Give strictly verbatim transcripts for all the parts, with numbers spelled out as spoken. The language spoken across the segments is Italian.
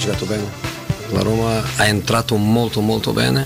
giocato bene, la Roma è entrato molto molto bene,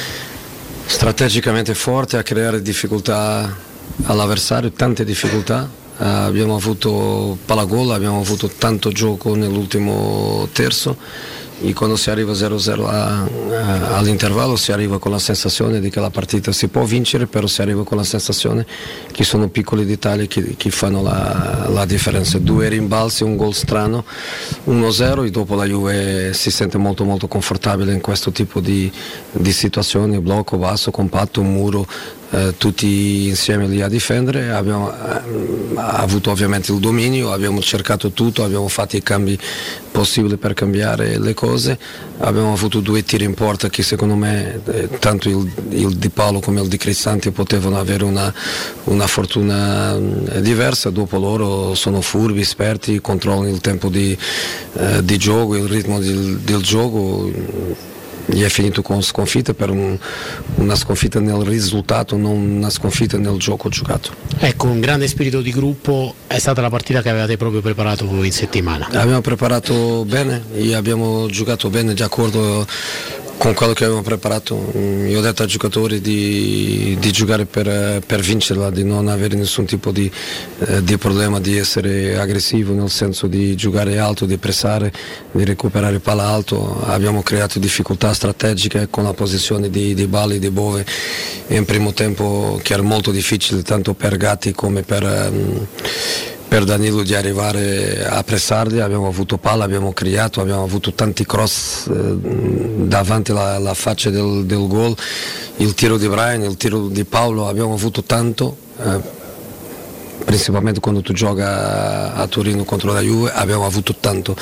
strategicamente forte, a creare difficoltà all'avversario, tante difficoltà. Uh, abbiamo avuto palagol, abbiamo avuto tanto gioco nell'ultimo terzo e quando si arriva zero zero a, a, all'intervallo si arriva con la sensazione di che la partita si può vincere, però si arriva con la sensazione che sono piccoli dettagli che, che fanno la, la differenza. Due rimbalzi, un gol strano, uno zero e dopo la Juve si sente molto molto confortabile in questo tipo di, di situazioni, blocco basso, compatto, un muro, eh, tutti insieme lì a difendere. Abbiamo eh, avuto ovviamente il dominio, abbiamo cercato tutto, abbiamo fatto i cambi possibili per cambiare le cose, abbiamo avuto due tiri in porta che secondo me eh, tanto il, il Di Paolo come il Di Cristante potevano avere una, una fortuna eh, diversa. Dopo loro sono furbi, esperti, controllano il tempo di, eh, di gioco, il ritmo del, del gioco. Gli è finito con sconfitta per un, una sconfitta nel risultato, non una sconfitta nel gioco giocato. Ecco, un grande spirito di gruppo, è stata la partita che avevate proprio preparato in settimana. Abbiamo preparato bene e abbiamo giocato bene, di accordo con quello che avevamo preparato. Io ho detto ai giocatori di, di giocare per, per vincerla, di non avere nessun tipo di, eh, di problema, di essere aggressivo, nel senso di giocare alto, di pressare, di recuperare palla alto. Abbiamo creato difficoltà strategiche con la posizione di, di Bali, di Bove in primo tempo, che era molto difficile tanto per Gatti come per... Um, per Danilo di arrivare a pressarli. Abbiamo avuto palla, abbiamo creato, abbiamo avuto tanti cross eh, davanti alla, alla faccia del, del gol, il tiro di Brian, il tiro di Paolo, abbiamo avuto tanto, eh, principalmente quando tu gioca a Torino contro la Juve, abbiamo avuto tanto.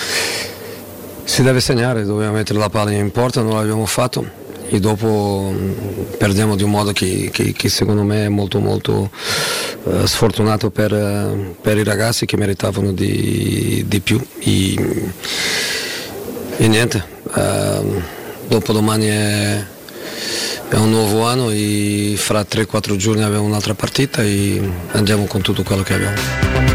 Si deve segnare, dobbiamo mettere la palla in porta, non l'abbiamo fatto e dopo mh, perdiamo di un modo che, che, che secondo me è molto molto uh, sfortunato per, uh, per i ragazzi che meritavano di, di più e, e niente, uh, dopo domani è, è un nuovo anno e fra tre quattro giorni abbiamo un'altra partita e andiamo con tutto quello che abbiamo.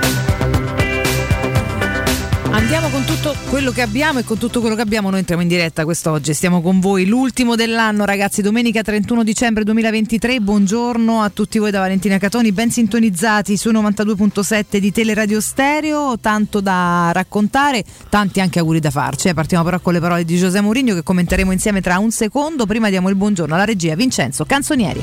Andiamo con tutto quello che abbiamo e con tutto quello che abbiamo noi entriamo in diretta quest'oggi, stiamo con voi l'ultimo dell'anno ragazzi, domenica trentuno dicembre duemilaventitré, buongiorno a tutti voi da Valentina Catoni, ben sintonizzati su novantadue virgola sette di Teleradio Stereo, tanto da raccontare, tanti anche auguri da farci, eh. Partiamo però con le parole di José Mourinho che commenteremo insieme tra un secondo, prima diamo il buongiorno alla regia Vincenzo Canzonieri.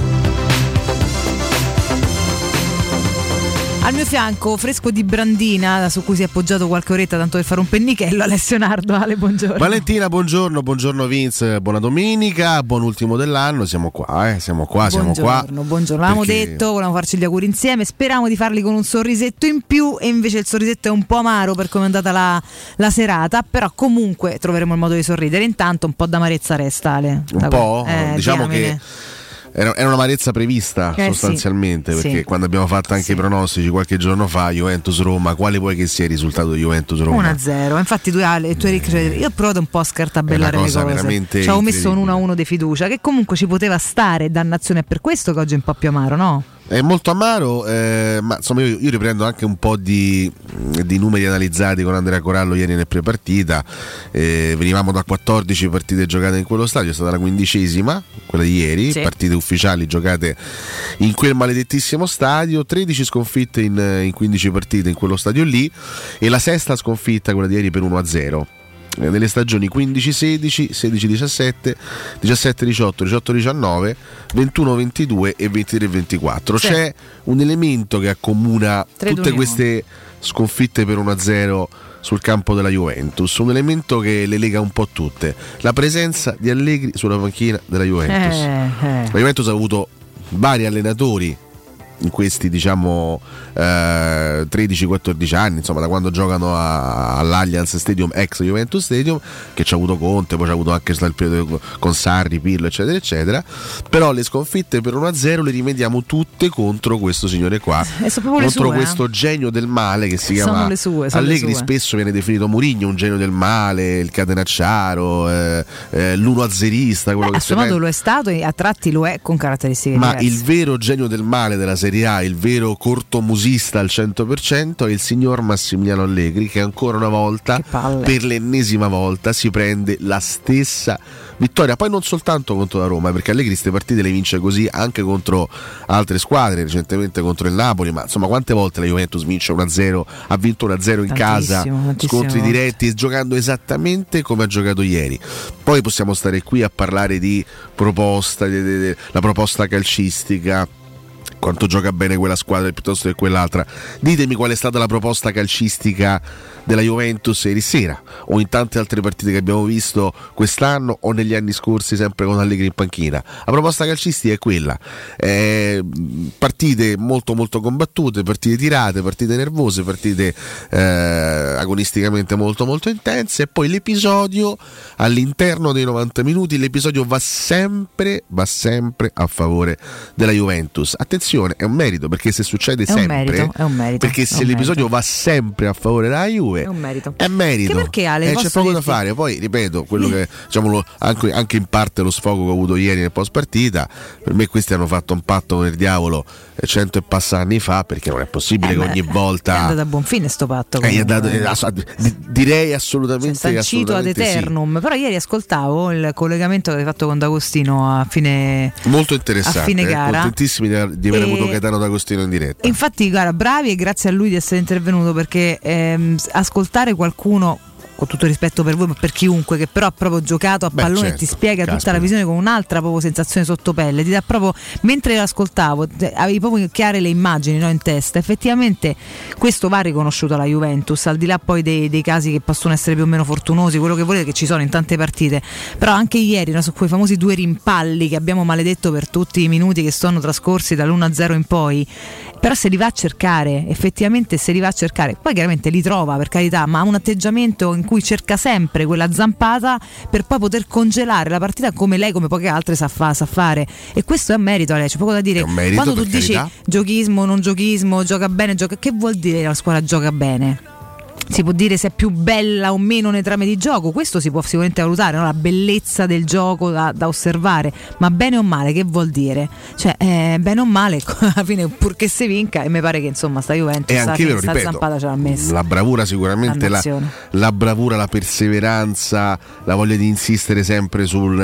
Al mio fianco, fresco di brandina, su cui si è appoggiato qualche oretta tanto per fare un pennichello, Alessio Nardo. Ale, buongiorno. Valentina, buongiorno, buongiorno Vince, buona domenica, buon ultimo dell'anno, siamo qua, eh, siamo qua, siamo buongiorno, qua. Buongiorno, l'avevamo perché... detto, volevamo farci gli auguri insieme, speravamo di farli con un sorrisetto in più e invece il sorrisetto è un po' amaro per come è andata la, la serata, però comunque troveremo il modo di sorridere, intanto un po' d'amarezza resta, Ale. Un da po'? Eh, diciamo diamine. che... Era un'amarezza prevista eh, sostanzialmente sì, perché sì. quando abbiamo fatto anche sì. i pronostici qualche giorno fa, Juventus-Roma, quale vuoi che sia il risultato di Juventus-Roma? uno a zero, infatti tu, Ale, tu Eric, cioè, io ho provato un po' a scartabellare le cose, ci avevo messo un uno a uno di fiducia che comunque ci poteva stare, dannazione, è per questo che oggi è un po' più amaro, no? È molto amaro, eh, ma insomma io, io riprendo anche un po' di, di numeri analizzati con Andrea Corallo ieri nel prepartita. Eh, venivamo da quattordici partite giocate in quello stadio, è stata la quindicesima, quella di ieri, sì. Partite ufficiali giocate in quel maledettissimo stadio, tredici sconfitte in, in quindici partite in quello stadio lì e la sesta sconfitta, quella di ieri, per uno a zero. Nelle stagioni quindici sedici, sedici diciassette, diciassette diciotto, diciotto diciannove, ventuno ventidue e ventitré ventiquattro. Sì. C'è un elemento che accomuna tutte queste sconfitte per uno a zero sul campo della Juventus, un elemento che le lega un po' tutte, la presenza di Allegri sulla panchina della Juventus. Eh, eh. La Juventus ha avuto vari allenatori in questi diciamo eh, tredici quattordici anni, insomma da quando giocano a, all'Allianz Stadium, ex Juventus Stadium, che c'ha avuto Conte, poi c'ha avuto anche il periodo con Sarri, Pirlo eccetera eccetera, però le sconfitte per uno a zero le rimediamo tutte contro questo signore qua, contro sue, questo eh? genio del male che si chiama le sue, Allegri. le sue. Spesso viene definito Mourinho un genio del male, il catenacciaro, eh, eh, l'uno azzerista, quello Beh, che a suo modo lo è stato e a tratti lo è con caratteristiche ma diverse. il vero genio del male della Serie A, il vero cortomusista al cento per cento, è il signor Massimiliano Allegri, che ancora una volta, per l'ennesima volta, si prende la stessa vittoria, poi non soltanto contro la Roma, perché Allegri queste partite le vince così anche contro altre squadre, recentemente contro il Napoli, ma insomma quante volte la Juventus vince uno a zero, ha vinto uno a zero in casa, scontri diretti, giocando esattamente come ha giocato ieri. Poi possiamo stare qui a parlare di proposta, di, di, di, la proposta calcistica, quanto gioca bene quella squadra piuttosto che quell'altra. Ditemi qual è stata la proposta calcistica della Juventus ieri sera, o in tante altre partite che abbiamo visto quest'anno o negli anni scorsi, sempre con Allegri in panchina. La proposta calcistica è quella, eh, partite molto molto combattute, partite tirate, partite nervose, partite eh, agonisticamente molto molto intense, e poi l'episodio all'interno dei novanta minuti, l'episodio va sempre va sempre a favore della Juventus. Attenzione, è un merito, perché se succede è sempre, un merito, è un merito, perché se un l'episodio merito. va sempre a favore della Juve è un merito, è merito. Che perché, Ale, eh, c'è poco dirti... da fare. Poi ripeto, quello che diciamo lo, anche, anche in parte lo sfogo che ho avuto ieri nel post partita, per me questi hanno fatto un patto con il diavolo eh, cento e passa anni fa, perché non è possibile eh, che ogni volta è andato a buon fine sto patto, eh, è dato, eh, ass- direi assolutamente, cioè, sancito ad eternum, sì. Però ieri ascoltavo il collegamento che hai fatto con D'Agostino a fine molto interessante, a fine gara, eh, contentissimi di, di aver e... avuto Gaetano D'Agostino in diretta. Infatti guarda, bravi, e grazie a lui di essere intervenuto, perché ehm, ascoltare qualcuno, con tutto rispetto per voi, ma per chiunque, che però ha proprio giocato a Beh, pallone, certo, e ti spiega caspita. tutta la visione con un'altra proprio sensazione sotto pelle, ti dà proprio, mentre l'ascoltavo avevi proprio chiare le immagini, no, in testa. Effettivamente questo va riconosciuto alla Juventus, al di là poi dei, dei casi che possono essere più o meno fortunosi, quello che volete, che ci sono in tante partite, però anche ieri, no, su quei famosi due rimpalli che abbiamo maledetto per tutti i minuti che sono trascorsi dall'uno a zero in poi, però se li va a cercare, effettivamente se li va a cercare, poi chiaramente li trova, per carità, ma ha un atteggiamento in cui cerca sempre quella zampata per poi poter congelare la partita, come lei, come poche altre sa, fa, sa fare, e questo è un merito a lei, c'è poco da dire. Merito, quando tu dici carità. Giochismo, non giochismo, gioca bene, gioca, che vuol dire la squadra gioca bene? Si può dire se è più bella o meno nei trame di gioco, questo si può sicuramente valutare, no? La bellezza del gioco da, da osservare, ma bene o male che vuol dire? Cioè eh, bene o male alla fine, purché si vinca, e mi pare che insomma sta Juventus e anche vero, sta ripeto, zampata ce l'ha messa. La bravura sicuramente, la, la bravura, la perseveranza, la voglia di insistere sempre sul,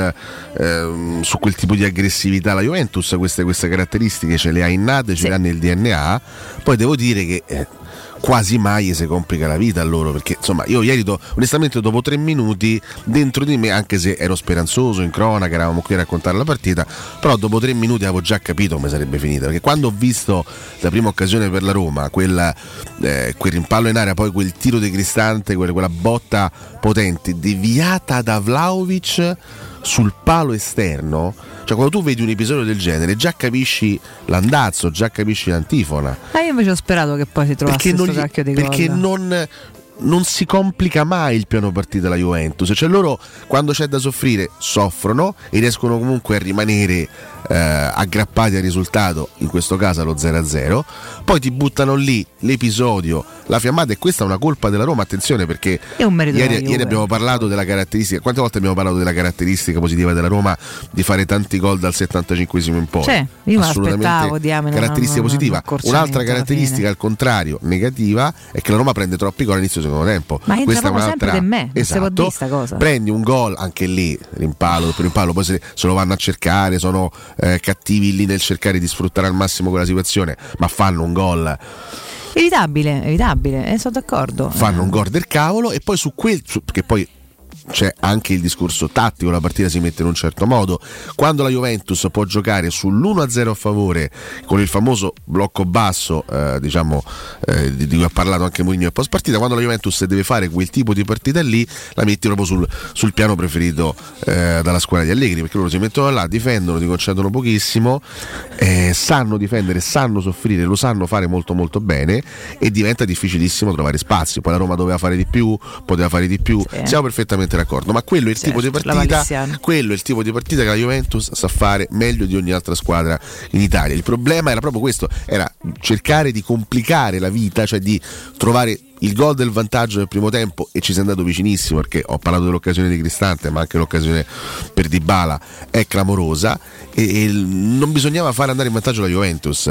eh, su quel tipo di aggressività. La Juventus queste, queste caratteristiche ce le ha innate, ce sì. le ha nel D N A. Poi devo dire che eh, quasi mai si complica la vita a loro, perché insomma io ieri do, onestamente dopo tre minuti dentro di me, anche se ero speranzoso in cronaca, eravamo qui a raccontare la partita, però dopo tre minuti avevo già capito come sarebbe finita, perché quando ho visto la prima occasione per la Roma, quella, eh, quel rimpallo in area, poi quel tiro di Cristante, quella, quella botta potente deviata da Vlahovic sul palo esterno, cioè quando tu vedi un episodio del genere già capisci l'andazzo, già capisci l'antifona. Ah, io invece ho sperato che poi si trovasse perché questo non gli, cacchio di perché gol. non non si complica mai il piano partita della Juventus, cioè loro quando c'è da soffrire soffrono e riescono comunque a rimanere eh, aggrappati al risultato, in questo caso allo zero a zero, poi ti buttano lì l'episodio, la fiammata, e questa è una colpa della Roma, attenzione, perché è un merito ieri, della Juve. ieri abbiamo parlato della caratteristica, quante volte abbiamo parlato della caratteristica positiva della Roma di fare tanti gol dal settantacinquesimo in poi, cioè, io assolutamente diamine, caratteristica non, non, positiva. non Un'altra caratteristica al contrario negativa è che la Roma prende troppi gol all'inizio del secondo tempo. Ma entra questa è proprio un'altra, sempre di me, non esatto, si può dire sta cosa. Prendi un gol, anche lì rimpallo, per rimpallo, poi se, se lo vanno a cercare, sono eh, cattivi lì nel cercare di sfruttare al massimo quella situazione, ma fanno un gol evitabile, evitabile, eh, sono d'accordo. Fanno un gol del cavolo, e poi su quel su, che poi c'è anche il discorso tattico, la partita si mette in un certo modo. Quando la Juventus può giocare sull'uno a zero a favore con il famoso blocco basso, eh, diciamo eh, di, di cui ha parlato anche Mourinho nel post partita, quando la Juventus deve fare quel tipo di partita lì, la metti proprio sul, sul piano preferito eh, dalla squadra di Allegri, perché loro si mettono là, difendono, ti concedono pochissimo, eh, sanno difendere, sanno soffrire, lo sanno fare molto molto bene, e diventa difficilissimo trovare spazio. Poi la Roma doveva fare di più, poteva fare di più, sì. Siamo perfettamente d'accordo, ma quello è il certo, tipo di partita quello è il tipo di partita che la Juventus sa fare meglio di ogni altra squadra in Italia. Il problema era proprio questo, era cercare di complicare la vita, cioè di trovare il gol del vantaggio nel primo tempo, e ci sei andato vicinissimo, perché ho parlato dell'occasione di Cristante, ma anche l'occasione per Dybala è clamorosa, e, e non bisognava fare andare in vantaggio la Juventus.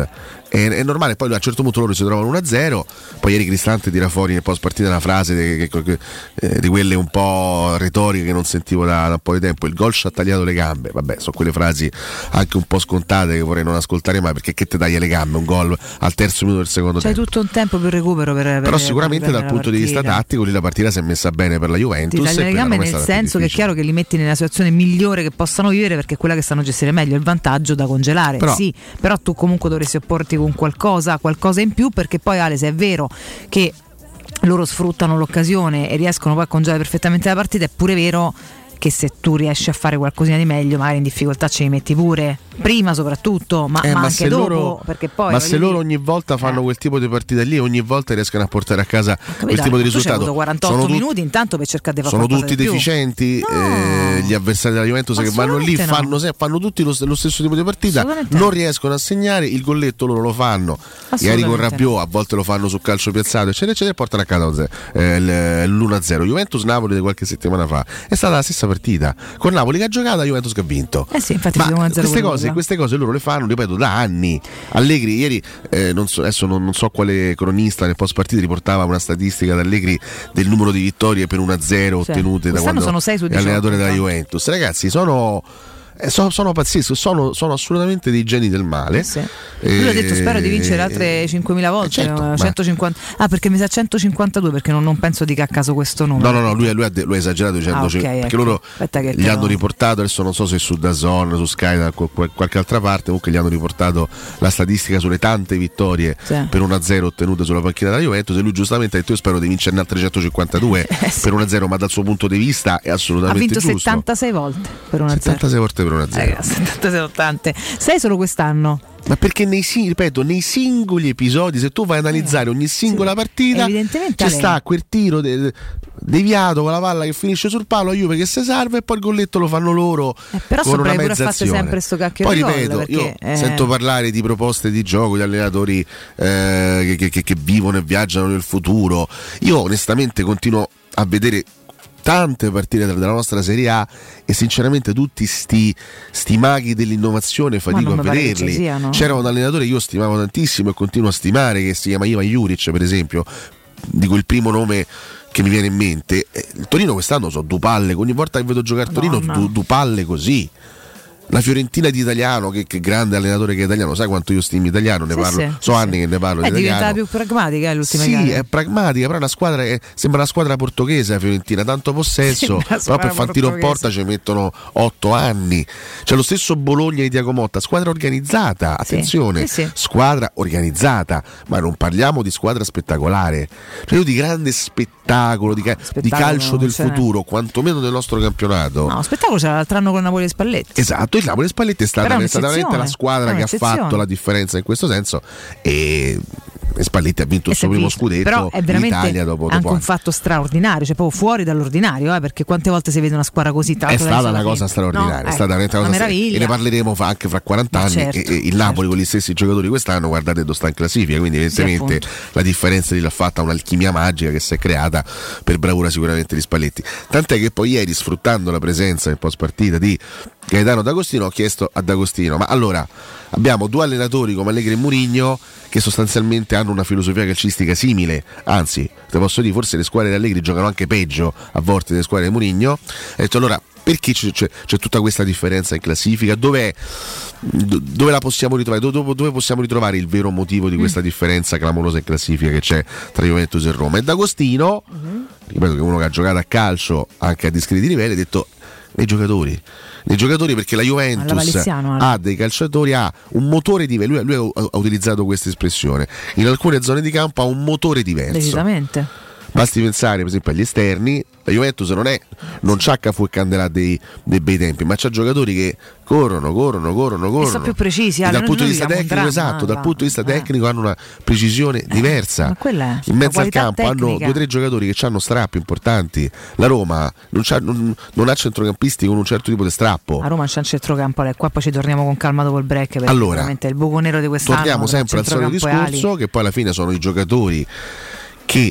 è, è normale. Poi a un certo punto loro si trovano uno a zero, poi ieri Cristante tira fuori nel post partita una frase de, de, de, de, di quelle un po' retoriche che non sentivo da, da un po' di tempo: il gol ci ha tagliato le gambe. Vabbè, sono quelle frasi anche un po' scontate che vorrei non ascoltare mai, perché che te taglia le gambe un gol al terzo minuto del secondo C'hai tempo? tutto un tempo per recupero per, per però sicuramente dal punto di vista tattico lì la partita si è messa bene per la Juventus. Ti taglia le gambe nel senso che è chiaro che li metti nella situazione migliore che possano vivere, perché è quella che sanno gestire meglio, il vantaggio da congelare. Però, sì, però tu comunque dovresti opporti con qualcosa, qualcosa in più, perché poi Ale, se è vero che loro sfruttano l'occasione e riescono poi a congelare perfettamente la partita, è pure vero che se tu riesci a fare qualcosina di meglio magari in difficoltà ce li metti pure prima soprattutto, ma, eh, ma ma anche dopo loro, perché poi ma se loro dire, ogni volta fanno eh. quel tipo di partita lì, ogni volta riescono a portare a casa Capito, quel tipo di tu risultato. c'hai avuto quarantotto sono minuti tut- intanto per cercare di fare sono qualcosa tutti di più. deficienti, No. eh, gli avversari della Juventus che vanno lì no. fanno, se, fanno tutti lo, lo stesso tipo di partita, non no. riescono a segnare, il golletto loro lo fanno ieri con Rabiot, a volte lo fanno su calcio piazzato eccetera eccetera, e portano a casa eh, l'uno a zero. Juventus-Napoli di qualche settimana fa è stata la stessa partita, con Napoli che ha giocato, la Juventus che ha vinto. Eh sì, infatti ma queste cose, queste cose loro le fanno, ripeto, da anni. Allegri ieri eh, non so, adesso non, non so quale cronista nel post partita riportava una statistica da Allegri del numero di vittorie per uno a zero sì. ottenute da quando sono sei su è allenatore della Juventus. Ragazzi, sono Eh, sono, sono pazzeschi, sono, sono assolutamente dei geni del male. Sì. Lui ha detto spero di vincere altre cinquemila volte. Eh certo, centocinquanta Ah, perché mi sa centocinquantadue, perché non, non penso dica a caso questo numero. No, no, no, lui, lui, ha, lui ha esagerato dicendo ah, okay, perché ecco. loro che gli hanno riportato, adesso non so se su DAZN, su Sky, da qualche altra parte, comunque gli hanno riportato la statistica sulle tante vittorie sì. per uno a zero ottenute sulla panchina della Juventus, e lui giustamente ha detto io spero di vincerne altre centocinquantadue eh, sì. per uno a zero, ma dal suo punto di vista è assolutamente giusto. Ha vinto settantasei volte per uno a zero. settantasei volte per uno a zero. Eh, settantasei ottanta sei solo quest'anno. Ma perché nei, ripeto, nei singoli episodi, se tu vai a analizzare ogni singola sì. partita, c'è sta quel tiro de- deviato con la palla che finisce sul palo, a Juve che si salva e poi il golletto lo fanno loro eh, però con una mezza azione. Sempre sto cacchio poi di ripeto, perché, io eh... sento parlare di proposte di gioco di allenatori eh, che, che, che vivono e viaggiano nel futuro. Io onestamente continuo a vedere tante partite della nostra Serie A e sinceramente tutti sti, sti maghi dell'innovazione fatico a vederli. Siano. C'era un allenatore che io stimavo tantissimo e continuo a stimare, che si chiama Ivan Juric, per esempio, dico il primo nome che mi viene in mente. Il Torino quest'anno so due palle, ogni volta che vedo giocare a Torino due du palle così. La Fiorentina di Italiano, che, che grande allenatore che è italiano, sai quanto io stimi Italiano, ne parlo, sì, so sì, anni sì. che ne parlo. È di diventata più pragmatica l'ultima Sì, gara. è pragmatica, però è una squadra che sembra una squadra portoghese la Fiorentina, tanto possesso, però per far tiro in porta ci mettono otto anni. C'è lo stesso Bologna di Tiago Motta, squadra organizzata, attenzione, sì, sì, sì. squadra organizzata, ma non parliamo di squadra spettacolare, cioè io di grande spettacolo, di, ca- spettacolo di calcio del futuro, quantomeno del nostro campionato. No, spettacolo c'era l'altro anno con Napoli e Spalletti. Esatto, il Napoli e Spalletti è stata, è stata veramente la squadra che ha fatto la differenza in questo senso, e Spalletti ha vinto il suo primo scudetto. Però è veramente in Italia dopo, dopo anche anni. un fatto straordinario, cioè proprio fuori dall'ordinario, eh, perché quante volte si vede una squadra così. È stata una cosa straordinaria, no, è stata veramente una cosa straordinaria, e ne parleremo fa anche fra quaranta anni. Certo, e, e il Napoli certo. con gli stessi giocatori quest'anno, guardate dove sta in classifica, quindi evidentemente sì, la differenza lì l'ha fatta un'alchimia magica che si è creata per bravura sicuramente di Spalletti. Tant'è che poi ieri, sfruttando la presenza nel post partita di Gaetano D'Agostino, ho chiesto a D'Agostino: ma allora abbiamo due allenatori come Allegri e Mourinho che sostanzialmente hanno una filosofia calcistica simile, anzi te posso dire forse le squadre di Allegri giocano anche peggio a volte delle squadre di Mourinho. Ho detto allora perché c'è, c'è, c'è tutta questa differenza in classifica? Dov'è, dove la possiamo ritrovare? Dove, dove possiamo ritrovare il vero motivo di questa differenza clamorosa in classifica che c'è tra Juventus e Roma? E D'Agostino, uh-huh. ripeto che è uno che ha giocato a calcio anche a discreti livelli, ha detto nei giocatori nei giocatori perché la Juventus ha dei calciatori, ha un motore diverso. Lui, lui ha, ha utilizzato questa espressione: in alcune zone di campo ha un motore diverso. Decisamente. Basti pensare per esempio agli esterni. La Juventus non è non c'ha Cafu e Candelà dei, dei bei tempi, ma c'ha giocatori che corrono, corrono, corrono, corrono. E sono più precisi. E dal punto di vista tecnico, dramma, esatto, dal punto di vista tecnico eh. hanno una precisione diversa. Ma quella è in mezzo al campo tecnica. Hanno due o tre giocatori che hanno strappi importanti. La Roma non, c'ha, non, non ha centrocampisti con un certo tipo di strappo. A Roma c'è un centrocampo, qua poi ci torniamo con calma dopo il break, perché allora, veramente è il buco nero di quest'anno. Torniamo sempre al solito discorso, che poi alla fine sono i giocatori che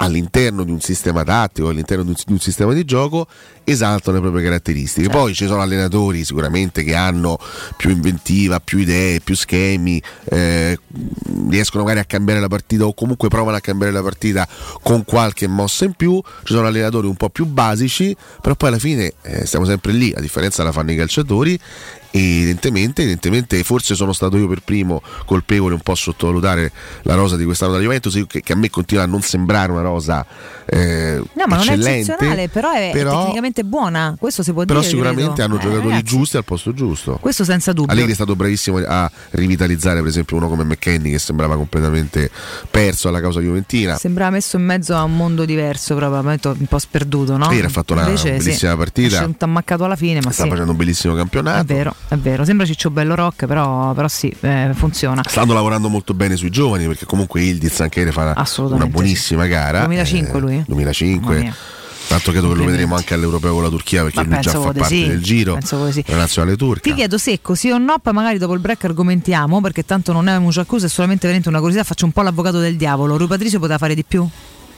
all'interno di un sistema tattico, all'interno di un, di un sistema di gioco, esaltano le proprie caratteristiche. Certo. Poi ci sono allenatori sicuramente che hanno più inventiva, più idee, più schemi, eh, riescono magari a cambiare la partita o comunque provano a cambiare la partita con qualche mossa in più. Ci sono allenatori un po' più basici, però poi alla fine eh, stiamo sempre lì, a differenza la fanno i calciatori. E evidentemente, evidentemente forse sono stato io per primo colpevole un po' a sottovalutare la rosa di quest'anno da Juventus, che, che a me continua a non sembrare una rosa eh, no, ma eccellente, non è eccezionale, però è, però, è tecnicamente buona, questo si può però dire. Però sicuramente credo. hanno eh, giocatori ragazzi, giusti al posto giusto. Questo senza dubbio. Allegri è stato bravissimo a rivitalizzare per esempio uno come McKennie, che sembrava completamente perso alla causa juventina. Sembrava messo in mezzo a un mondo diverso, probabilmente un po' sperduto, no? Ieri ha fatto una Invece, bellissima sì, partita. È ammaccato alla fine, ma sta sì. facendo un bellissimo campionato. È vero, è vero. Sembra Ciccio Bello Rock, però, però sì, eh, funziona. Stanno lavorando molto bene sui giovani, perché comunque Ildiz anche ieri fa una buonissima sì. gara. duemilacinque eh, lui. duemilacinque Tanto credo che lo vedremo anche all'Europeo con la Turchia, perché ma lui già fa parte sì, del giro sì. della nazionale turca. Ti chiedo secco, sì o no, poi magari dopo il break argomentiamo, perché tanto non è un accusa, è solamente veramente una curiosità, faccio un po' l'avvocato del diavolo. Rui Patricio poteva fare di più?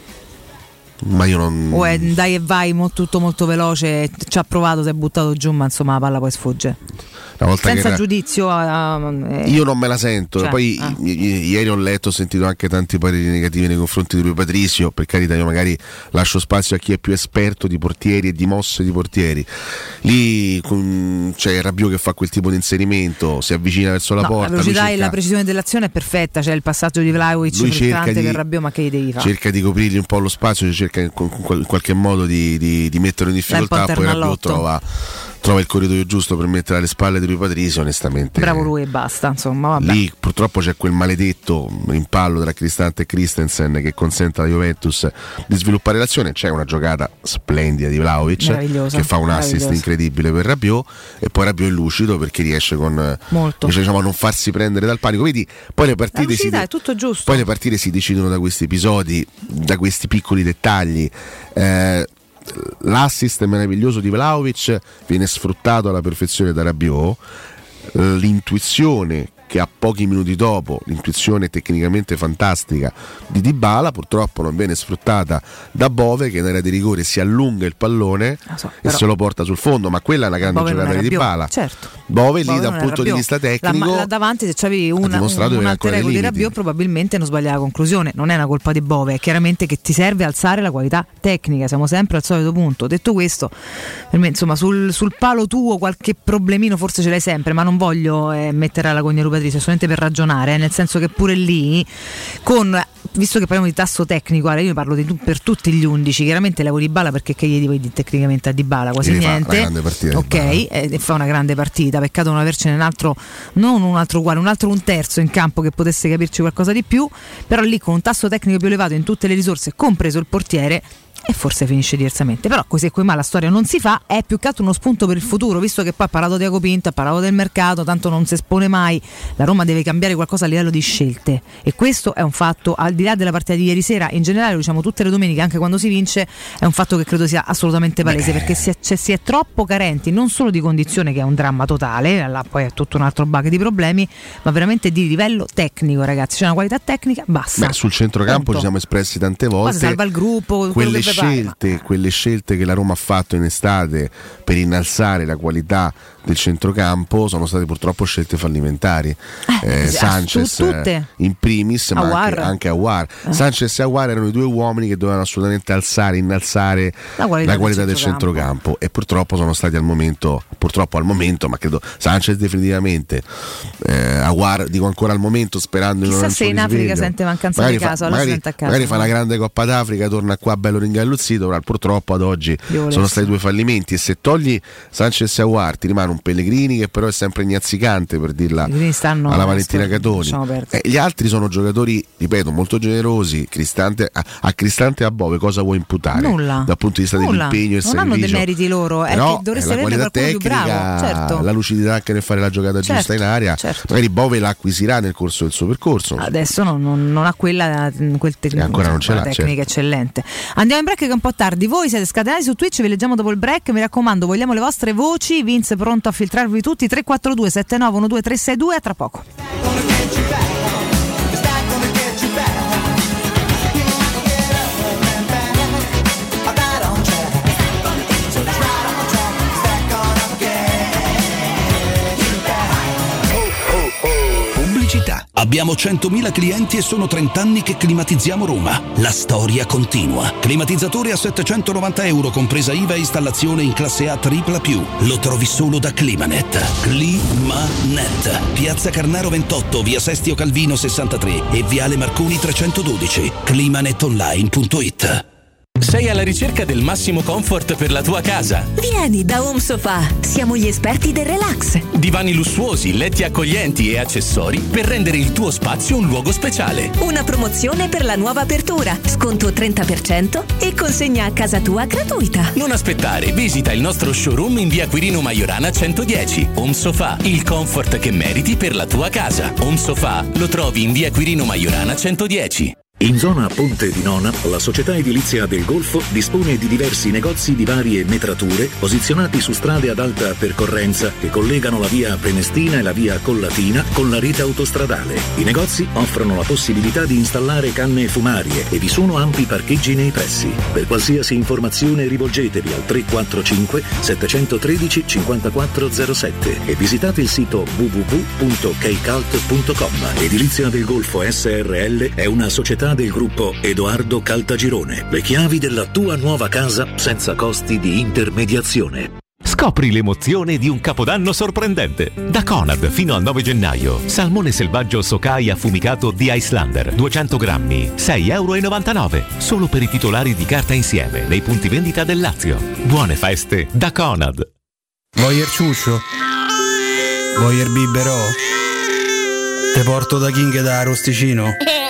Ma io non. O è dai e vai mo, tutto molto veloce, ci ha provato, si è buttato giù, ma insomma la palla poi sfugge. Senza che giudizio uh, eh. io non me la sento, cioè, poi ah. i- i- ieri ho letto, ho sentito anche tanti pareri negativi nei confronti di Rui Patricio. Per carità, io magari lascio spazio a chi è più esperto di portieri e di mosse di portieri. Lì con, c'è Rabiot che fa quel tipo di inserimento, si avvicina verso la no, porta, la velocità cerca, e la precisione dell'azione è perfetta, c'è il passaggio di Vlahovic filtrante di, per Rabiot, ma che gli devi fare? cerca di coprirgli un po' lo spazio, cerca in, in qualche modo di, di, di metterlo in difficoltà, poi Rabiot trova trova il corridoio giusto per mettere alle spalle di Rui Patricio, onestamente. Bravo lui e basta, insomma, vabbè. Lì purtroppo c'è quel maledetto rimpallo tra Cristante e Christensen che consente alla Juventus di sviluppare l'azione. C'è una giocata splendida di Vlahovic che fa un assist incredibile per Rabiot, e poi Rabiot è lucido perché riesce con Molto. riesce, diciamo, a non farsi prendere dal panico. Vedi, poi le partite si de- è tutto giusto. Poi le partite si decidono da questi episodi, da questi piccoli dettagli. Eh, L'assist meraviglioso di Vlahovic viene sfruttato alla perfezione da Rabiot. L'intuizione che a pochi minuti dopo, l'intuizione tecnicamente fantastica di Dybala, purtroppo non viene sfruttata da Bove, che in area di rigore si allunga il pallone so, e se lo porta sul fondo, ma quella è una grande Bove giocata di Dybala. Certo. Bove lì Bove da un punto di vista tecnico, là davanti, se c'avevi una, un, un alter ego di Rabiot, probabilmente non sbaglia la conclusione. Non è una colpa di Bove, è chiaramente che ti serve alzare la qualità tecnica. Siamo sempre al solito punto. Detto questo, per me insomma sul, sul palo tuo qualche problemino forse ce l'hai sempre, ma non voglio eh, mettere alla cogna Rui Patricio, solamente per ragionare, eh, nel senso che pure lì, con visto che parliamo di tasso tecnico, allora io parlo di, per tutti gli undici, chiaramente lavori Dybala, perché che gli devi dire tecnicamente a Dybala? Quasi Ieri niente. Fa una partita, ok, e eh, fa una grande partita, peccato non avercene un altro, non un altro uguale, un altro un terzo in campo che potesse capirci qualcosa di più, però lì con un tasso tecnico più elevato in tutte le risorse, compreso il portiere, e forse finisce diversamente. Però così e qui ma la storia non si fa, è più che altro uno spunto per il futuro, visto che poi ha parlato Tiago Pinto, ha parlato del mercato, tanto non si espone mai. La Roma deve cambiare qualcosa a livello di scelte, e questo è un fatto, al di là della partita di ieri sera, in generale lo diciamo tutte le domeniche, anche quando si vince, è un fatto che credo sia assolutamente palese. Beh. Perché si è, cioè, si è troppo carenti non solo di condizione, che è un dramma totale, là poi è tutto un altro bug di problemi, ma veramente di livello tecnico, ragazzi. C'è una qualità tecnica, basta. Beh, sul centrocampo Punto. Ci siamo espressi tante volte. Poi salva il gruppo, quelle che scelte, prepara, quelle scelte che la Roma ha fatto in estate per innalzare la qualità del centrocampo sono state purtroppo scelte fallimentari. Eh, eh, Sanchez tutte. in primis, ma Aouar. anche, anche Aouar. Eh. Sanchez e Aouar erano i due uomini che dovevano assolutamente alzare, innalzare la qualità, la qualità del, centrocampo. del centrocampo, e purtroppo sono stati al momento, purtroppo al momento, ma credo Sanchez definitivamente, eh, Aouar dico ancora al momento, sperando chissà in un se in Africa risveglio. sente mancanza magari di caso, fa, magari, a caso magari fa la grande Coppa d'Africa, torna qua bello ringalluzzito, però purtroppo ad oggi sono stati due fallimenti, e se togli Sanchez e Aouar ti rimane un Pellegrini che però è sempre ignazzicante, per dirla stanno, alla Valentina Catoni. Eh, gli altri sono giocatori, ripeto, molto generosi. Cristante, a, a Cristante e a Bove cosa vuoi imputare? Nulla. Dal punto di vista Nulla. dell'impegno e il non sacrificio. hanno dei meriti loro, però è che dovreste è la averne qualità qualcuno tecnica, più bravo, certo. La lucidità anche nel fare la giocata certo, giusta in area, certo. Magari Bove la acquisirà nel corso del suo percorso. Adesso non, non, non ha quella, quel te- ancora non ce l'ha, tecnica certo. eccellente. Andiamo in break che è un po' tardi. Voi siete scatenati su Twitch, vi leggiamo dopo il break. Mi raccomando, vogliamo le vostre voci. Vince pronto a filtrarvi tutti. Tre quattro due sette nove uno due tre sei due. A tra poco. Abbiamo centomila clienti e sono trenta anni che climatizziamo Roma. La storia continua. Climatizzatore a settecentonovanta euro, compresa I V A e installazione in classe A tripla più. Lo trovi solo da Climanet. Climanet. Piazza Carnaro ventotto, via Sestio Calvino sessantatré e viale Marconi trecentododici. climanetonline punto it. Sei alla ricerca del massimo comfort per la tua casa? Vieni da Home Sofa, siamo gli esperti del relax. Divani lussuosi, letti accoglienti e accessori per rendere il tuo spazio un luogo speciale. Una promozione per la nuova apertura, sconto trenta per cento e consegna a casa tua gratuita. Non aspettare, visita il nostro showroom in via Quirino Maiorana centodieci. Home Sofa, il comfort che meriti per la tua casa. Home Sofa lo trovi in via Quirino Maiorana centodieci. In zona Ponte di Nona, la società edilizia del Golfo dispone di diversi negozi di varie metrature posizionati su strade ad alta percorrenza che collegano la via Prenestina e la via Collatina con la rete autostradale. I negozi offrono la possibilità di installare canne fumarie e vi sono ampi parcheggi nei pressi. Per qualsiasi informazione rivolgetevi al tre quattro cinque sette uno tre cinque quattro zero sette e visitate il sito w w w punto keicalt punto com. Edilizia del Golfo S R L è una società del gruppo Edoardo Caltagirone. Le chiavi della tua nuova casa senza costi di intermediazione. Scopri l'emozione di un capodanno sorprendente. Da Conad fino al nove gennaio. Salmone selvaggio Sokai affumicato di Icelander, duecento grammi, sei e novantanove euro. Solo per i titolari di Carta Insieme nei punti vendita del Lazio. Buone feste da Conad. Vuoi il ciuscio? Vuoi il biberò? Te porto da King da Arosticino?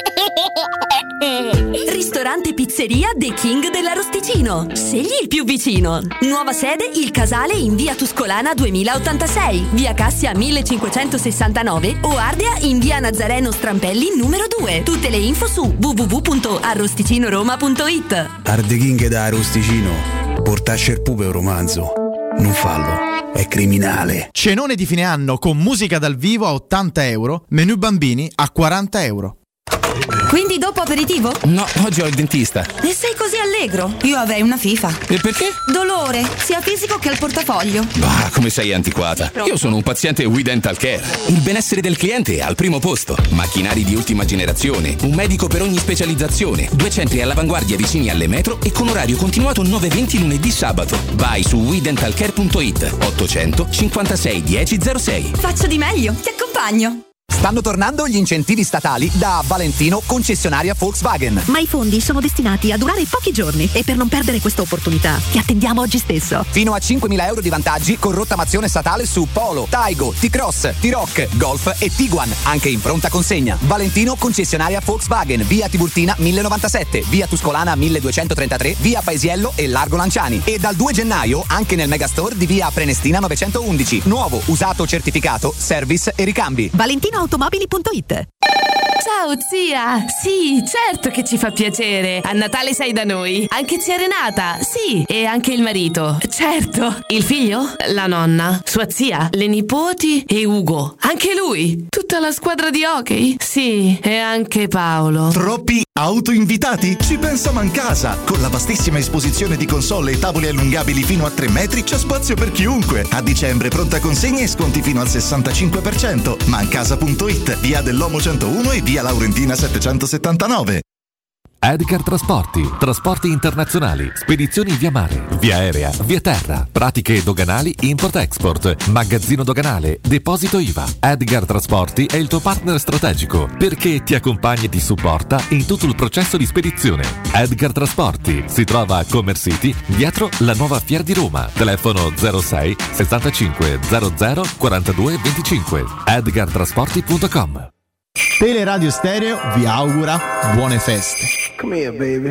Ristorante Pizzeria The King dell'Arosticino. Scegli il più vicino. Nuova sede Il Casale in via Tuscolana duemilaottantasei, via Cassia millecinquecentosessantanove o Ardea in via Nazareno Strampelli numero due. Tutte le info su w w w punto arrosticinoroma punto it. Ar The King da Arosticino. Portasce il pupe un romanzo. Non fallo. È criminale. Cenone di fine anno con musica dal vivo a ottanta euro, menù bambini a quaranta euro. Quindi dopo aperitivo? No, oggi ho il dentista. E sei così allegro? Io avrei una FIFA. E perché? Dolore, sia fisico che al portafoglio. Bah, come sei antiquata. Io sono un paziente We Dental Care. Il benessere del cliente è al primo posto. Macchinari di ultima generazione, un medico per ogni specializzazione, due centri all'avanguardia vicini alle metro e con orario continuato nove venti lunedì sabato. Vai su we dental care punto it. ottocento cinquantasei dieci zero sei. Faccio di meglio, ti accompagno. Stanno tornando gli incentivi statali da Valentino, concessionaria Volkswagen. Ma i fondi sono destinati a durare pochi giorni e per non perdere questa opportunità ti attendiamo oggi stesso. Fino a cinquemila euro di vantaggi con rottamazione statale su Polo, Taigo, T-Cross, T-Roc, Golf e Tiguan, anche in pronta consegna. Valentino, concessionaria Volkswagen, via Tiburtina mille novantasette, via Tuscolana milleduecentotrentatré, via Paesiello e Largo Lanciani. E dal due gennaio anche nel megastore di via Prenestina novecentoundici. Nuovo, usato, certificato, service e ricambi. valentino automobili punto it. Ciao zia! Sì, certo che ci fa piacere. A Natale sei da noi. Anche zia Renata, sì. E anche il marito, certo. Il figlio? La nonna. Sua zia? Le nipoti? E Ugo. Anche lui. Tutta la squadra di hockey? Sì, e anche Paolo. Troppi autoinvitati? Ci pensa Mancasa. Con la vastissima esposizione di console e tavoli allungabili fino a tre metri c'è spazio per chiunque. A dicembre pronta consegna e sconti fino al sessantacinque per cento. Mancasa punto it, via dell'Omo centouno e via Laurentina settecentosettantanove. Edgar Trasporti, trasporti internazionali, spedizioni via mare, via aerea, via terra, pratiche doganali, import-export, magazzino doganale, deposito I V A. Edgar Trasporti è il tuo partner strategico perché ti accompagna e ti supporta in tutto il processo di spedizione. Edgar Trasporti si trova a Commerce City, dietro la nuova Fiera di Roma. Telefono zero sei sessantacinque zero zero quarantadue venticinque. edgar trasporti punto com. Teleradio Stereo vi augura buone feste. Come here, baby.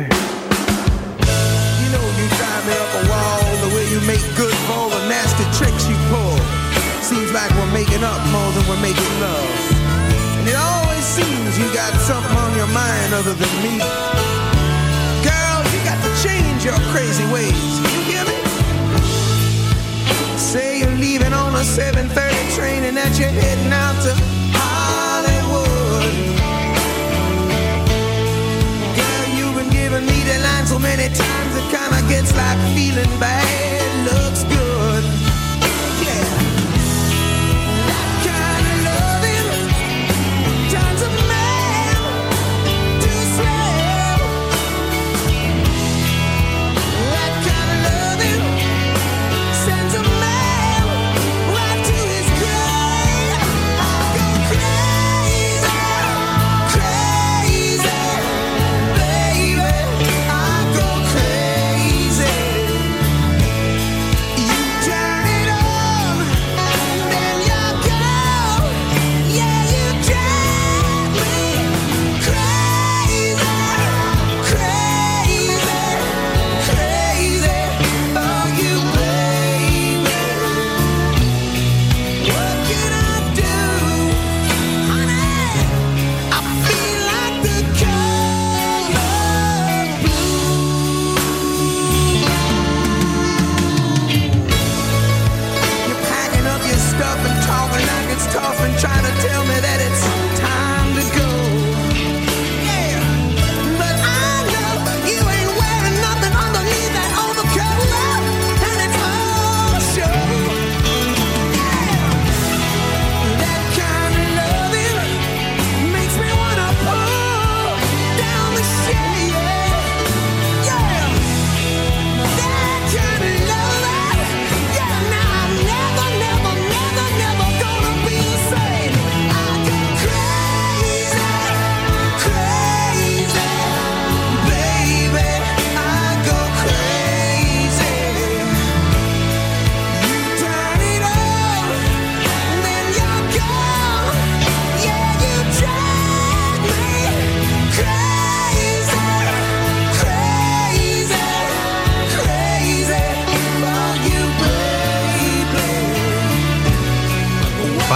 You know you drive me up a wall, the way you make good for all the nasty tricks you pull. Seems like we're making up more than we're making love. And it always seems you got something on your mind other than me. Girl, you got to change your crazy ways. You hear me? Say you're leaving on a seven thirty train and that you're heading out to Hollywood. Girl, you've been giving me the line so many times it kinda gets like feeling bad looks good. Yeah, that kind of loving turns a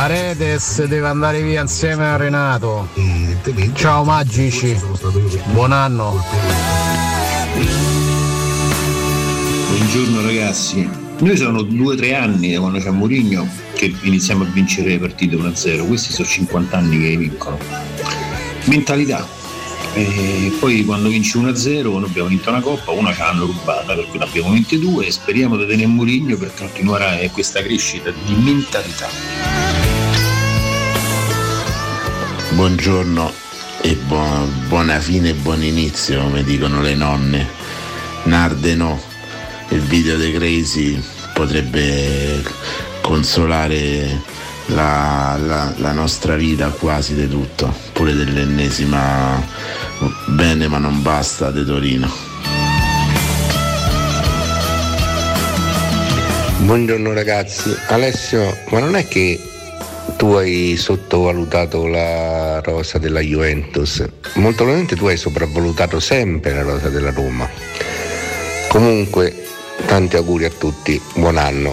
Paredes deve andare via insieme a Renato. Ciao Magici, buon anno. Buongiorno ragazzi, noi sono due o tre anni da quando c'è Mourinho che iniziamo a vincere le partite uno a zero, questi sono cinquanta anni che vincono. Mentalità, e poi quando vinci uno a zero, noi abbiamo vinto una coppa, una ce l'hanno rubata, per cui ne abbiamo vinte due e speriamo di tenere Mourinho per continuare questa crescita di mentalità. Buongiorno e buona, buona fine e buon inizio, come dicono le nonne. Narde no, il video dei Crazy potrebbe consolare la, la, la nostra vita quasi di tutto, pure dell'ennesima bene ma non basta di Torino. Buongiorno ragazzi, Alessio, ma non è che tu hai sottovalutato la rosa della Juventus? Molto probabilmente tu hai sopravvalutato sempre la rosa della Roma. Comunque, tanti auguri a tutti, buon anno.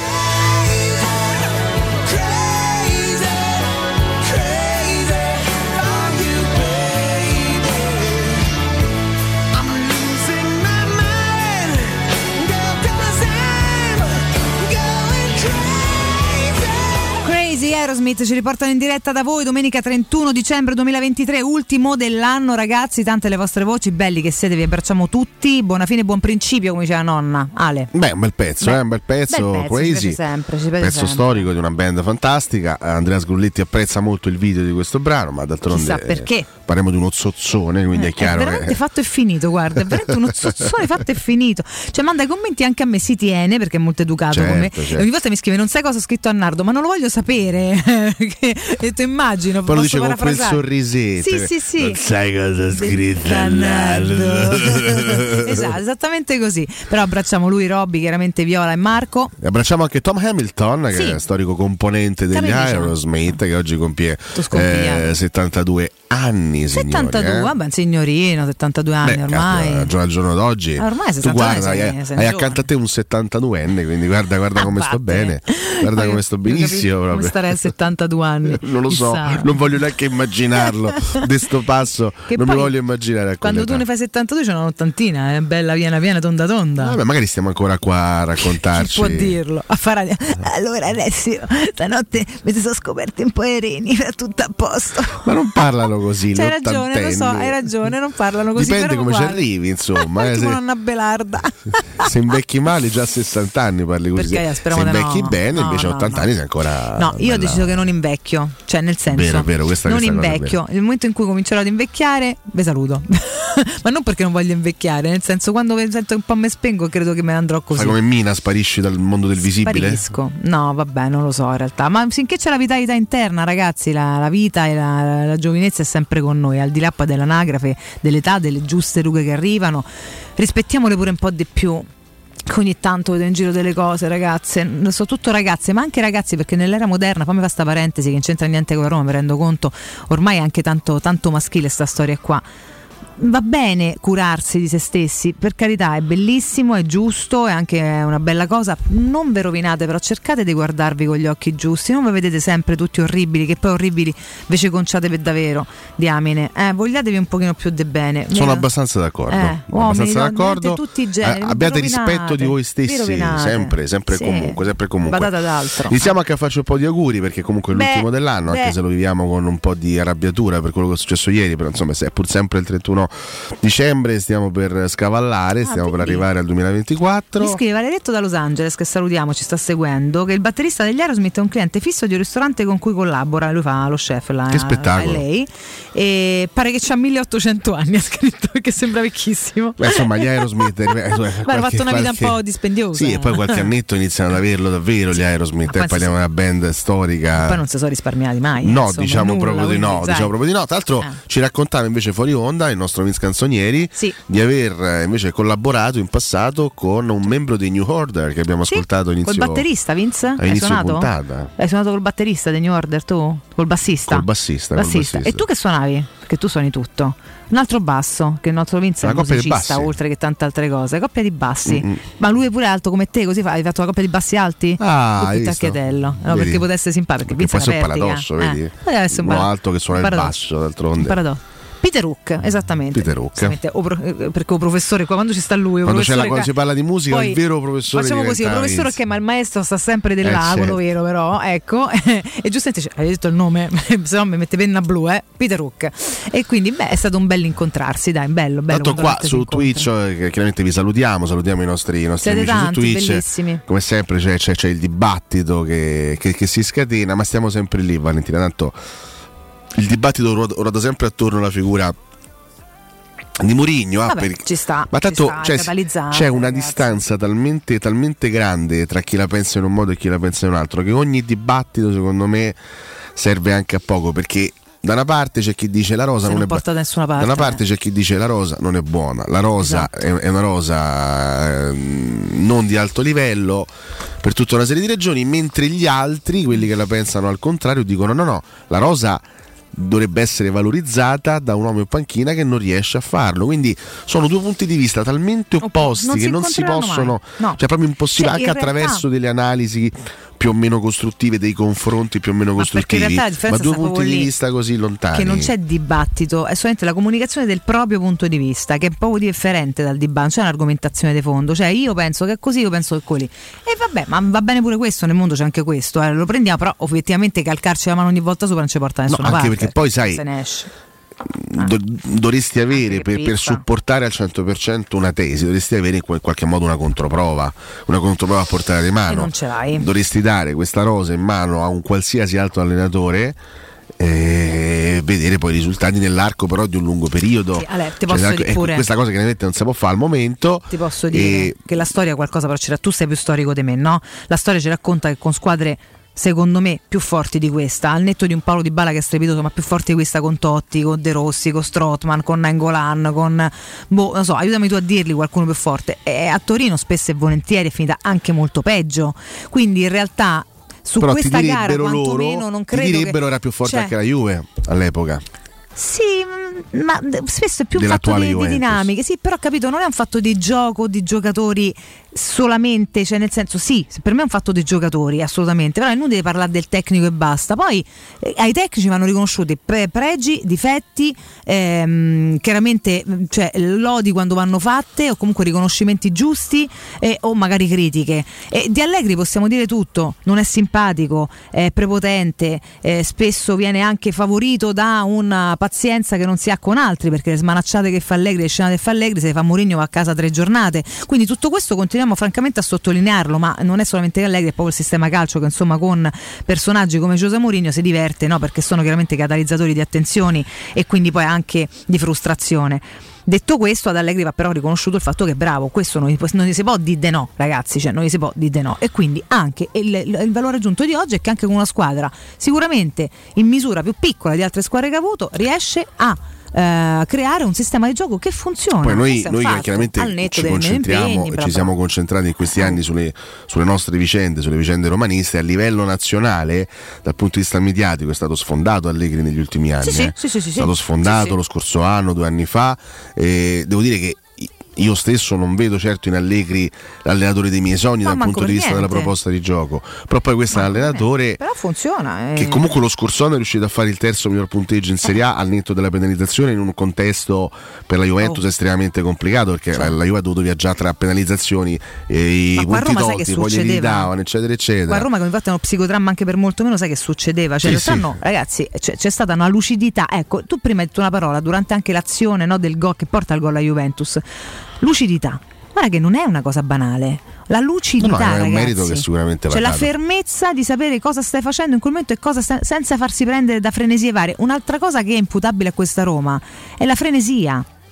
Aerosmith ci riportano in diretta da voi domenica trentuno dicembre duemilaventitré, ultimo dell'anno ragazzi, tante le vostre voci, belli che siete, vi abbracciamo tutti, buona fine, buon principio come diceva la nonna. Ale. Beh, un bel pezzo, Beh, eh, un bel pezzo, bel pezzo Crazy, ci sempre, ci pezzo sempre. storico di una band fantastica. Andrea Sgrulletti apprezza molto il video di questo brano, ma d'altronde chissà perché. Parliamo di uno zozzone, quindi eh, è chiaro è veramente che fatto e finito, guarda, è veramente uno zozzone fatto e finito, cioè manda i commenti anche a me, si tiene perché è molto educato certo, con me certo. E ogni volta mi scrive non sai cosa ho scritto a Nardo, ma non lo voglio sapere che ho detto immagino, poi lo dice con parafrasare. quel sorrisetto, sì sì sì, non sai cosa ho scritto a Nardo. Esatto, esattamente così. Però abbracciamo lui, Robby, chiaramente Viola e Marco. E abbracciamo anche Tom Hamilton, sì. che è storico componente degli Aerosmith, che oggi compie eh, settantadue anni, signori, settantadue, eh? vabbè, signorino, settantadue anni. Beh, ormai cazzo, al giorno d'oggi ormai tu guarda, sei, hai, sei hai accanto a te un settantaduenne, quindi guarda, guarda come sto bene, guarda come sto benissimo proprio. Come stare a settantadue anni non lo so, chissà. Non voglio neanche immaginarlo di sto passo, che non mi voglio immaginare a quando tu ne fai settantadue c'è un'ottantina, è bella piena piena, tonda tonda. Vabbè, magari stiamo ancora qua a raccontarci. Chi può dirlo? A fare... Allora Alessio, stanotte mi si sono scoperti un po' i reni, è tutto a posto. Ma non parlano così, c'hai ragione, lo so, hai ragione, non parlano così. Dipende come guarda. ci arrivi, insomma. eh, se, nonna Belarda. Se invecchi male già a sessanta anni parli così. Perché, se invecchi no. bene, no, invece a no, ottanta no. anni sei ancora. No, io bella... ho deciso che non invecchio, cioè nel senso vero, vero, questa, non questa invecchio. Nel momento in cui comincerò ad invecchiare, vi saluto. Ma non perché non voglio invecchiare, nel senso quando sento un po' me spengo, credo che me ne andrò così. Fai come Mina, sparisci dal mondo del visibile? Sparisco. No, vabbè, non lo so in realtà. Ma finché c'è la vitalità interna, ragazzi, la, la vita e la, la giovinezza è sempre con noi, al di là poi dell'anagrafe, dell'età, delle giuste rughe che arrivano. Rispettiamole pure un po' di più. Ogni tanto vedo in giro delle cose, ragazze, soprattutto ragazze, ma anche ragazzi, perché nell'era moderna, poi mi fa sta parentesi che non c'entra niente con la Roma, mi rendo conto, ormai è anche tanto, tanto maschile sta storia qua. Va bene curarsi di se stessi, per carità, è bellissimo, è giusto, è anche una bella cosa, non ve rovinate, però cercate di guardarvi con gli occhi giusti, non vi vedete sempre tutti orribili, che poi orribili invece conciate per davvero, diamine, eh, vogliatevi un pochino più di bene. Sono abbastanza d'accordo, eh, Sono abbastanza d'accordo. Tutti i generi, eh, abbiate rispetto di voi stessi, sempre, sempre sì. comunque, sempre comunque. Badate ad altro. Iniziamo anche a farci un po' di auguri, perché comunque è beh, l'ultimo dell'anno, beh. anche se lo viviamo con un po' di arrabbiatura per quello che è successo ieri, però insomma è pur sempre il trentuno dicembre, stiamo per scavallare, ah, stiamo per quindi. arrivare al duemilaventiquattro. Mi scrive Valeretto da Los Angeles, che salutiamo, ci sta seguendo, che il batterista degli Aerosmith è un cliente fisso di un ristorante con cui collabora, lui fa lo chef là, che spettacolo. a lei, e pare che c'ha milleottocento anni, ha scritto, perché sembra vecchissimo. Beh, insomma gli Aerosmith ma hanno fatto una vita un po' dispendiosa. Sì, e poi qualche annetto iniziano ad averlo davvero gli Aerosmith, e parliamo di una band storica. Ma poi non si sono risparmiati mai. No, insomma, diciamo nulla, proprio di no, quindi, diciamo proprio di no. Tra l'altro eh. ci raccontava invece fuori onda il nostro nostro Vince Canzonieri, sì. di aver invece collaborato in passato con un membro dei New Order che abbiamo ascoltato sì, inizio col batterista Vince? a Hai inizio suonato? puntata. Hai suonato col batterista dei New Order tu? Col bassista? Col bassista, col bassista. bassista. E tu che suonavi? Perché tu suoni tutto. Un altro basso, che il nostro Vince è una un coppia di musicista bassi, oltre che tante altre cose. Coppia di bassi. Mm-mm. Ma lui è pure alto come te, così fa- hai fatto una coppia di bassi alti? Ah, tu hai più visto? tacchetello. No, Vedi? perché potesse simpatico. Perché Perché Vince poi è sono una paradosso, vertica. vedi? Eh, deve essere un Uno para- alto che suona un il paradosso. basso, d'altronde. Un paradosso. Peter Hook, esattamente. Peter Hook. Esattamente. O pro- eh, perché o professore qua, quando ci sta lui, o Quando, c'è la, professore quando qua- si parla di musica, Poi il vero professore facciamo così, il diventa professore Vince. che ma il maestro sta sempre di Eh, là, certo. quello vero però, ecco. E giustamente dice, hai detto il nome, se no mi mette penna blu, eh, Peter Hook. E quindi beh, è stato un bel incontrarsi, dai, bello, bello. Tanto quando qua la gente su si incontra. Twitch, eh, chiaramente vi salutiamo, salutiamo i nostri, i nostri Siete amici tanti, su Twitch. bellissimi. Come sempre c'è, c'è, c'è il dibattito che, che, che si scatena, ma stiamo sempre lì, Valentina. Tanto il dibattito ruota, ruota sempre attorno alla figura di Mourinho, ah, Vabbè, perché- ci sta, ma ci tanto sta, cioè, catalizzante, c'è una ragazzi. distanza talmente, talmente grande tra chi la pensa in un modo e chi la pensa in un altro, che ogni dibattito secondo me serve anche a poco, perché da una parte c'è chi dice la rosa Se non, non è porta da nessuna parte, da una parte c'è chi dice la rosa non è buona, la rosa Esatto. è, è una rosa eh, non di alto livello per tutta una serie di ragioni, mentre gli altri, quelli che la pensano al contrario, dicono no no, la rosa dovrebbe essere valorizzata da un uomo in panchina che non riesce a farlo. Quindi sono due punti di vista talmente opposti non si che non si incontreranno possono, mai. No. cioè proprio impossibile, Cioè, anche in attraverso realtà- delle analisi più o meno costruttive, dei confronti più o meno Ma perché in costruttivi, realtà la ma differenza due sta punti proprio di lì, vista così lontani. che non c'è dibattito, è solamente la comunicazione del proprio punto di vista, che è proprio differente dal dibattito, non c'è un'argomentazione di fondo, cioè io penso che è così, io penso che è così. E vabbè, ma va bene pure questo, nel mondo c'è anche questo, eh, lo prendiamo, però effettivamente calcarci la mano ogni volta sopra non ci porta da No, nessuna anche parte. perché poi sai, se ne esce. do- dovresti avere per, per pizza. supportare al cento per cento una tesi, dovresti avere in qual- qualche modo una controprova, una controprova a portata di mano. E non ce l'hai. Dovresti dare questa rosa in mano a un qualsiasi altro allenatore e vedere poi i risultati nell'arco però di un lungo periodo. Sì, Ale, ti Cioè, posso nell'arco- dire ecco, pure- questa cosa chiaramente non si può fare al momento. Ti posso dire e- che la storia qualcosa però ci racconta, tu sei più storico di me, no? La storia ci racconta che con squadre secondo me più forti di questa, al netto di un Paolo Dybala che è strepitoso, ma più forti di questa con Totti, con De Rossi, con Strootman, con Nainggolan, con boh, non so, aiutami tu a dirli qualcuno più forte. E a Torino spesso e volentieri è finita anche molto peggio. Quindi in realtà su però ti questa gara direbbero quantomeno loro, non ti credo direbbero che, era più forte cioè, anche la Juve all'epoca. Sì, mh, ma d- spesso è più un fatto Dell'attuale di, di Juventus. dinamiche. Sì, però capito, non è un fatto di gioco, di giocatori solamente, cioè nel senso sì, per me è un fatto di giocatori, assolutamente, però è inutile parlare del tecnico e basta. Poi eh, ai tecnici vanno riconosciuti pre- pregi, difetti, ehm, chiaramente cioè, lodi quando vanno fatte o comunque riconoscimenti giusti eh, o magari critiche. E di Allegri possiamo dire tutto, non è simpatico, è prepotente, eh, spesso viene anche favorito da una pazienza che non si ha con altri, perché le smanacciate che fa Allegri, le scenate che fa Allegri, se le fa Mourinho va a casa tre giornate. Quindi tutto questo continuiamo francamente a sottolinearlo, ma non è solamente che Allegri, è proprio il sistema calcio che insomma con personaggi come José Mourinho si diverte, no? Perché sono chiaramente catalizzatori di attenzioni e quindi poi anche di frustrazione. Detto questo, ad Allegri va però riconosciuto il fatto che bravo, questo non gli, non gli si può dire de no, ragazzi, cioè non gli si può dire de no. E quindi anche il, il valore aggiunto di oggi è che anche con una squadra sicuramente in misura più piccola di altre squadre che ha avuto riesce a eh, creare un sistema di gioco che funziona. Poi noi, Questo è un noi fatto, al chiaramente netto ci dei meno concentriamo impegni, e bla ci bla siamo bla. concentrati in questi anni sulle, sulle nostre vicende, sulle vicende romaniste. A livello nazionale, dal punto di vista mediatico, è stato sfondato Allegri negli ultimi anni. Sì, sì, eh. sì, sì, sì, è stato sì. sfondato Sì, sì. lo scorso anno, due anni fa. E devo dire che io stesso non vedo certo in Allegri l'allenatore dei miei sogni Ma dal manco punto di per vista della niente. proposta di gioco, però poi questo è un allenatore Però funziona. eh. che comunque lo scorso anno è riuscito a fare il terzo miglior punteggio in Serie A al netto della penalizzazione, in un contesto per la Juventus Oh. estremamente complicato, perché Sì. la, la Juve ha dovuto viaggiare tra penalizzazioni e i Ma qua a punti Roma sai che tolti, poi glieli succedeva? davano, eccetera eccetera. Qua a Roma, come infatti è uno psicodramma anche per molto meno, sai che succedeva? Cioè, Sì, in realtà sì. no, ragazzi, c'è, c'è stata una lucidità. Ecco, tu prima hai detto una parola durante anche l'azione, no, del gol che porta al gol alla Juventus. Lucidità. Guarda che non è una cosa banale. La lucidità, No, no, è un ragazzi. merito che sicuramente va C'è la dato. fermezza di sapere cosa stai facendo in quel momento e cosa stai, senza farsi prendere da frenesie varie. Un'altra cosa che è imputabile a questa Roma è la frenesia.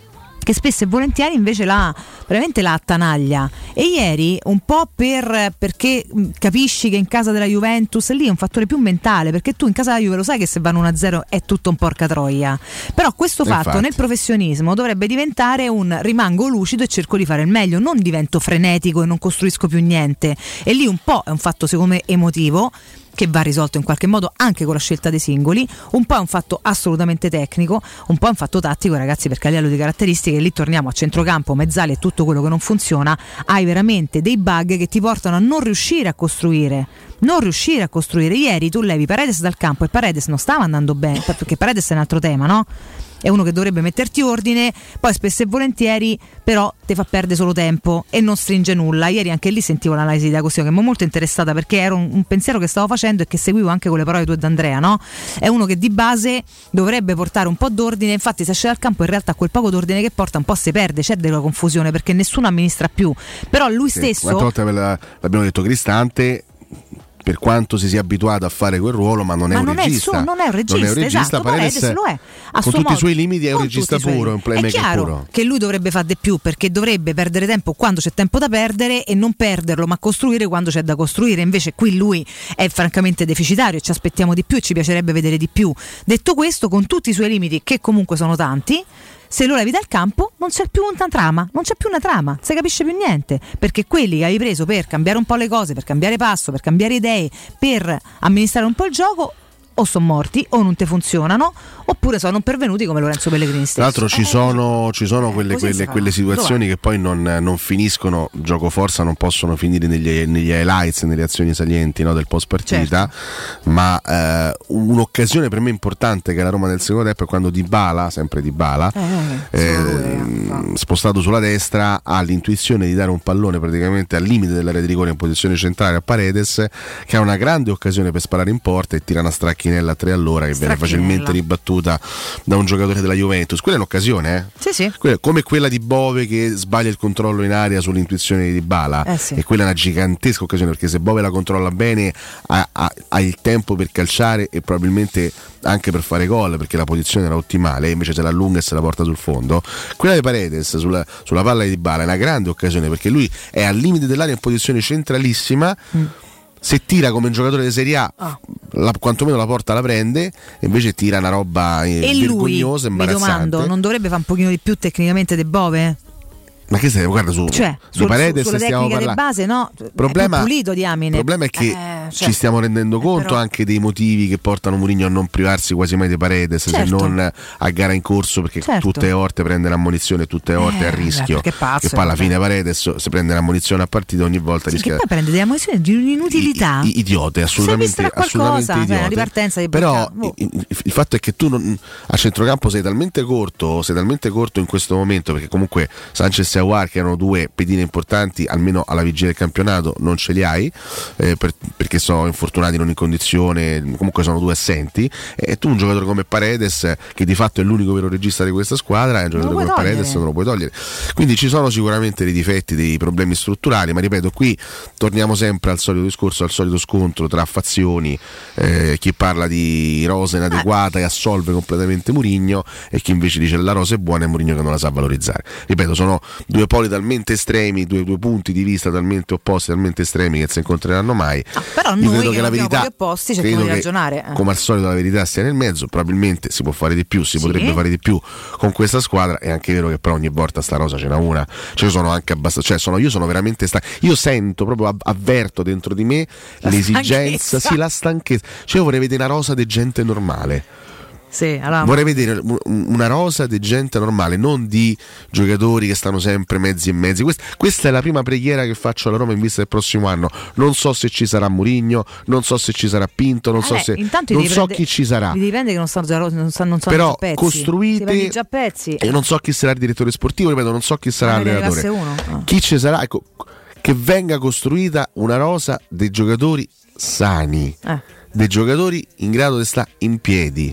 che spesso e volentieri invece la veramente la attanaglia. E ieri un po' per perché capisci che in casa della Juventus lì è un fattore più mentale, perché tu in casa della Juve lo sai che se vanno uno a zero è tutto un porca troia, però questo fatto Infatti. nel professionismo dovrebbe diventare un rimango lucido e cerco di fare il meglio, non divento frenetico e non costruisco più niente. E lì un po' è un fatto secondo me emotivo che va risolto in qualche modo anche con la scelta dei singoli, un po' è un fatto assolutamente tecnico, un po' è un fatto tattico, ragazzi, perché a livello di caratteristiche lì torniamo a centrocampo, mezzali e tutto quello che non funziona, hai veramente dei bug che ti portano a non riuscire a costruire non riuscire a costruire. Ieri tu levi Paredes dal campo e Paredes non stava andando bene, perché Paredes è un altro tema, no? È uno che dovrebbe metterti ordine, poi spesso e volentieri però ti fa perdere solo tempo e non stringe nulla. Ieri anche lì sentivo l'analisi di D'Agostino che mi è molto interessata, perché era un, un pensiero che stavo facendo e che seguivo anche con le parole tue d'Andrea, no? È uno che di base dovrebbe portare un po' d'ordine, infatti se esce dal campo in realtà quel poco d'ordine che porta un po' si perde, c'è della confusione perché nessuno amministra più, però lui sì, stesso... Quante volte l'abbiamo detto, Cristante, per quanto si sia abituato a fare quel ruolo, ma non è ma un non regista. È su, non è un regista, non è un regista, esatto, Paredes, Paredes lo è. A Con suo tutti modo, i suoi limiti è un regista suoi... puro, un playmaker è chiaro puro. Che lui dovrebbe fare di più, perché dovrebbe perdere tempo quando c'è tempo da perdere e non perderlo, ma costruire quando c'è da costruire. Invece qui lui è francamente deficitario, ci aspettiamo di più e ci piacerebbe vedere di più. Detto questo, con tutti i suoi limiti, che comunque sono tanti, se lo levi dal campo non c'è più una trama, non c'è più una trama, non si capisce più niente, perché quelli che hai preso per cambiare un po' le cose, per cambiare passo, per cambiare idee, per amministrare un po' il gioco, o sono morti o non te funzionano, oppure sono pervenuti come Lorenzo Pellegrini stesso. Tra l'altro ci sono, ci sono quelle, quelle, quelle situazioni che poi non, non finiscono, gioco forza non possono finire negli, negli highlights, nelle azioni salienti, no, del post partita, certo. Ma eh, un'occasione per me importante che è la Roma del secondo tempo è quando Dybala, sempre Dybala, eh, eh, spostato sulla destra, ha l'intuizione di dare un pallone praticamente al limite dell'area di rigore in posizione centrale a Paredes, che ha una grande occasione per sparare in porta e tira una stracca a tre all'ora che viene facilmente ribattuta da un giocatore della Juventus. Quella è un'occasione, eh? Sì, sì. Quella, come quella di Bove che sbaglia il controllo in aria sull'intuizione di Dybala, eh sì. E quella è una gigantesca occasione, perché se Bove la controlla bene ha, ha, ha il tempo per calciare e probabilmente anche per fare gol, perché la posizione era ottimale, invece se la allunga e se la porta sul fondo. Quella di Paredes sulla, sulla palla di Dybala è una grande occasione, perché lui è al limite dell'area in posizione centralissima. mm. Se tira come un giocatore di Serie A, oh. la, quantomeno la porta la prende, e invece tira una roba eh, e vergognosa, lui, imbarazzante. Mi domando, non dovrebbe fare un pochino di più tecnicamente De Bove? Ma che stai, guarda, su, cioè, su sul, Paredes sulla stiamo tecnica parlando. di base, no? Problema, è più pulito Diamine. Il problema è che eh, cioè, ci stiamo rendendo conto però... anche dei motivi che portano Mourinho a non privarsi quasi mai di Paredes, certo. se non a gara in corso, perché certo. tutte le volte prende l'ammonizione, tutte le volte eh, a rischio. Che pazzo, che poi alla vabbè. fine Paredes se prende l'ammonizione a partita ogni volta sì, rischia. Che poi prende delle ammonizioni di un'inutilità. I, i, idiote, assolutamente, assolutamente qualcosa, idiote. Cioè, ripartenza di Però oh. il, il fatto è che tu non, a centrocampo sei talmente corto, sei talmente corto in questo momento, perché comunque Sanchez e Aouar, che erano due pedine importanti almeno alla vigilia del campionato, non ce li hai, eh, per, perché sono infortunati, non in condizione, comunque sono due assenti, e tu un giocatore come Paredes, che di fatto è l'unico vero regista di questa squadra, è un giocatore come togliere. Paredes non lo puoi togliere. Quindi ci sono sicuramente dei difetti, dei problemi strutturali, ma ripeto, qui torniamo sempre al solito discorso, al solito scontro tra fazioni, eh, chi parla di rosa inadeguata e assolve completamente Mourinho, e chi invece dice la rosa è buona e Mourinho che non la sa valorizzare. Ripeto, sono due poli talmente estremi, due, due punti di vista talmente opposti, talmente estremi, che si incontreranno mai. Ah, però io noi credo che la verità, opposti cerchiamo di ragionare. Eh. Come al solito la verità stia nel mezzo, probabilmente si può fare di più, si sì. potrebbe fare di più con questa squadra. È anche vero che però ogni volta sta rosa ce n'è una, ce ne sono anche abbastanza, cioè sono, io sono veramente stanco, io sento proprio, avverto dentro di me la l'esigenza, sì, la stanchezza, cioè io vorrei vedere una rosa di gente normale. Sì, allora... vorrei vedere una rosa di gente normale, non di giocatori che stanno sempre mezzi e mezzi. Questa, questa è la prima preghiera che faccio alla Roma in vista del prossimo anno. Non so se ci sarà Mourinho, non so se ci sarà Pinto, non so, eh, se, non so prende, chi ci sarà. Mi dipende che non stanno già, non stanno, non però già pezzi. Costruite già pezzi. E non so chi sarà il direttore sportivo, ripeto, non so chi sarà l'allenatore. Oh. Chi ci sarà, ecco, che venga costruita una rosa dei giocatori sani, eh. dei giocatori in grado di stare in piedi.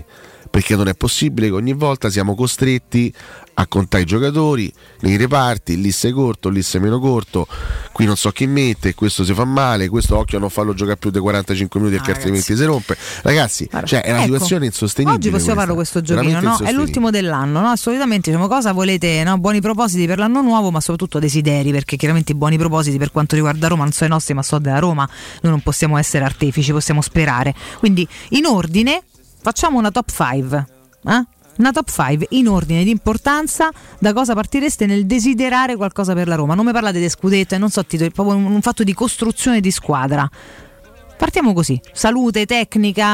perché non è possibile che ogni volta siamo costretti a contare i giocatori nei reparti, lì sei corto, lì sei meno corto, qui non so chi mette, questo si fa male, questo occhio a non farlo giocare più di quarantacinque minuti perché ah, altrimenti si rompe. Ragazzi, allora, cioè, è una ecco, situazione insostenibile. Oggi possiamo farlo questo giochino, no? È l'ultimo dell'anno, no? Assolutamente, diciamo, cosa volete, no? Buoni propositi per l'anno nuovo, ma soprattutto desideri, perché chiaramente i buoni propositi per quanto riguarda Roma non sono i nostri, ma sono della Roma. Noi non possiamo essere artefici, possiamo sperare. Quindi in ordine facciamo una top cinque, eh? Una top cinque in ordine di importanza. Da cosa partireste nel desiderare qualcosa per la Roma? Non mi parlate di scudetto e non so titoli, proprio un, un fatto di costruzione di squadra. Partiamo così: salute, tecnica,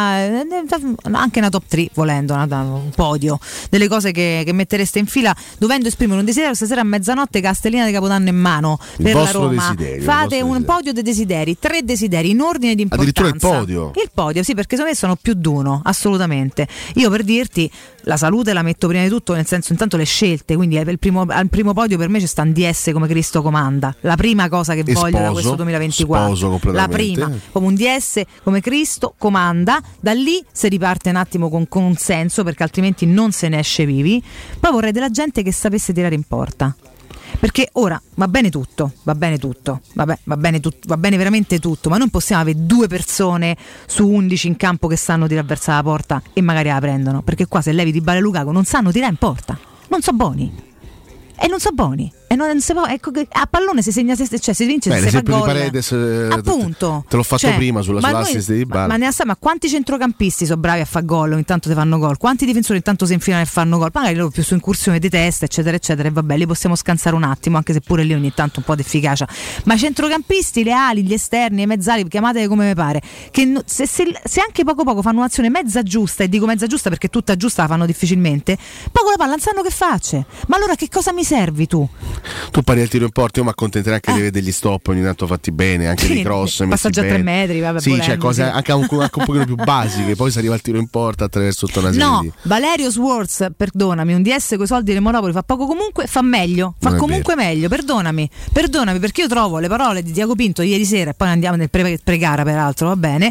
anche una top tre volendo, una, un podio delle cose che, che mettereste in fila, dovendo esprimere un desiderio stasera a mezzanotte, Castellina di Capodanno in mano per la Roma. Fate un podio dei desideri, tre desideri in ordine di importanza. Addirittura il podio. Il podio, sì, perché secondo me sono più di uno, assolutamente. Io per dirti, la salute la metto prima di tutto, nel senso intanto le scelte, quindi il primo, al primo podio per me c'è sta un D S come Cristo comanda, la prima cosa che e voglio sposo, da questo duemilaventiquattro, la prima, come un D S come Cristo comanda, da lì si riparte un attimo con consenso perché altrimenti non se ne esce vivi. Poi vorrei della gente che sapesse tirare in porta, perché ora va bene tutto, va bene tutto, vabbè, va bene tutto, va bene veramente tutto, ma non possiamo avere due persone su undici in campo che sanno tirare verso la porta e magari la prendono, perché qua se levi Dybala e Lukaku non sanno tirare in porta, non so buoni e non so buoni e non si può, ecco, a pallone si segna, se, cioè si vince, se si fa gol. Paredes, appunto, te l'ho fatto cioè, prima sulla sull'assist di Dybala. Ma, ma, ne sa, ma quanti centrocampisti sono bravi a fare gol, ogni tanto ti fanno gol, quanti difensori intanto si infilano e fanno gol, magari loro più su incursione di testa eccetera eccetera, e vabbè, li possiamo scansare un attimo, anche se pure lì ogni tanto un po' di efficacia, ma i centrocampisti, le ali, gli esterni, i mezzali, chiamateli come vi pare, che no, se, se, se anche poco poco fanno un'azione mezza giusta, e dico mezza giusta perché tutta giusta la fanno difficilmente, poco la palla non sanno che faccia, ma allora che cosa mi servi tu? Tu parli del tiro in porta, io mi accontenterei anche eh. di vedere degli stop ogni tanto fatti bene, anche sì, dei cross, passaggio a tre metri, vabbè, sì, volendo, cioè cose sì. anche, un, anche un pochino più basiche, poi si arriva al tiro in porta attraverso tutta una serie no, di... Valerio Swords, perdonami, un D S con i soldi del Monopoli fa poco comunque, fa meglio, fa comunque vero. meglio, perdonami, perdonami perché io trovo le parole di Tiago Pinto ieri sera, e poi andiamo nel pre- pregara peraltro, va bene,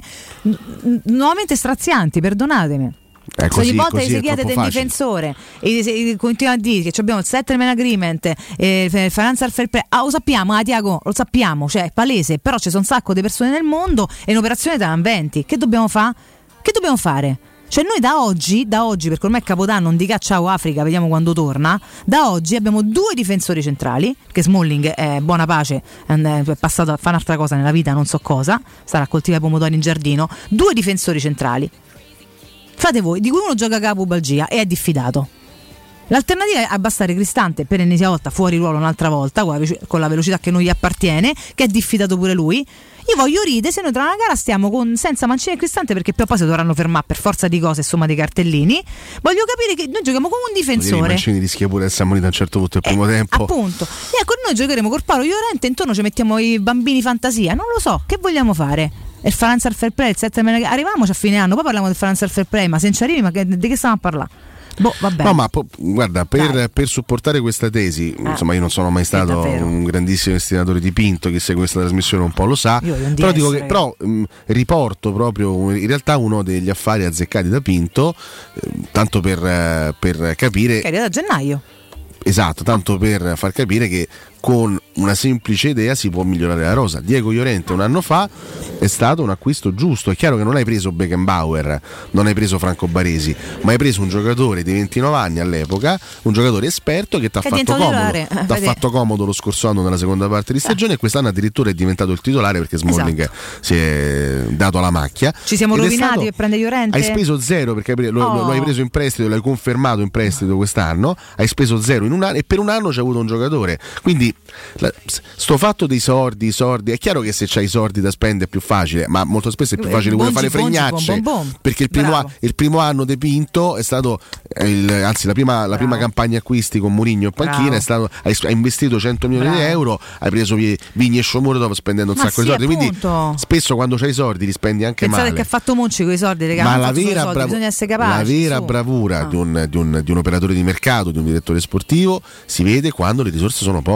n- nuovamente strazianti, perdonatemi. È così, ogni volta così si chiede del facile. difensore e, e, e continua a dire che abbiamo il settlement agreement e il financial fair play, ah, lo sappiamo, ah, Tiago, lo sappiamo, cioè è palese, però ci sono un sacco di persone nel mondo e in operazione da venti, che dobbiamo fare? Che dobbiamo fare? Cioè noi da oggi, da oggi, perché ormai è Capodanno, non dica ciao Africa, vediamo quando torna, da oggi abbiamo due difensori centrali, che Smalling è buona pace, è passato a fare un'altra cosa nella vita, non so cosa, starà a coltivare pomodori in giardino, due difensori centrali. Fate voi, di cui uno gioca capo Balgia e è diffidato. L'alternativa è abbassare Cristante per l'ennesima volta fuori ruolo un'altra volta con la velocità che non gli appartiene, che è diffidato pure lui. Io voglio ridere se noi tra una gara stiamo con, senza Mancini e Cristante, perché poi poi si dovranno fermare per forza di cose, insomma, dei cartellini. Voglio capire che noi giochiamo con un difensore. Mancini rischia pure di essere ammonito a un certo punto del primo eh, tempo. Appunto. E ecco, noi giocheremo col Paolo Llorente, intorno ci mettiamo i bambini fantasia. Non lo so, che vogliamo fare? Il financial fair play, il settlement, arriviamoci a fine anno, poi parliamo del financial fair play, ma se non ci arrivi, ma che, di che stiamo a parlare? Boh, vabbè. No, ma po- guarda, per, per supportare questa tesi, eh. insomma, io non sono mai stato un grandissimo estimatore di Pinto, chi segue questa trasmissione un po' lo sa. Però dico che però mh, riporto proprio in realtà uno degli affari azzeccati da Pinto, eh, tanto per, eh, per capire. Che era da gennaio. Esatto, tanto per far capire che con una semplice idea si può migliorare la rosa. Diego Llorente un anno fa è stato un acquisto giusto. È chiaro che non hai preso Beckenbauer, non hai preso Franco Baresi, ma hai preso un giocatore di ventinove anni all'epoca, un giocatore esperto che ti ha fatto comodo ti ha fatto comodo lo scorso anno nella seconda parte di stagione, eh. e quest'anno addirittura è diventato il titolare perché Smalling esatto. si è dato alla macchia. Ci siamo Ed rovinati stato, per prendere Llorente? Hai speso zero perché lo, oh. lo hai preso in prestito, l'hai confermato in prestito quest'anno, hai speso zero in un anno e per un anno c'è avuto un giocatore. Quindi la, sto fatto dei sordi, sordi, è chiaro che se c'hai i sordi da spendere è più facile, ma molto spesso è più facile pure fare le fregnacce, bom, bom, bom. Perché il primo, a, il primo anno di Pinto è stato il, anzi la prima, la prima campagna acquisti con Mourinho in panchina è stato, hai, hai investito cento milioni Bravo. Di euro, hai preso Vigni e Sciomuro dopo spendendo un ma sacco sì, di soldi, appunto. Quindi spesso quando c'hai i soldi li spendi anche Pensate male. Che ha fatto Monci con i soldi, raga, ma la vera, soldi, brav- bisogna essere capaci, la vera su. bravura ah. di, un, di, un, di un operatore di mercato, di un direttore sportivo si vede quando le risorse sono poche,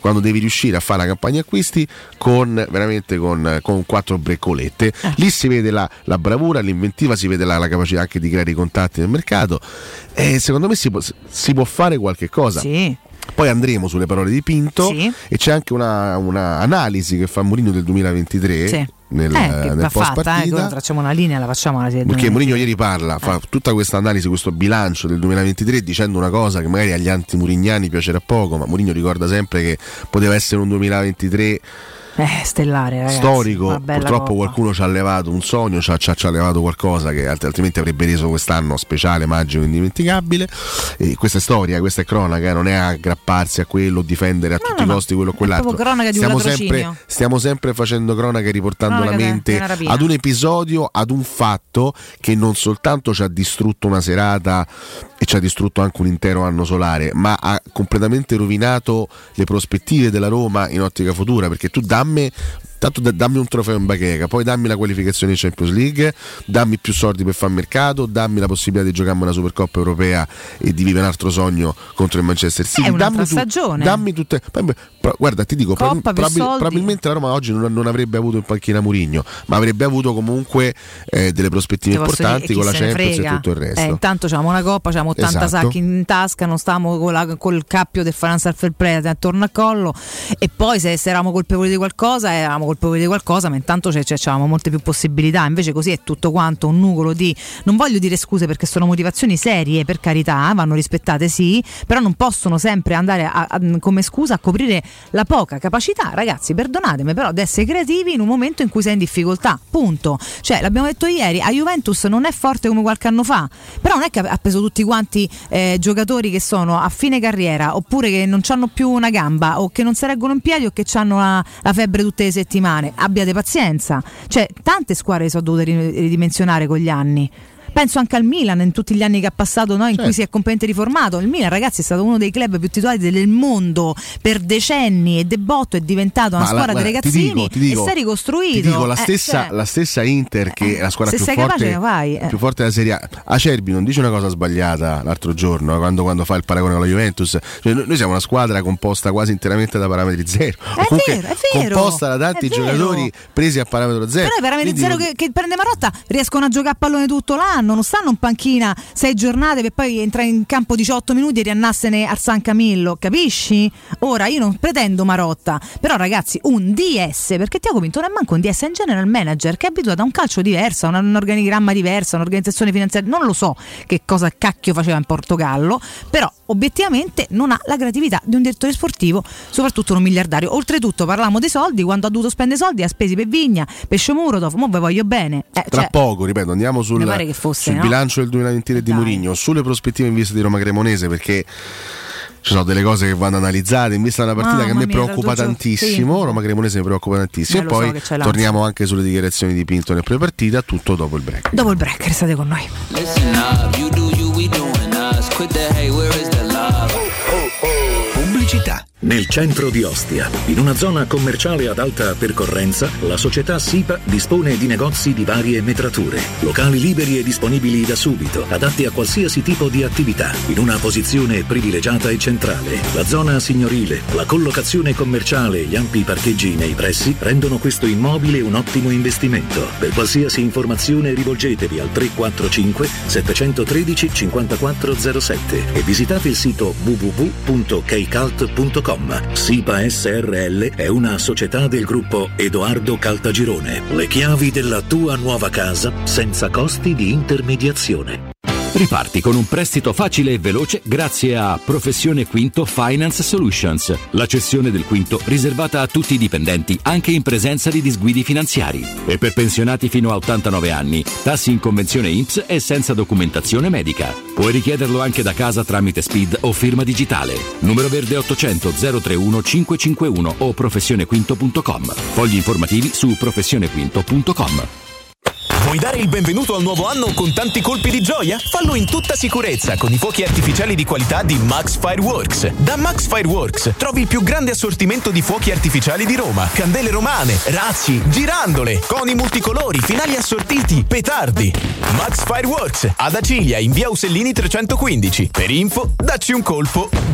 quando devi riuscire a fare la campagna acquisti con veramente con, con quattro breccolette. Eh. Lì si vede la, la bravura, l'inventiva, si vede la, la capacità anche di creare i contatti nel mercato, e secondo me si può, si può fare qualche cosa. Sì. Poi andremo sulle parole di Pinto, sì. E c'è anche una, una analisi che fa Mourinho del duemilaventitré. Sì. Nel, eh, nel post fatta, partita, eh, facciamo una linea, la facciamo alla serie. Perché Mourinho ieri parla, eh. fa tutta questa analisi, questo bilancio del duemilaventitré, dicendo una cosa che magari agli anti-murignani piacerà poco, ma Mourinho ricorda sempre che poteva essere un duemilaventitré Eh, stellare, ragazzi. Storico. Purtroppo Coppa. Qualcuno ci ha levato un sogno, ci ha, ci ha, ci ha levato qualcosa che altrimenti avrebbe reso quest'anno speciale, magico, indimenticabile. E questa è storia, questa è cronaca, non è aggrapparsi a quello, difendere a no, tutti i no, costi quello o quell'altro. Cronaca di stiamo, un sempre, stiamo sempre facendo cronaca, riportando cronaca la mente ad un episodio, ad un fatto che non soltanto ci ha distrutto una serata e ci ha distrutto anche un intero anno solare, ma ha completamente rovinato le prospettive della Roma in ottica futura, perché tu dammi tanto dammi un trofeo in bacheca, poi dammi la qualificazione in Champions League, dammi più soldi per fare mercato, dammi la possibilità di giocarmi una Supercoppa europea e di vivere un altro sogno contro il Manchester City. È un'altra dammi tu, stagione. Dammi tutte. Guarda, ti dico, Coppa, prob- prob- probabilmente la Roma oggi non, non avrebbe avuto in panchina Mourinho, ma avrebbe avuto comunque eh, delle prospettive importanti dire, con la Champions e tutto il resto. Eh, intanto c'avamo una Coppa, c'avamo ottanta esatto. sacchi in tasca, non stavamo con la, col cappio del Financial Fair Play attorno al collo, e poi se, se eravamo colpevoli di qualcosa, eravamo colpevoli di qualcosa, ma intanto c'avevamo molte più possibilità. Invece così è tutto quanto un nugolo di, non voglio dire scuse perché sono motivazioni serie, per carità, vanno rispettate sì, però non possono sempre andare a, a, come scusa a coprire la poca capacità, ragazzi, perdonatemi, però ad essere creativi in un momento in cui sei in difficoltà, punto. Cioè, l'abbiamo detto ieri, a Juventus non è forte come qualche anno fa, però non è che ha preso tutti quanti eh, giocatori che sono a fine carriera, oppure che non hanno più una gamba, o che non si reggono in piedi, o che hanno la, la febbre tutte le settimane. Abbiate pazienza, cioè tante squadre si sono dovute ridimensionare con gli anni. Penso anche al Milan in tutti gli anni che ha passato, no? In certo. cui si è completamente riformato. Il Milan, ragazzi, è stato uno dei club più titolari del mondo per decenni, e De Botto è diventato una Ma squadra la, guarda, di ragazzini, ti dico, ti dico, e si è ricostruito. Ti dico, la, eh, stessa, cioè, la stessa Inter, che è la squadra più forte, capace, eh. più forte della Serie A. Acerbi non dice una cosa sbagliata l'altro giorno, quando, quando fa il paragone con la Juventus. Cioè, noi siamo una squadra composta quasi interamente da parametri zero. È vero, è vero. Composta da tanti giocatori presi a parametro zero. Però i parametri zero che, che prende Marotta riescono a giocare a pallone tutto l'anno, non stanno in panchina sei giornate per poi entrare in campo diciotto minuti e riannarsene al San Camillo, capisci? Ora io non pretendo Marotta, però ragazzi, un D S, perché Tiago Pinto non è manco un D S, è un general manager che è abituato a un calcio diverso, a un, un organigramma diverso, a un'organizzazione finanziaria, non lo so che cosa cacchio faceva in Portogallo, però obiettivamente non ha la creatività di un direttore sportivo, soprattutto un miliardario. Oltretutto parliamo dei soldi, quando ha dovuto spendere soldi ha spesi per Vigna, per Shomurodov, mo ve voglio bene. Eh, Tra cioè, poco, ripeto, andiamo sul, fosse, sul no? bilancio del duemilaventitré di Mourinho, sulle prospettive in vista di Roma Cremonese, perché ci sono delle cose che vanno analizzate in vista di una partita Mamma che a me mia, preoccupa tantissimo, sì. Roma Cremonese mi preoccupa tantissimo. Eh, e poi so torniamo anche sulle dichiarazioni di Pinto nel pre-partita, tutto dopo il break. Dopo il break, restate con noi. Pubblicità. Nel centro di Ostia, in una zona commerciale ad alta percorrenza, la società SIPA dispone di negozi di varie metrature, locali liberi e disponibili da subito, adatti a qualsiasi tipo di attività, in una posizione privilegiata e centrale. La zona signorile, la collocazione commerciale e gli ampi parcheggi nei pressi rendono questo immobile un ottimo investimento. Per qualsiasi informazione rivolgetevi al tre quattro cinque sette uno tre cinque zero sette e visitate il sito w w w punto keycult punto com. SIPA S R L è una società del gruppo Edoardo Caltagirone. Le chiavi della tua nuova casa senza costi di intermediazione. Riparti con un prestito facile e veloce grazie a Professione Quinto Finance Solutions, la cessione del quinto riservata a tutti i dipendenti anche in presenza di disguidi finanziari. E per pensionati fino a ottantanove anni, tassi in convenzione I N P S e senza documentazione medica. Puoi richiederlo anche da casa tramite S P I D o firma digitale. Numero verde ottocento zero trentuno cinquecentocinquantuno o professionequinto punto com. Fogli informativi su professionequinto punto com. Vuoi dare il benvenuto al nuovo anno con tanti colpi di gioia? Fallo in tutta sicurezza con i fuochi artificiali di qualità di Max Fireworks. Da Max Fireworks trovi il più grande assortimento di fuochi artificiali di Roma, candele romane, razzi, girandole, coni multicolori, finali assortiti, petardi. Max Fireworks ad Acilia in via Usellini trecentoquindici. Per info, dacci un colpo.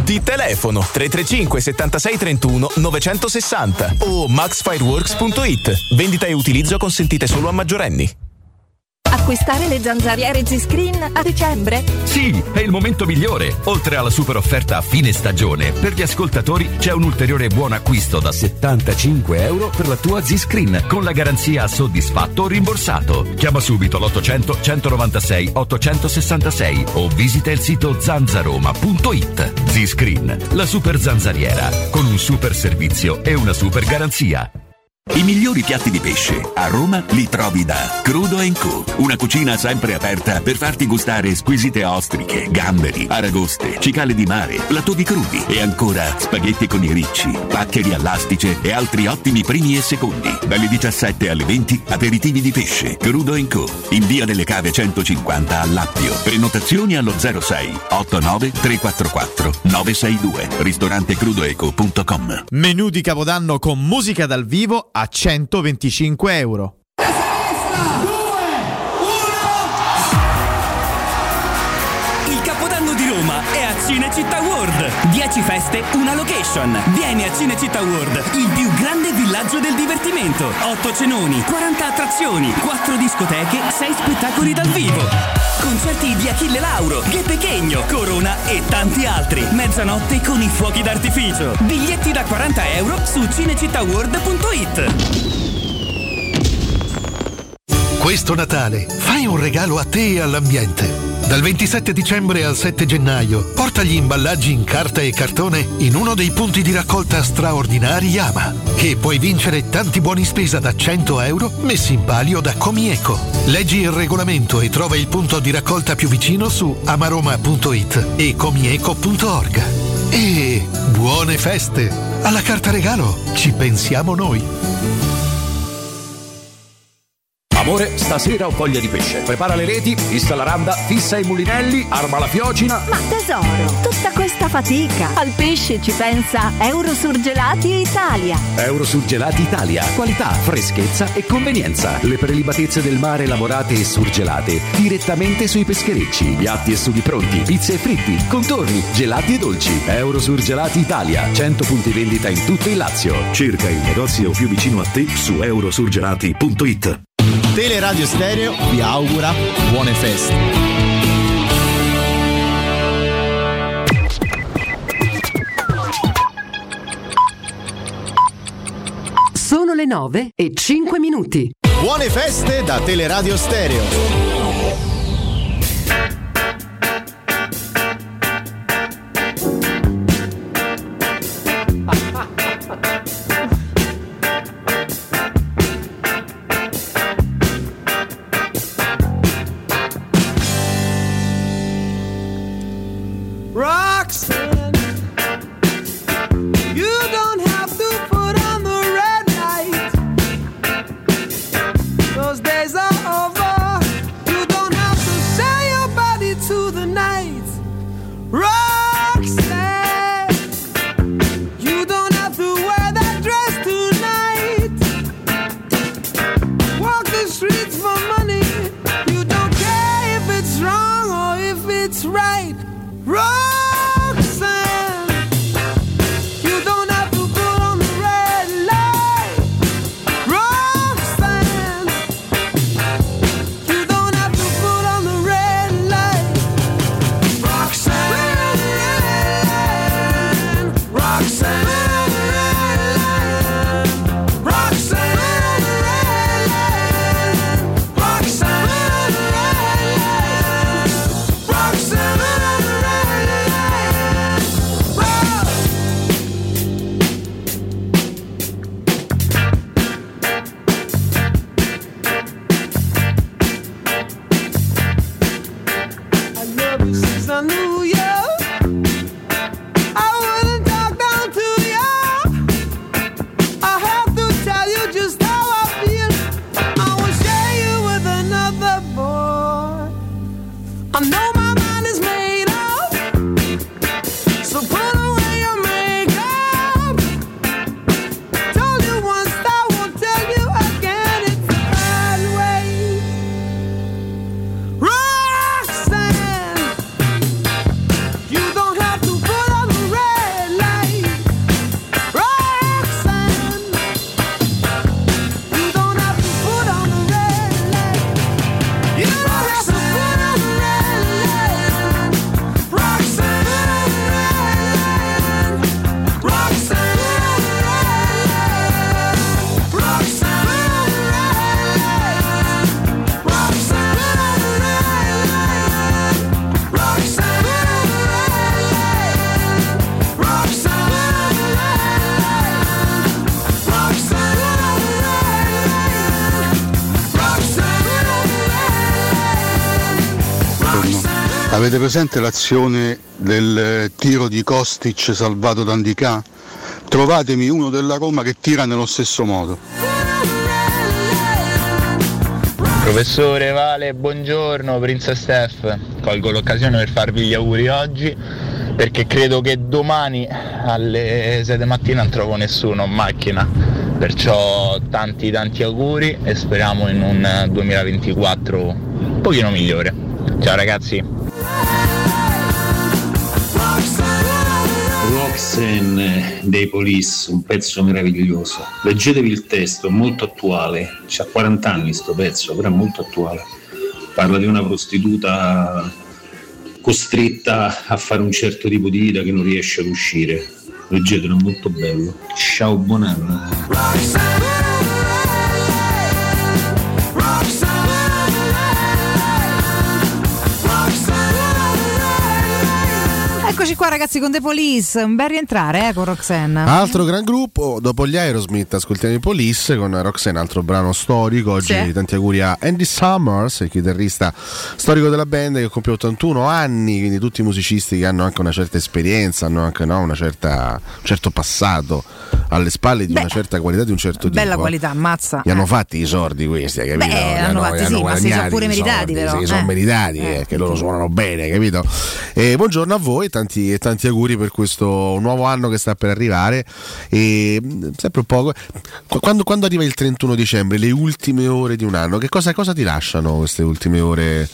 di telefono tre tre cinque settantasei trentuno novecentosessanta o max fireworks punto it. Vendita e utilizzo consentite solo a maggiorenni. Acquistare le zanzariere Z-Screen a dicembre? Sì, è il momento migliore. Oltre alla super offerta a fine stagione, per gli ascoltatori c'è un ulteriore buon acquisto da settantacinque euro per la tua Z-Screen con la garanzia soddisfatto o rimborsato. Chiama subito l'ottocento centonovantasei ottocentosessantasei o visita il sito zanzaroma punto it. Z-Screen, la super zanzariera, con un super servizio e una super garanzia. I migliori piatti di pesce a Roma li trovi da Crudo and Co. Una cucina sempre aperta per farti gustare squisite ostriche, gamberi, aragoste, cicale di mare, platò di crudi e ancora spaghetti con i ricci, paccheri all'astice e altri ottimi primi e secondi. Dalle diciassette alle venti aperitivi di pesce. Crudo and Co. in via delle Cave centocinquanta a Lappio. Prenotazioni allo zero sei ottantanove trequarantaquattro novecentosessantadue. ristorante crudoeco punto com. Menù di Capodanno con musica dal vivo a centoventicinque euro. Il Capodanno di Roma è a Cinecittà World. dieci feste, una location. Vieni a Cinecittà World, il più grande villaggio del divertimento. otto cenoni, quaranta attrazioni, quattro discoteche, sei spettacoli dal vivo. Concerti di Achille Lauro, Ghe Pechegno, Corona e tanti altri. Mezzanotte con i fuochi d'artificio. Biglietti da quaranta euro su cinecittàworld punto it. Questo Natale fai un regalo a te e all'ambiente. Dal ventisette dicembre al sette gennaio porta gli imballaggi in carta e cartone in uno dei punti di raccolta straordinari Yama e puoi vincere tanti buoni spesa da cento euro messi in palio da Comieco. Leggi il regolamento e trova il punto di raccolta più vicino su amaroma punto it e comieco punto org. E buone feste! Alla carta regalo ci pensiamo noi. Amore, stasera ho voglia di pesce. Prepara le reti, fissa la randa, fissa i mulinelli, arma la fiocina. Ma tesoro, tutta questa fatica. Al pesce ci pensa Eurosurgelati Italia. Eurosurgelati Italia. Qualità, freschezza e convenienza. Le prelibatezze del mare lavorate e surgelate direttamente sui pescherecci. Piatti e sughi pronti, pizze e fritti, contorni, gelati e dolci. Eurosurgelati Italia. cento punti vendita in tutto il Lazio. Cerca il negozio più vicino a te su eurosurgelati punto it. Teleradio Stereo vi augura buone feste. Sono le nove e cinque minuti. Buone feste da Teleradio Stereo. Those days are over. Avete presente l'azione del tiro di Kostic salvato da Ndicà? Trovatemi uno della Roma che tira nello stesso modo. Professore Vale, buongiorno, Prince Steph. Colgo l'occasione per farvi gli auguri oggi, perché credo che domani alle sei di mattina non trovo nessuno in macchina, perciò tanti tanti auguri e speriamo in un duemilaventiquattro un pochino migliore. Ciao ragazzi. Roxanne dei Police, un pezzo meraviglioso. Leggetevi il testo, è molto attuale. C'ha quaranta anni sto pezzo, però è molto attuale. Parla di una prostituta costretta a fare un certo tipo di vita che non riesce ad uscire. Leggetelo, è molto bello. Ciao, buon anno. Eccoci qua ragazzi con The Police, un bel rientrare eh, con Roxanne. Altro gran gruppo, dopo gli Aerosmith ascoltiamo i Police con Roxanne, altro brano storico. Oggi sì. Tanti auguri a Andy Summers, il chitarrista storico della band che compie ottantuno anni, quindi tutti i musicisti che hanno anche una certa esperienza, hanno anche no, una certa, un certo passato alle spalle di Beh, una certa qualità, di un certo bella tipo. qualità, ammazza. Gli hanno fatti i sordi questi, hai capito? Beh, hanno fatti sì, ma si sono pure meritati sordi, però. Si sono eh. meritati, eh. che loro suonano bene, capito? E buongiorno a voi, tanti, e tanti auguri per questo nuovo anno che sta per arrivare. E sempre un po'. Quando, quando arriva il trentuno dicembre, le ultime ore di un anno, che cosa, cosa ti lasciano queste ultime ore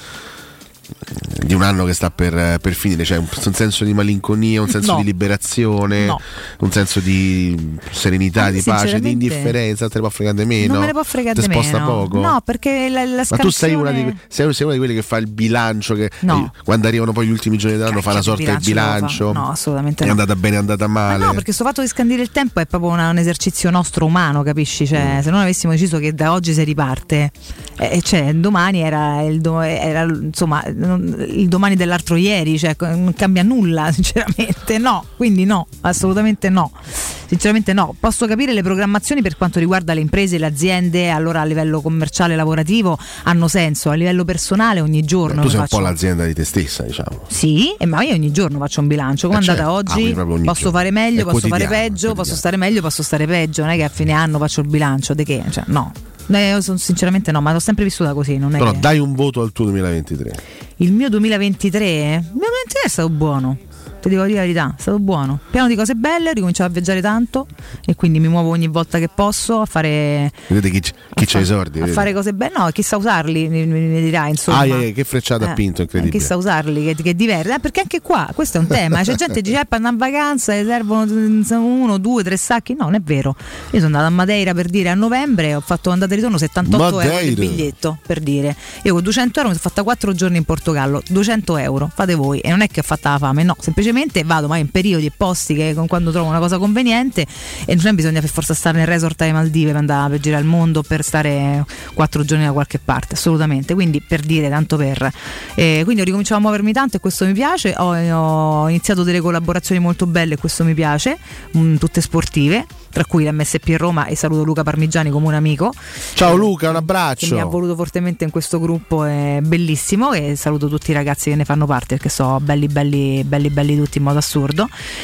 di un anno che sta per, per finire? Cioè un, un senso di malinconia, un senso no. di liberazione, no. un senso di serenità, di pace, di indifferenza, te ne può fregare di meno, non me ne può fregare ti di sposta meno. poco, no, perché la, la ma tu sei una, di, sei, sei una di quelle che fa il bilancio, che no. eh, quando arrivano poi gli ultimi giorni dell'anno fa una sorta di bilancio, no, assolutamente è no. andata bene, è andata male. Ma no, perché questo fatto di scandire il tempo è proprio una, un esercizio nostro umano, capisci? Cioè, mm. se non avessimo deciso che da oggi si riparte, eh, cioè domani era il, do, era, insomma, il domani dell'altro ieri, cioè non cambia nulla sinceramente, no, quindi no, assolutamente no, sinceramente no. Posso capire le programmazioni per quanto riguarda le imprese, le aziende, allora a livello commerciale, lavorativo hanno senso, a livello personale ogni giorno. Tu sei faccio... un po' l'azienda di te stessa, diciamo. Sì, e ma io ogni giorno faccio un bilancio, come è andata oggi, ah, posso giorno. fare meglio, è posso fare peggio, posso stare meglio, posso stare peggio, non è che a fine anno faccio il bilancio, di che? Cioè, no. Eh, io sono, sinceramente no, ma l'ho sempre vissuta così. Non è Però che... dai un voto al tuo duemilaventitré. Il mio duemilaventitré? Il mio duemilaventitré è stato buono. Ti devo dire la verità, è stato buono. Pieno di cose belle, ho ricominciato a viaggiare tanto e quindi mi muovo ogni volta che posso a fare. Vedete chi, chi c'ha i sordi? A vedete? fare cose belle, no, chi sa usarli, mi, mi, mi dirà insomma. Ah, eh, che frecciata eh, ha pinto, incredibile. Chi sa usarli, che, che diverte. Eh, perché anche qua questo è un tema. C'è gente che dice eh, per andare in vacanza e servono uno, due, tre sacchi. No, non è vero. Io sono andata a Madeira per dire a novembre, ho fatto andata e ritorno settantotto Madeira. euro il biglietto per dire. Io con duecento euro mi sono fatta quattro giorni in Portogallo, duecento euro, fate voi. E non è che ho fatta la fame, no, semplicemente vado mai in periodi e posti che quando trovo una cosa conveniente, e non bisogna per forza stare nel resort alle Maldive per andare per girare il mondo, per stare quattro giorni da qualche parte, assolutamente. Quindi per dire, tanto per eh, quindi ho ricominciato a muovermi tanto e questo mi piace. Ho, ho iniziato delle collaborazioni molto belle e questo mi piace, mh, tutte sportive, tra cui l'M S P Roma, e saluto Luca Parmigiani come un amico. Ciao Luca, un abbraccio. Che mi ha voluto fortemente in questo gruppo, è bellissimo, e saluto tutti i ragazzi che ne fanno parte perché sono belli belli belli belli tutti in modo assurdo,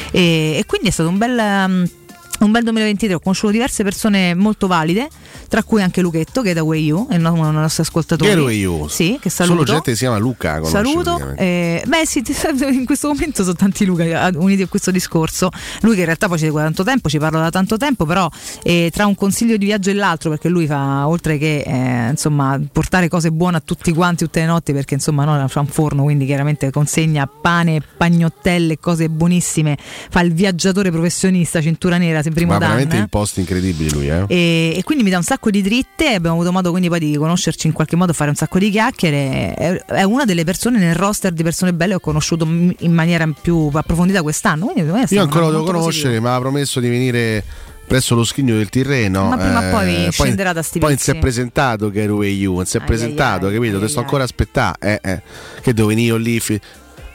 e, e quindi è stato un bel um, un bel duemilaventitré. Ho conosciuto diverse persone molto valide, tra cui anche Luchetto, che è da Way You, è uno dei nostri ascoltatori. Che è Way You? Sì, che saluto. Solo gente che si chiama Luca. Saluto. Eh, beh sì, in questo momento sono tanti Luca uniti a questo discorso. Lui che in realtà poi ci segue da tanto tempo, ci parla da tanto tempo, però eh, tra un consiglio di viaggio e l'altro, perché lui fa, oltre che eh, insomma portare cose buone a tutti quanti tutte le notti, perché insomma no, fa un forno, quindi chiaramente consegna pane, pagnottelle, cose buonissime, fa il viaggiatore professionista, cintura nera, primo ma Dan, veramente eh? in posti incredibili lui, eh? E, e quindi mi dà un sacco di dritte, abbiamo avuto modo quindi poi di conoscerci in qualche modo, fare un sacco di chiacchiere. È, è una delle persone nel roster di persone belle che ho conosciuto in maniera più approfondita quest'anno. Quindi, io ancora lo devo conoscere, ma ha promesso di venire presso lo Scrigno del Tirreno, ma prima o eh, poi, poi scenderà da sti poi pezzi. Si è presentato che ero E U, non si è ai presentato, ai capito? ai Te sto ai ancora a aspettare, eh, eh. Che devo venire io lì fi-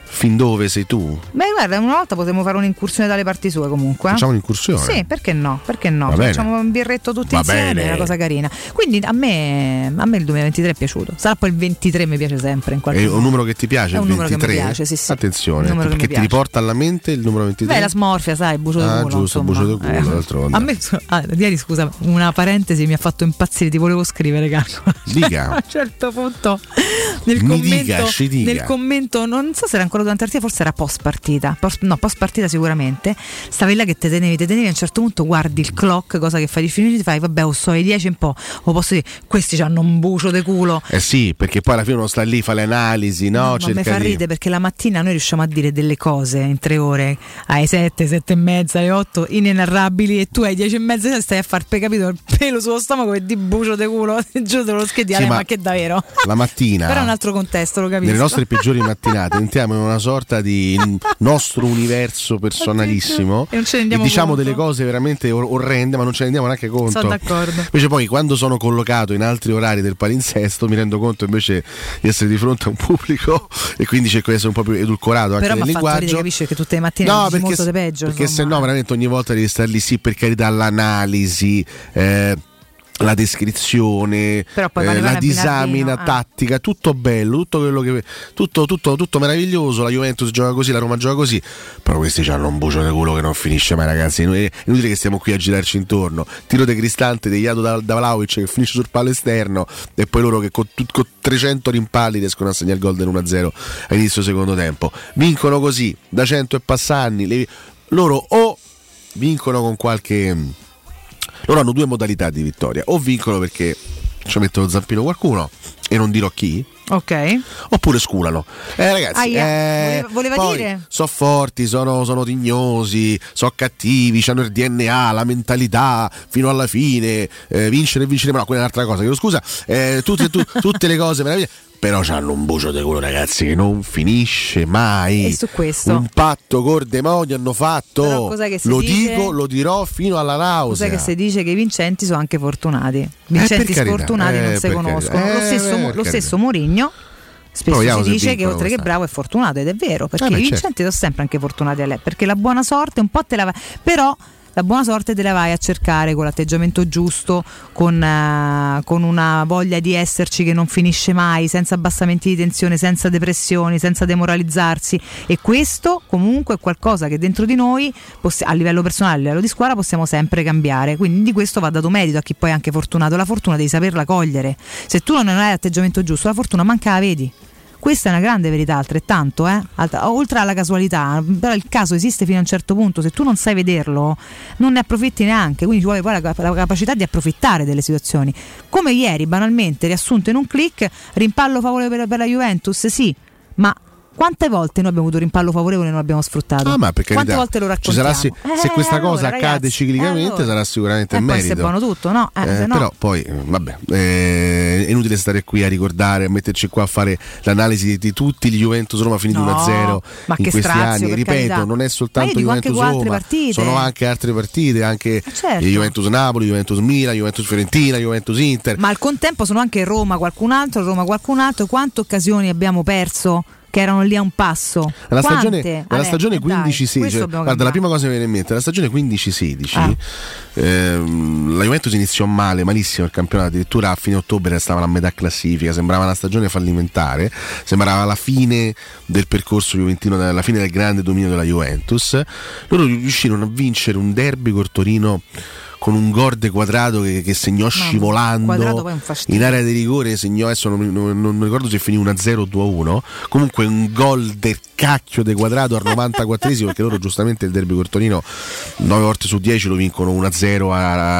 fin dove sei tu? Beh, guarda, una volta potremmo fare un'incursione dalle parti sue comunque. Facciamo un'incursione? Sì, perché no? Perché no? Va bene. Facciamo un birretto tutti Va insieme, bene. è una cosa carina. Quindi a me, a me il duemilaventitré è piaciuto. Sarà poi il ventitré mi piace sempre in qualche È modo. un numero che ti piace? È il un numero ventitré? che mi piace, sì, sì. Attenzione, Un numero che perché mi ti piace. riporta alla mente il numero ventitré? Beh, la smorfia, sai, bucio del Ah, culo. giusto, insomma. bucio del culo, d'altronde. A me, ah, ieri scusa, una parentesi mi ha fatto impazzire, ti volevo scrivere, calcola. Dica. A un certo punto nel Mi commento, dica, ci dica. nel commento, non so se era ancora durante la partita, forse era post partita, post, no, post partita sicuramente. Stavi là che te tenevi, te tenevi, a un certo punto guardi il clock, cosa che fai di finire, ti fai, vabbè, o so ai dieci un po', o posso dire, questi hanno un bucio de culo. Eh sì, perché poi alla fine uno sta lì, fa le analisi, no? No, ma Cerca mi fa di... ridere perché la mattina noi riusciamo a dire delle cose in tre ore, alle sette, sette e mezza, alle otto, inenarrabili, e tu ai dieci e mezza stai a far pe capito il pelo sullo stomaco e di bucio de culo, giù te lo schediale, Sì, ma, ma che davvero? La mattina, Però è un altro contesto, lo capisco. nelle nostre peggiori mattinate entriamo in una sorta di nostro universo personalissimo E non ce ne e rendiamo diciamo conto. delle cose veramente or- orrende, ma non ce ne rendiamo neanche conto. Sono d'accordo. Invece poi quando sono collocato in altri orari del palinsesto mi rendo conto invece di essere di fronte a un pubblico e quindi cerco di essere un po' più edulcorato anche Però nel mi ha fatto ridere, linguaggio. capisci che tutte le mattine No, dici perché, molto di peggio, perché se insomma. no veramente ogni volta devi stare lì, sì, per carità, l'analisi, eh, la descrizione, Però poi eh, vale la vale disamina abbinardino, ah. tattica, tutto bello, tutto quello che tutto, tutto, tutto meraviglioso. La Juventus gioca così, la Roma gioca così, però questi hanno un bucio di culo che non finisce mai, ragazzi. È inutile che stiamo qui a girarci intorno. Tiro de Cristante degliato da, da Vlahovic che finisce sul palo esterno e poi loro che con, con trecento rimpalli riescono a segnare il gol del uno a zero all'inizio secondo tempo. Vincono così da cento e passanni. Le, loro o vincono con qualche... Loro hanno due modalità di vittoria: o vincono perché ci mette lo zampino qualcuno e non dirò chi, Ok. oppure sculano. Eh ragazzi, Aia, eh, voleva, voleva poi dire? sono forti, sono, sono tignosi, sono cattivi, hanno il D N A, la mentalità fino alla fine, eh, vincere e vincere, ma no, quella è un'altra cosa. Chiedo scusa, eh, tutte, tu, tutte le cose meravigliose. Però c'hanno un bucio di culo, ragazzi, che non finisce mai. E su questo? Un patto col demonio hanno fatto. Però cos'è che si lo dice? dico, lo dirò fino alla nausea. Cos'è che si dice? Che i vincenti sono anche fortunati. Vincenti Eh, per carità, sfortunati eh, non si per conoscono. carità. lo Eh, stesso, per lo carità. stesso Mourinho spesso Proviamo si se dice che vincono oltre che quest'anno. bravo è fortunato, ed è vero, perché Eh, beh, i certo. vincenti sono sempre anche fortunati a lei, perché la buona sorte un po' te la va, però la buona sorte te la vai a cercare con l'atteggiamento giusto, con, eh, con una voglia di esserci che non finisce mai, senza abbassamenti di tensione, senza depressioni, senza demoralizzarsi, e questo comunque è qualcosa che dentro di noi possi- a livello personale, a livello di squadra possiamo sempre cambiare, quindi di questo va dato merito a chi poi è anche fortunato. La fortuna devi saperla cogliere, se tu non hai l'atteggiamento giusto la fortuna manca la vedi. Questa è una grande verità, altrettanto, eh? Altra, oltre alla casualità, però il caso esiste fino a un certo punto, se tu non sai vederlo non ne approfitti neanche, quindi ci vuole poi la, la capacità di approfittare delle situazioni, come ieri banalmente riassunto in un click, rimpallo favorevole per, per la Juventus, sì, ma quante volte noi abbiamo avuto rimpallo favorevole e non l'abbiamo sfruttato? Ah, ma per Quante carità, volte lo ci raccontiamo? sarà si- se Eh, questa allora, cosa ragazzi, accade ciclicamente eh, allora. sarà sicuramente E il poi merito. se è buono tutto, no? Eh, Eh, se no. Però poi eh, vabbè, eh, è inutile stare qui a ricordare, a metterci qua a fare l'analisi di, di tutti gli Juventus Roma finiti No, uno a zero ma in che questi strazio, anni. per Ripeto, carità. non è Ma soltanto io dico anche Juventus con altre Roma, partite. sono anche altre partite, anche certo. Juventus Napoli, Juventus Milan, Juventus Fiorentina, Juventus Inter. Ma al contempo sono anche Roma qualcun altro, Roma qualcun altro. Quante occasioni abbiamo perso che erano lì a un passo? Nella Quante? stagione, nella Ale, stagione eh, dai, quindici sedici, questo dobbiamo guarda, la cambiare. prima cosa che mi viene in mente, la stagione quindici sedici, Ah. ehm, la Juventus iniziò male, malissimo il campionato, addirittura a fine ottobre stavano a metà classifica, sembrava una stagione fallimentare, sembrava la fine del percorso juventino, la fine del grande dominio della Juventus. Loro riuscirono a vincere un derby col Torino con un gol de Quadrato che, che segnò Quadrato scivolando poi è un fastidio. in area di rigore, segnò, adesso non, non, non ricordo se finì uno a zero o due a uno, comunque un gol del cacchio de Quadrato al novantaquattresimo, perché loro giustamente il derby col Torino nove volte su dieci lo vincono uno a zero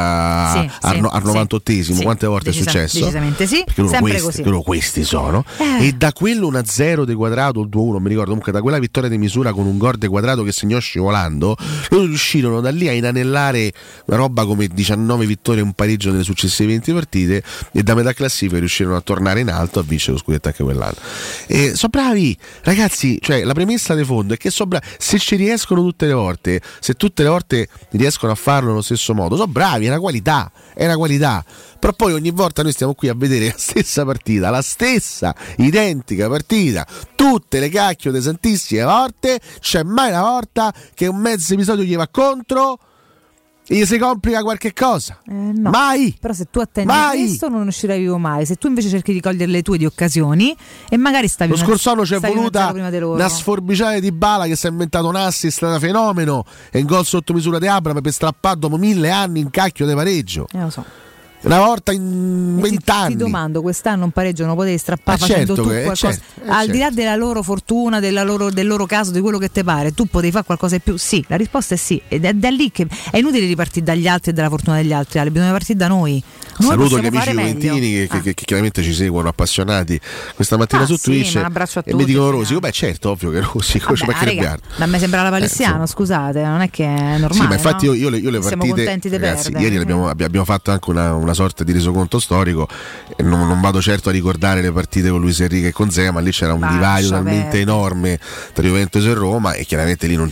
a, Sì, a- sì, al, al novantottesimo. sì, Quante volte decisa- è successo? Decisamente sì, Perché loro sempre questi, così. loro questi sono Eh. e da quello uno a zero de Quadrato, il due a uno, mi ricordo, comunque da quella vittoria di misura con un gol de Quadrato che segnò scivolando, loro riuscirono da lì a inanellare una roba come diciannove vittorie e un pareggio nelle successive venti partite, e da metà classifica riuscirono a tornare in alto, a vincere lo scudetto anche quell'anno. E sono bravi ragazzi, cioè la premessa di fondo è che so bravi, se ci riescono tutte le volte, se tutte le volte riescono a farlo nello stesso modo, sono bravi, è una qualità, è una qualità. Però poi ogni volta noi stiamo qui a vedere la stessa partita, la stessa identica partita, tutte le cacchio de santissime volte, c'è mai una volta che un mezzo episodio gli va contro e gli si complica qualche cosa. Eh, no. Mai! Però se tu attendi mai. questo non uscirai vivo mai. Se tu invece cerchi di cogliere le tue di occasioni e magari stavi lo scorso anno c'è voluta una, una sforbiciale di Bala che si è inventato un assist da fenomeno e un gol sotto misura di Abraham per strappare dopo mille anni in cacchio di pareggio. Eh, lo so. Una volta in vent'anni. Ti domando, quest'anno un pareggio non potevi strappare eh facendo certo tu che, qualcosa, certo, eh al certo. di là della loro fortuna, della loro, del loro caso, di quello che ti pare, tu potevi fare qualcosa in più? Sì, la risposta è sì, ed è da lì che è inutile ripartire dagli altri e dalla fortuna degli altri, Ale, bisogna partire da noi. Noi saluto gli possiamo amici fare juventini che, ah. che, che chiaramente ci seguono appassionati questa mattina ah, su sì, Twitch ma un abbraccio a e tutti, mi dicono sì, Rosico, beh certo, ovvio che Rosico ci mancherebbe altro. A me sembra la Palissiano, eh, scusate, non è che è normale. Sì, ma infatti no? io, io, le, io le Siamo partite contenti di ragazzi, perdere. ieri abbiamo, abbiamo fatto anche una, una sorta di resoconto storico e non, non vado certo a ricordare le partite con Luis Enrique e con Zea, ma lì c'era un Baccia, divario talmente verde. enorme tra Juventus e Roma e chiaramente lì non,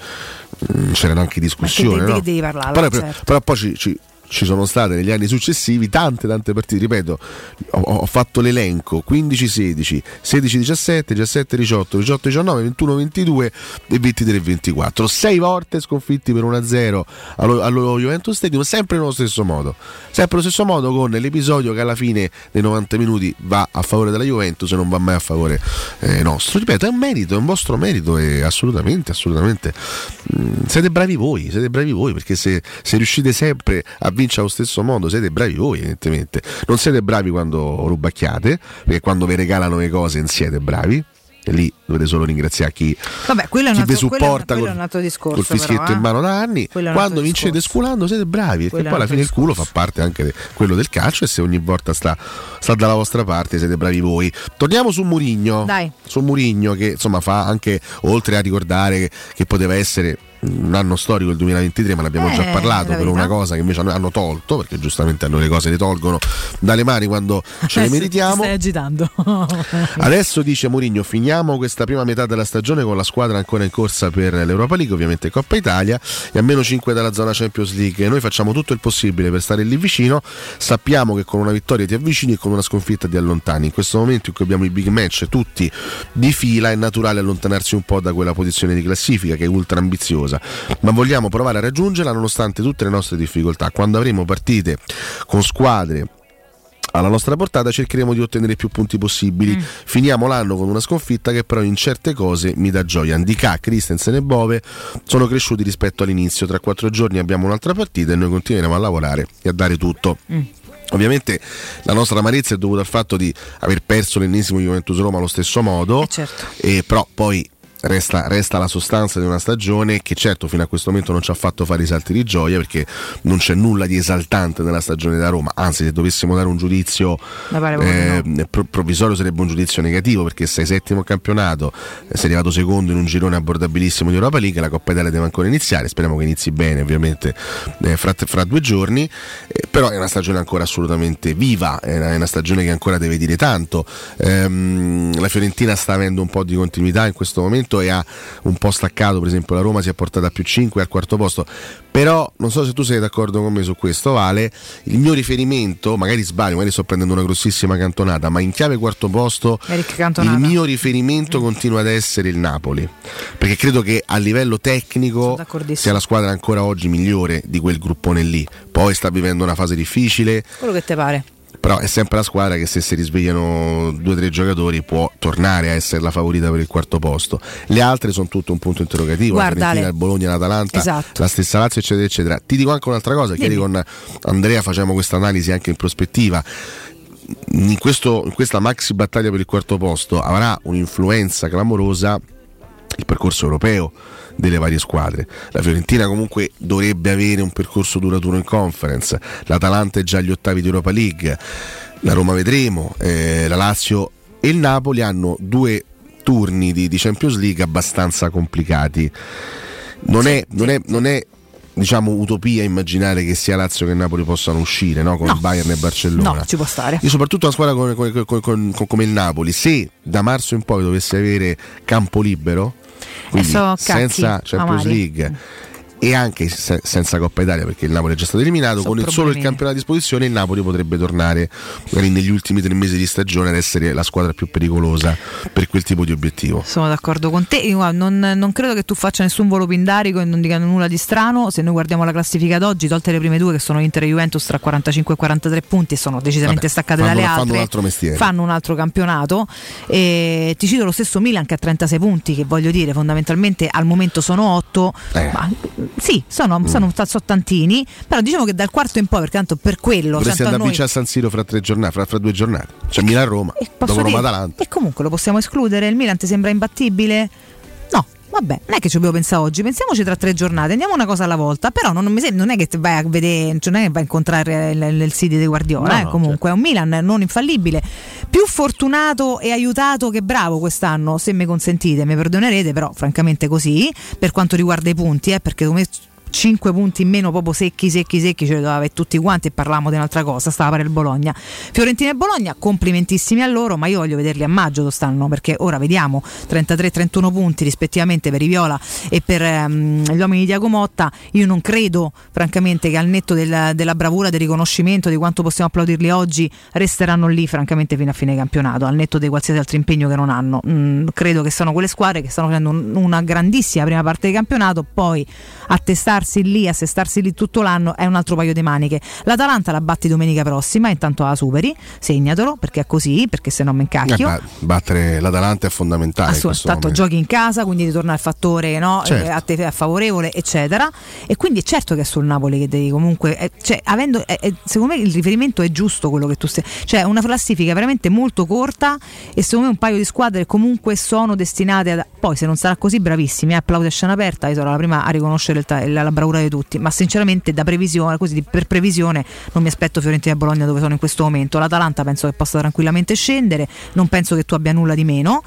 non c'era neanche discussione, ma che, no? che devi parlare, però, certo. però poi ci, ci ci sono state negli anni successivi tante tante partite, ripeto, ho, ho fatto l'elenco quindici sedici, sedici diciassette, diciassette diciotto, diciotto diciannove, ventuno ventidue e ventitré ventiquattro, sei volte sconfitti per uno a zero allo, allo Juventus Stadium, sempre nello stesso modo, sempre nello stesso modo, con l'episodio che alla fine dei novanta minuti va a favore della Juventus e non va mai a favore eh, nostro. Ripeto, è un merito, è un vostro merito e assolutamente, assolutamente mh, siete bravi voi, siete bravi voi perché se, se riuscite sempre a vincere allo stesso modo siete bravi voi, evidentemente non siete bravi quando rubacchiate, perché quando vi regalano le cose non siete bravi e lì dovete solo ringraziare chi, Vabbè, quello è un chi altro, vi supporta quello è un altro discorso, col fischietto però, eh? in mano da anni. Quando vincete discorso. sculando siete bravi, perché poi alla fine discorso. Il culo fa parte anche di quello del calcio e se ogni volta sta, sta dalla vostra parte siete bravi voi. Torniamo su Mourinho, Dai. su Mourinho che insomma fa anche, oltre a ricordare che, che poteva essere un anno storico il duemilaventitré, ma ne abbiamo eh, già parlato, per una cosa che invece hanno tolto, perché giustamente hanno le cose le tolgono dalle mani quando ce le meritiamo. Ti stai agitando. Adesso dice Mourinho, finiamo questa prima metà della stagione con la squadra ancora in corsa per l'Europa League, ovviamente Coppa Italia, e a meno cinque dalla zona Champions League. Noi facciamo tutto il possibile per stare lì vicino, sappiamo che con una vittoria ti avvicini e con una sconfitta ti allontani. In questo momento in cui abbiamo i big match tutti di fila è naturale allontanarsi un po' da quella posizione di classifica che è ultra ambiziosa, ma vogliamo provare a raggiungerla nonostante tutte le nostre difficoltà. Quando avremo partite con squadre alla nostra portata cercheremo di ottenere più punti possibili. Mm. Finiamo l'anno con una sconfitta che però in certe cose mi dà gioia. Ndicà, Christensen e Bove sono cresciuti rispetto all'inizio. Tra quattro giorni abbiamo un'altra partita e noi continueremo a lavorare e a dare tutto. Mm. Ovviamente la nostra amarezza è dovuta al fatto di aver perso l'ennesimo Juventus Roma allo stesso modo, eh certo. E però poi Resta, resta la sostanza di una stagione che certo fino a questo momento non ci ha fatto fare i salti di gioia, perché non c'è nulla di esaltante nella stagione da Roma, anzi se dovessimo dare un giudizio eh, no. provvisorio sarebbe un giudizio negativo, perché sei settimo al campionato, sei arrivato secondo in un girone abbordabilissimo di Europa League, la Coppa Italia deve ancora iniziare, speriamo che inizi bene ovviamente eh, fra, fra due giorni, eh, però è una stagione ancora assolutamente viva, è una, è una stagione che ancora deve dire tanto. ehm, la Fiorentina sta avendo un po' di continuità in questo momento e ha un po' staccato, per esempio la Roma si è portata a più cinque al quarto posto, però non so se tu sei d'accordo con me su questo, Vale, il mio riferimento, magari sbaglio, magari sto prendendo una grossissima cantonata, ma in chiave quarto posto il mio riferimento mm. continua ad essere il Napoli, perché credo che a livello tecnico sia la squadra ancora oggi migliore di quel gruppone lì, poi sta vivendo una fase difficile, quello che te pare, però è sempre la squadra che se si risvegliano due o tre giocatori può tornare a essere la favorita per il quarto posto. Le altre sono tutto un punto interrogativo. Guarda, la Fiorentina, il Bologna, l'Atalanta, esatto. la stessa Lazio eccetera eccetera. Ti dico anche un'altra cosa, che ieri con Andrea facciamo questa analisi anche in prospettiva. In, questo, in questa maxi battaglia per il quarto posto avrà un'influenza clamorosa il percorso europeo delle varie squadre. La Fiorentina comunque dovrebbe avere un percorso duraturo in Conference, l'Atalanta è già agli ottavi di Europa League, la Roma vedremo, eh, la Lazio e il Napoli hanno due turni di, di Champions League abbastanza complicati. Non è, non è, non è diciamo utopia immaginare che sia Lazio che Napoli possano uscire, no? Come No. Bayern e Barcellona. No, ci può stare. Io soprattutto una squadra come, come- come- come- come il Napoli, se da marzo in poi dovesse avere campo libero, quindi so cacchi, senza Champions amari. League e anche se- senza Coppa Italia, perché il Napoli è già stato eliminato, So con il solo il problemi. campionato a disposizione il Napoli potrebbe tornare magari negli ultimi tre mesi di stagione ad essere la squadra più pericolosa per quel tipo di obiettivo. Sono d'accordo con te. Io, guarda, non, non credo che tu faccia nessun volo pindarico e non dicano nulla di strano. Se noi guardiamo la classifica d'oggi, tolte le prime due che sono Inter e Juventus tra quarantacinque e quarantatré punti e sono decisamente Vabbè, staccate fanno- dalle fanno altre, un altro mestiere. fanno un altro campionato. E ti cito lo stesso Milan che ha trentasei punti, che voglio dire fondamentalmente al momento sono otto, Eh. ma sì, sono, Mm. sono, sono tantini, però diciamo che dal quarto in poi, perché tanto per quello Dovresti tanto a andare a noi- vincere a San Siro fra tre giornate, fra, fra due giornate. C'è Milan-Roma, Posso dopo dire- Roma-Atalanta. E comunque lo possiamo escludere? Il Milan ti sembra imbattibile? No, vabbè, non è che ci dobbiamo pensare oggi, pensiamoci tra tre giornate, andiamo una cosa alla volta. Però non, mi sembra- non è che ti vai a vedere, cioè non è che vai a incontrare il, il, il City di Guardiola, No, eh, no, comunque è un Milan non infallibile, più fortunato e aiutato che bravo quest'anno, se mi consentite, mi perdonerete, però francamente così, per quanto riguarda i punti, eh, perché come cinque punti in meno proprio secchi secchi secchi ce li doveva avere tutti quanti, e parliamo di un'altra cosa, stava per il Bologna. Fiorentina e Bologna, complimentissimi a loro, ma io voglio vederli a maggio quest'anno, perché ora vediamo trentatré trentuno punti rispettivamente per i Viola e per ehm, gli uomini di Diago Motta. Io non credo francamente che al netto del- della bravura, del riconoscimento, di quanto possiamo applaudirli oggi, resteranno lì francamente fino a fine campionato, al netto di qualsiasi altro impegno che non hanno. Mm, credo che sono quelle squadre che stanno facendo un- una grandissima prima parte del campionato, poi attestarsi lì, assestarsi lì tutto l'anno è un altro paio di maniche. L'Atalanta la batti domenica prossima, intanto la superi, segnatelo, perché è così, perché se no me incacchio. Eh, ba- battere l'Atalanta è fondamentale. in Assolut- questo tanto momento. giochi in casa, quindi ritorna il fattore, no? Certo. Eh, a te è favorevole, eccetera. E quindi è certo che è sul Napoli che devi comunque, eh, cioè, avendo, eh, eh, secondo me il riferimento è giusto quello che tu stai, cioè una classifica veramente molto corta, e secondo me un paio di squadre comunque sono destinate a, poi se non sarà così bravissimi, eh, applausi a scena aperta, io sarò la prima a riconoscere il ta- la, la bravura di tutti, ma sinceramente da previsione, così di- per previsione non mi aspetto Fiorentina e Bologna dove sono in questo momento. L'Atalanta penso che possa tranquillamente scendere, non penso che tu abbia nulla di meno,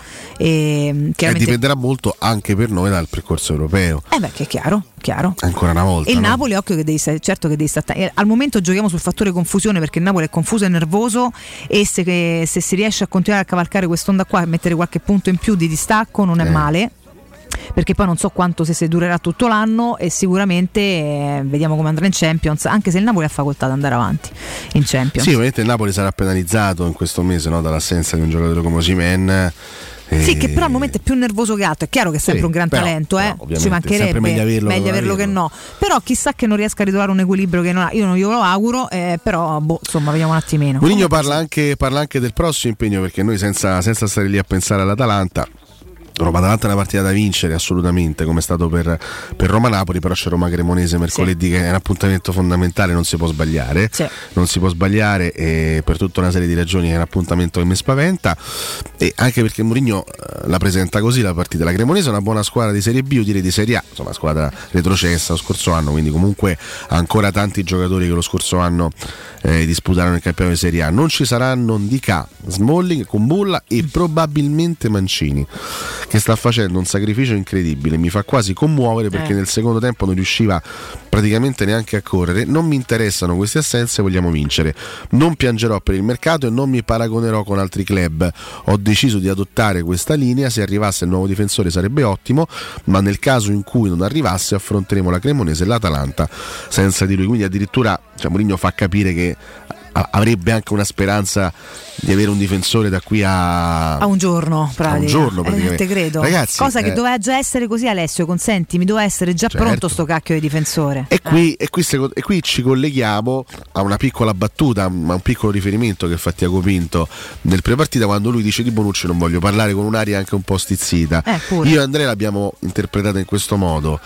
e E chiaramente dipenderà molto anche per noi dal percorso europeo. eh beh, che è chiaro, chiaro. Ancora una volta. E il no? Napoli, occhio che devi stare, certo che devi stare attento. Eh, Al momento giochiamo sul fattore confusione, perché il Napoli è confuso e nervoso, e se, che- se si riesce a continuare a cavalcare quest'onda qua e mettere qualche punto in più di distacco non è Eh. male, perché poi non so quanto se, se durerà tutto l'anno, e sicuramente eh, vediamo come andrà in Champions, anche se il Napoli ha facoltà ad andare avanti in Champions. Sì, ovviamente il Napoli sarà penalizzato in questo mese, no, dall'assenza di un giocatore come Osimhen. E- Sì, che però al momento è più nervoso che altro. È chiaro che è sempre Sì, un gran però- talento, però eh? ovviamente Ci è mancherebbe, sempre meglio averlo che non averlo che averlo. no. Però chissà che non riesca a ritrovare un equilibrio che non ha. Io non glielo auguro, eh, però boh, insomma, vediamo un attimino. Mourinho parla anche, parla anche del prossimo impegno, perché noi senza, senza stare lì a pensare all'Atalanta, Roma-Atalanta è una partita da vincere assolutamente, come è stato per, per Roma-Napoli, però c'è Roma-Cremonese mercoledì, sì, che è un appuntamento fondamentale, non si può sbagliare, sì. non si può sbagliare, e per tutta una serie di ragioni è un appuntamento che mi spaventa, e anche perché Mourinho eh, la presenta così la partita. La Cremonese è una buona squadra di Serie B, io direi di Serie A, insomma squadra retrocessa lo scorso anno, quindi comunque ha ancora tanti giocatori che lo scorso anno eh, disputarono il campionato di Serie A. Non ci saranno Ndicà, Smalling, Kumbulla e probabilmente Mancini, che sta facendo un sacrificio incredibile, mi fa quasi commuovere, perché Eh. nel secondo tempo non riusciva praticamente neanche a correre. Non mi interessano queste assenze, vogliamo vincere, non piangerò per il mercato e non mi paragonerò con altri club. Ho deciso di adottare questa linea, se arrivasse il nuovo difensore sarebbe ottimo, ma nel caso in cui non arrivasse affronteremo la Cremonese e l'Atalanta senza di lui. Quindi addirittura, cioè, Mourinho fa capire che a- avrebbe anche una speranza di avere un difensore da qui a, A un giorno, pratica. A un giorno, eh, praticamente. te credo. Ragazzi, Cosa che eh, doveva già essere così, Alessio, consentimi, doveva essere già Certo. pronto sto cacchio di difensore. E qui, e, qui, secondo- e qui ci colleghiamo a una piccola battuta, a un piccolo riferimento che fa Tiago Pinto nel prepartita, quando lui dice di Bonucci non voglio parlare, con un'aria anche un po' stizzita. Eh, pure. Io e Andrea l'abbiamo interpretata in questo modo.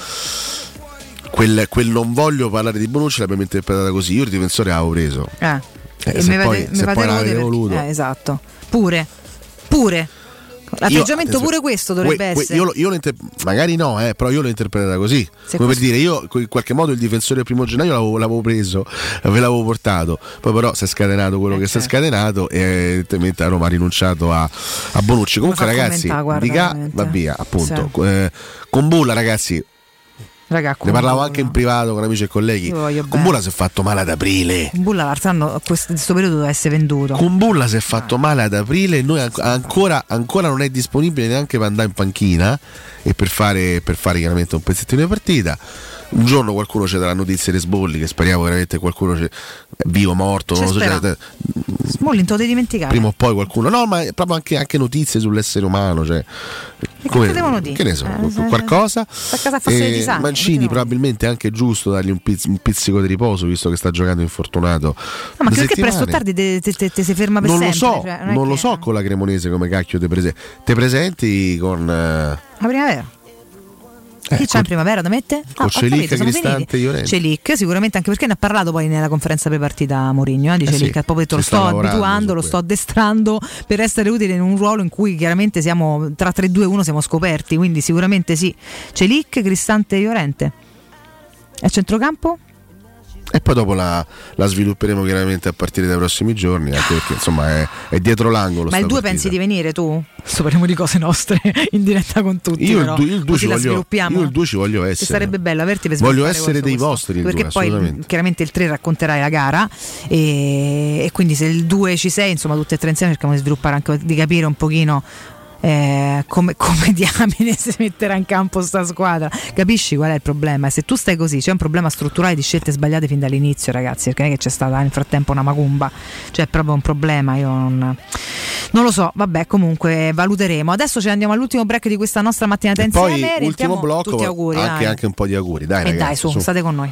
Quel, quel non voglio parlare di Bonucci l'abbiamo interpretata così. Io il difensore l'avevo preso. Eh. Eh, E se mi poi- fate- mi se fate poi rode l'avevo perché- voluto. eh, esatto. Pure. Pure. L'atteggiamento Io- pure questo dovrebbe que- que- essere. io lo- io lo inter- magari no, eh, però io l'ho interpretata così. Se Come fosse- per dire, io in qualche modo il difensore del primo gennaio l'avevo, l'avevo preso, ve l'avevo portato. Poi però si è scatenato quello Eh, che si è certo. scatenato, e evidentemente a Roma ha rinunciato a, a Bonucci. Comunque, fa ragazzi, commentare, guarda, Di Ca veramente. va via, appunto. Sì. Eh, con Bulla, ragazzi. Raga, ne parlavo anche in privato con amici e colleghi. Kumbulla si è fatto male ad aprile. Kumbulla l'altro anno, questo, questo periodo deve essere venduto. Kumbulla si è fatto male ad aprile e noi ancora, ancora non è disponibile neanche per andare in panchina e per fare, per fare chiaramente un pezzettino di partita. Un giorno qualcuno ci darà notizie di Sbolli, che speriamo veramente qualcuno c'è, vivo, morto, non lo so. Cioè, Sbolli, non te lo dimenticare. Prima o poi qualcuno, no, ma proprio anche, anche notizie sull'essere umano, cioè, come, che devono dire? Che ne so, eh, qualcosa. Eh, Mancini probabilmente è anche giusto dargli un, pizz- un pizzico di riposo, visto che sta giocando infortunato. No, ma credo che presto o tardi te, te, te, te si ferma per non sempre. Lo so, cioè, non, non che... lo so con la Cremonese come cacchio te, prese- te presenti con uh... la primavera. Chi Eh, c'ha in primavera da mettere? Con Ah, Celic, Cristante, Llorente. Celic sicuramente, anche perché ne ha parlato poi nella conferenza prepartita Mourinho eh, di Eh Celic, sì, ha proprio detto lo si sta sto lavorando abituando, su lo sto addestrando per essere utile in un ruolo in cui chiaramente siamo tra tre due uno siamo scoperti, quindi sicuramente sì. Celic, Cristante, Llorente. E a centrocampo? E poi dopo la, la svilupperemo chiaramente a partire dai prossimi giorni, anche perché insomma è, è dietro l'angolo. Ma il due pensi di venire tu? Adesso parliamo di cose nostre in diretta con tutti. Io però, il due ci voglio, io il due ci voglio essere. Ci sarebbe bello averti per voglio essere dei questo, vostri il perché due, poi chiaramente il tre racconterai la gara e, e quindi se il due ci sei, insomma tutte e tre insieme cerchiamo di sviluppare anche di capire un pochino Eh, come, come diamine si metterà in campo sta squadra. Capisci qual è il problema? Se tu stai così c'è un problema strutturale di scelte sbagliate fin dall'inizio, ragazzi, perché non è che c'è stata nel frattempo una macumba, cioè è proprio un problema. Io non, non lo so, vabbè, comunque valuteremo. Adesso ci andiamo all'ultimo break di questa nostra mattinata e insieme. Poi ultimo blocco, tutti auguri, anche, anche un po' di auguri, dai, e ragazzi, dai su, su, state con noi.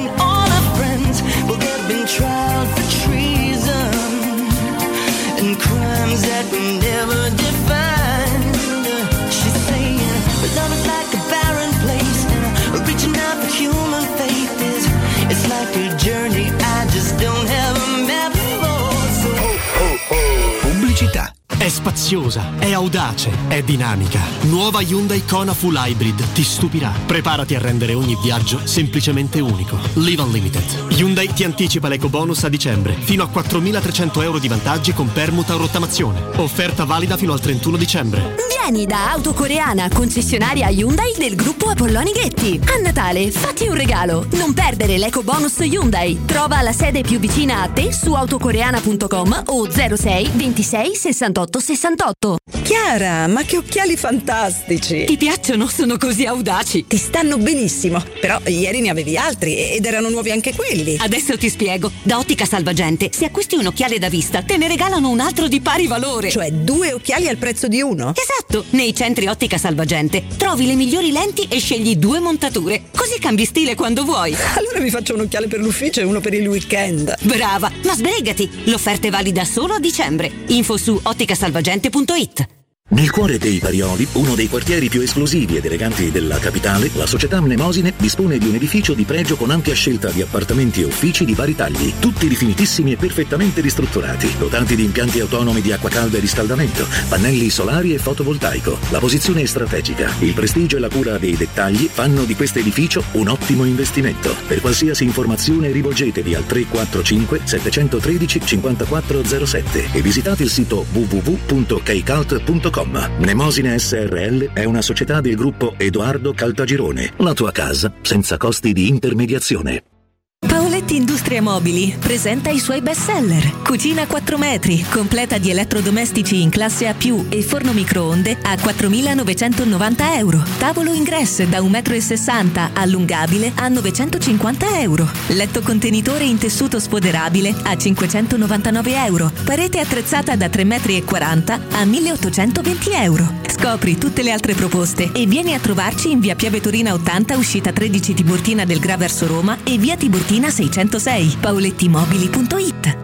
It's like a journey I just don't have a map for. So, oh, oh, oh. Pubblicità. È spaziosa, è audace, è dinamica. Nuova Hyundai Kona Full Hybrid ti stupirà. Preparati a rendere ogni viaggio semplicemente unico. Live Unlimited. Hyundai ti anticipa l'ecobonus a dicembre, fino a quattromilatrecento euro di vantaggi con permuta o rottamazione. Offerta valida fino al trentuno dicembre. Vieni da Autocoreana, concessionaria Hyundai del gruppo Apolloni Ghetti. A Natale fatti un regalo. Non perdere l'ecobonus Hyundai. Trova la sede più vicina a te su autocoreana punto com o zero sei ventisei sessantotto sessantotto. Chiara, ma che occhiali fantastici! Ti piacciono? Sono così audaci. Ti stanno benissimo, però ieri ne avevi altri ed erano nuovi anche quelli. Adesso ti spiego. Da Ottica Salvagente, se acquisti un occhiale da vista, te ne regalano un altro di pari valore. Cioè due occhiali al prezzo di uno? Esatto. Nei centri Ottica Salvagente trovi le migliori lenti e scegli due montature. Così cambi stile quando vuoi. Allora mi faccio un occhiale per l'ufficio e uno per il weekend. Brava, ma sbrigati. L'offerta è valida solo a dicembre. Info su ottica salvagente punto it. Nel cuore dei Parioli, uno dei quartieri più esclusivi ed eleganti della capitale, la società Mnemosine dispone di un edificio di pregio con ampia scelta di appartamenti e uffici di vari tagli, tutti rifinitissimi e perfettamente ristrutturati, dotati di impianti autonomi di acqua calda e riscaldamento, pannelli solari e fotovoltaico. La posizione è strategica, il prestigio e la cura dei dettagli fanno di questo edificio un ottimo investimento. Per qualsiasi informazione rivolgetevi al tre quattro cinque sette uno tre cinque quattro zero sette e visitate il sito w w w punto keycult punto com. Mnemosine S R L è una società del gruppo Edoardo Caltagirone. La tua casa senza costi di intermediazione. Paoletti Industria Mobili presenta i suoi best seller. Cucina quattro metri, completa di elettrodomestici in classe A più e forno microonde a quattromilanovecentonovanta euro. Tavolo ingresso da un e sessanta m, allungabile a novecentocinquanta euro. Letto contenitore in tessuto sfoderabile a cinquecentonovantanove euro. Parete attrezzata da tre e quaranta metri a milleottocentoventi euro. Scopri tutte le altre proposte e vieni a trovarci in via Piave Torina ottanta, uscita tredici Tiburtina del Gra verso Roma e via Tiburtina seicentosei. paolettimobili punto it.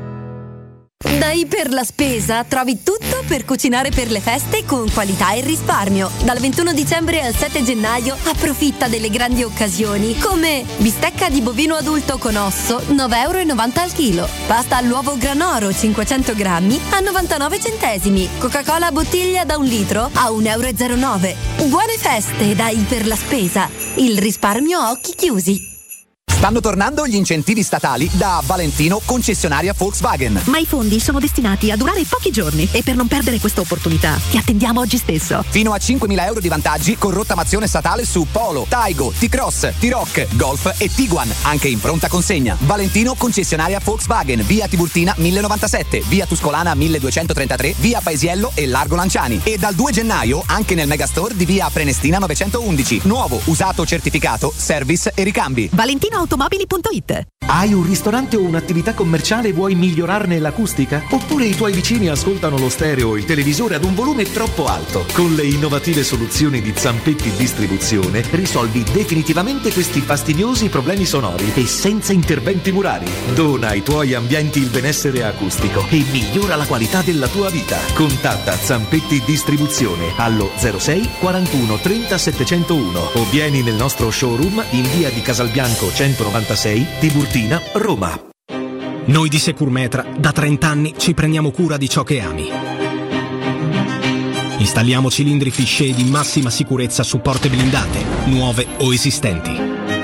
Da Iper la Spesa trovi tutto per cucinare per le feste con qualità e risparmio. Dal ventuno dicembre al sette gennaio approfitta delle grandi occasioni come bistecca di bovino adulto con osso nove e novanta euro al chilo, pasta all'uovo Granoro cinquecento grammi a novantanove centesimi, Coca-Cola bottiglia da un litro a un e zero nove euro. Buone feste da Iper la Spesa, il risparmio a occhi chiusi. Stanno tornando gli incentivi statali da Valentino, concessionaria Volkswagen. Ma i fondi sono destinati a durare pochi giorni e per non perdere questa opportunità ti attendiamo oggi stesso. Fino a cinquemila euro di vantaggi con rottamazione statale su Polo, Taigo, T-Cross, T-Roc, Golf e Tiguan, anche in pronta consegna. Valentino, concessionaria Volkswagen, via Tiburtina mille novantasette, via Tuscolana milleduecentotrentatré, via Paesiello e Largo Lanciani. E dal due gennaio anche nel Megastore di via Prenestina novecentoundici. Nuovo, usato, certificato, service e ricambi. valentino automobili punto it. Hai un ristorante o un'attività commerciale e vuoi migliorarne l'acustica? Oppure i tuoi vicini ascoltano lo stereo o il televisore ad un volume troppo alto? Con le innovative soluzioni di Zampetti Distribuzione risolvi definitivamente questi fastidiosi problemi sonori e senza interventi murari. Dona ai tuoi ambienti il benessere acustico e migliora la qualità della tua vita. Contatta Zampetti Distribuzione allo zero sei quarantuno trenta settecentouno o vieni nel nostro showroom in via di Casalbianco centonovantasei, Tiburtina, Roma. Noi di Securmetra da trenta anni ci prendiamo cura di ciò che ami. Installiamo cilindri Fichet di massima sicurezza su porte blindate, nuove o esistenti.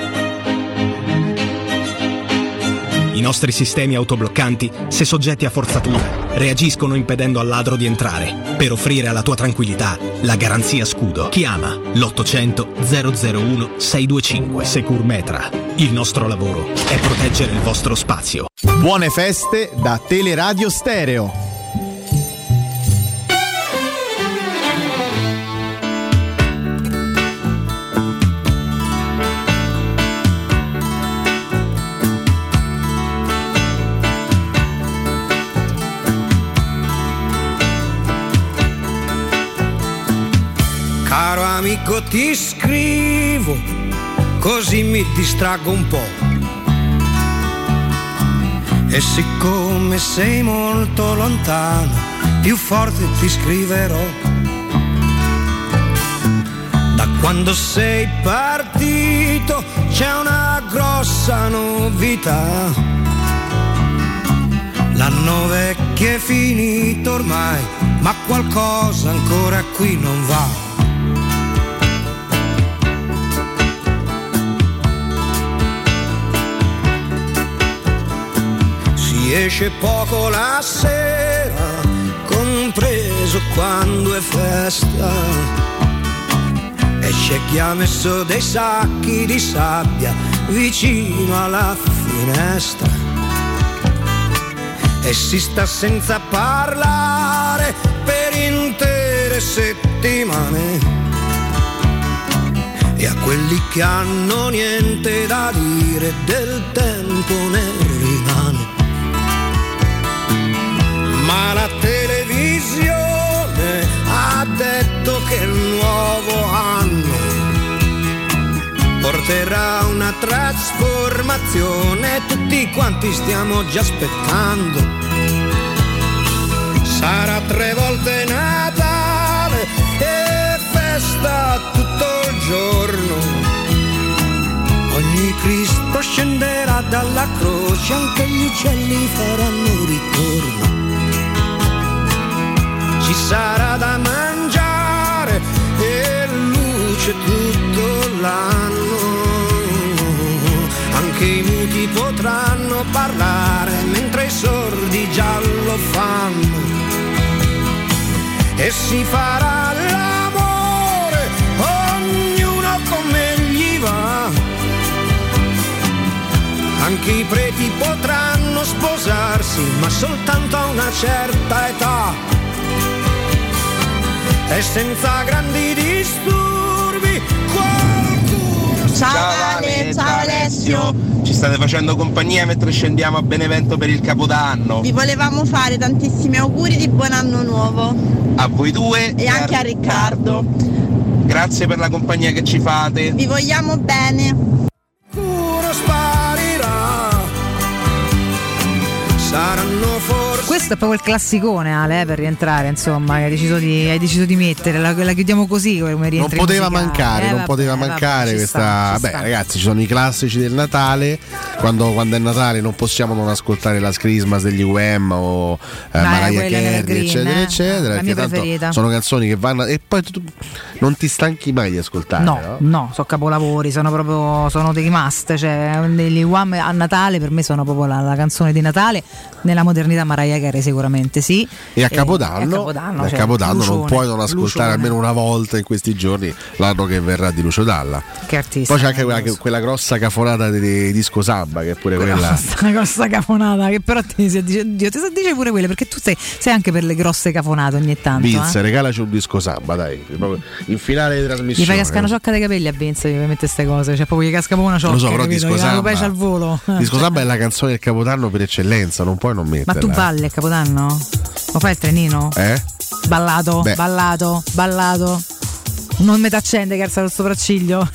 I nostri sistemi autobloccanti, se soggetti a forzatura, reagiscono impedendo al ladro di entrare, per offrire alla tua tranquillità la garanzia scudo. Chiama l'ottocento zero zero uno sei due cinque. Securmetra. Il nostro lavoro è proteggere il vostro spazio. Buone feste da Teleradio Stereo. Caro amico, ti scrivo, così mi distraggo un po'. E siccome sei molto lontano, più forte ti scriverò. Da quando sei partito c'è una grossa novità. L'anno vecchio è finito ormai, ma qualcosa ancora qui non va. Si esce poco la sera, compreso quando è festa, e c'è chi ha messo dei sacchi di sabbia vicino alla finestra e si sta senza parlare per intere settimane. E a quelli che hanno niente da dire del tempo ne rimane. Ma la televisione ha detto che il nuovo anno porterà una trasformazione, tutti quanti stiamo già aspettando. Sarà tre volte Natale e festa tutto il giorno. Ogni Cristo scenderà dalla croce, anche gli uccelli faranno ritorno. Ci sarà da mangiare e luce tutto l'anno. Anche i muti potranno parlare mentre i sordi già lo fanno. E si farà l'amore, ognuno come gli va. Anche i preti potranno sposarsi, ma soltanto a una certa età. E senza grandi disturbi qualcuno. Ciao Ale, ciao Alessio. Ci state facendo compagnia mentre scendiamo a Benevento per il Capodanno. Vi volevamo fare tantissimi auguri di buon anno nuovo. A voi due e anche a Riccardo. Grazie per la compagnia che ci fate. Vi vogliamo bene. Puro sparirà. Saranno forse questo è proprio il classicone, Ale, eh, per rientrare, insomma, hai deciso di, hai deciso di mettere, la, la chiudiamo così come rientri. Non poteva musicale. mancare, eh, non vabbè, poteva vabbè, mancare ci questa. sta, ci Beh, sta. ragazzi, ci sono i classici del Natale. Quando, quando è Natale non possiamo non ascoltare Last Christmas degli U M o eh, Mariah quella nella Carey, Green, eccetera, eh. eccetera. La mia Perché tanto preferita. sono canzoni che vanno. E poi tu, tu non ti stanchi mai di ascoltare. No, no? no, sono capolavori, sono proprio sono dei must, cioè degli U M a Natale per me sono proprio la, la canzone di Natale, nella modernità Mariah Carey sicuramente sì. E a E- Capodanno, e a Capodanno, a cioè, Capodanno non Lucione, puoi non ascoltare Lucione. almeno una volta in questi giorni l'anno che verrà di Lucio Dalla. Che artista. Poi c'è anche quella, quella grossa cafonata di, di Disco Samba, che è pure quella. Una grossa cafonata che però ti si dice, Dio, ti si dice pure quelle perché tu sei, sei anche per le grosse cafonate ogni tanto. Vince, eh. regalaci un Disco Samba, dai, proprio in finale di trasmissione. Gli fai cascare una ciocca dei capelli a Vince, gli mette queste cose, cioè proprio gli casca proprio una ciocca. Lo so, però capito? Disco Gli dà una Samba, pecia al volo. Disco Samba è la canzone del Capodanno per eccellenza, non puoi non Ma metterla. tu balli a Capodanno? Lo fai il trenino? Eh? Ballato, Beh. ballato, ballato. Non mi t'accende che alza lo sopracciglio.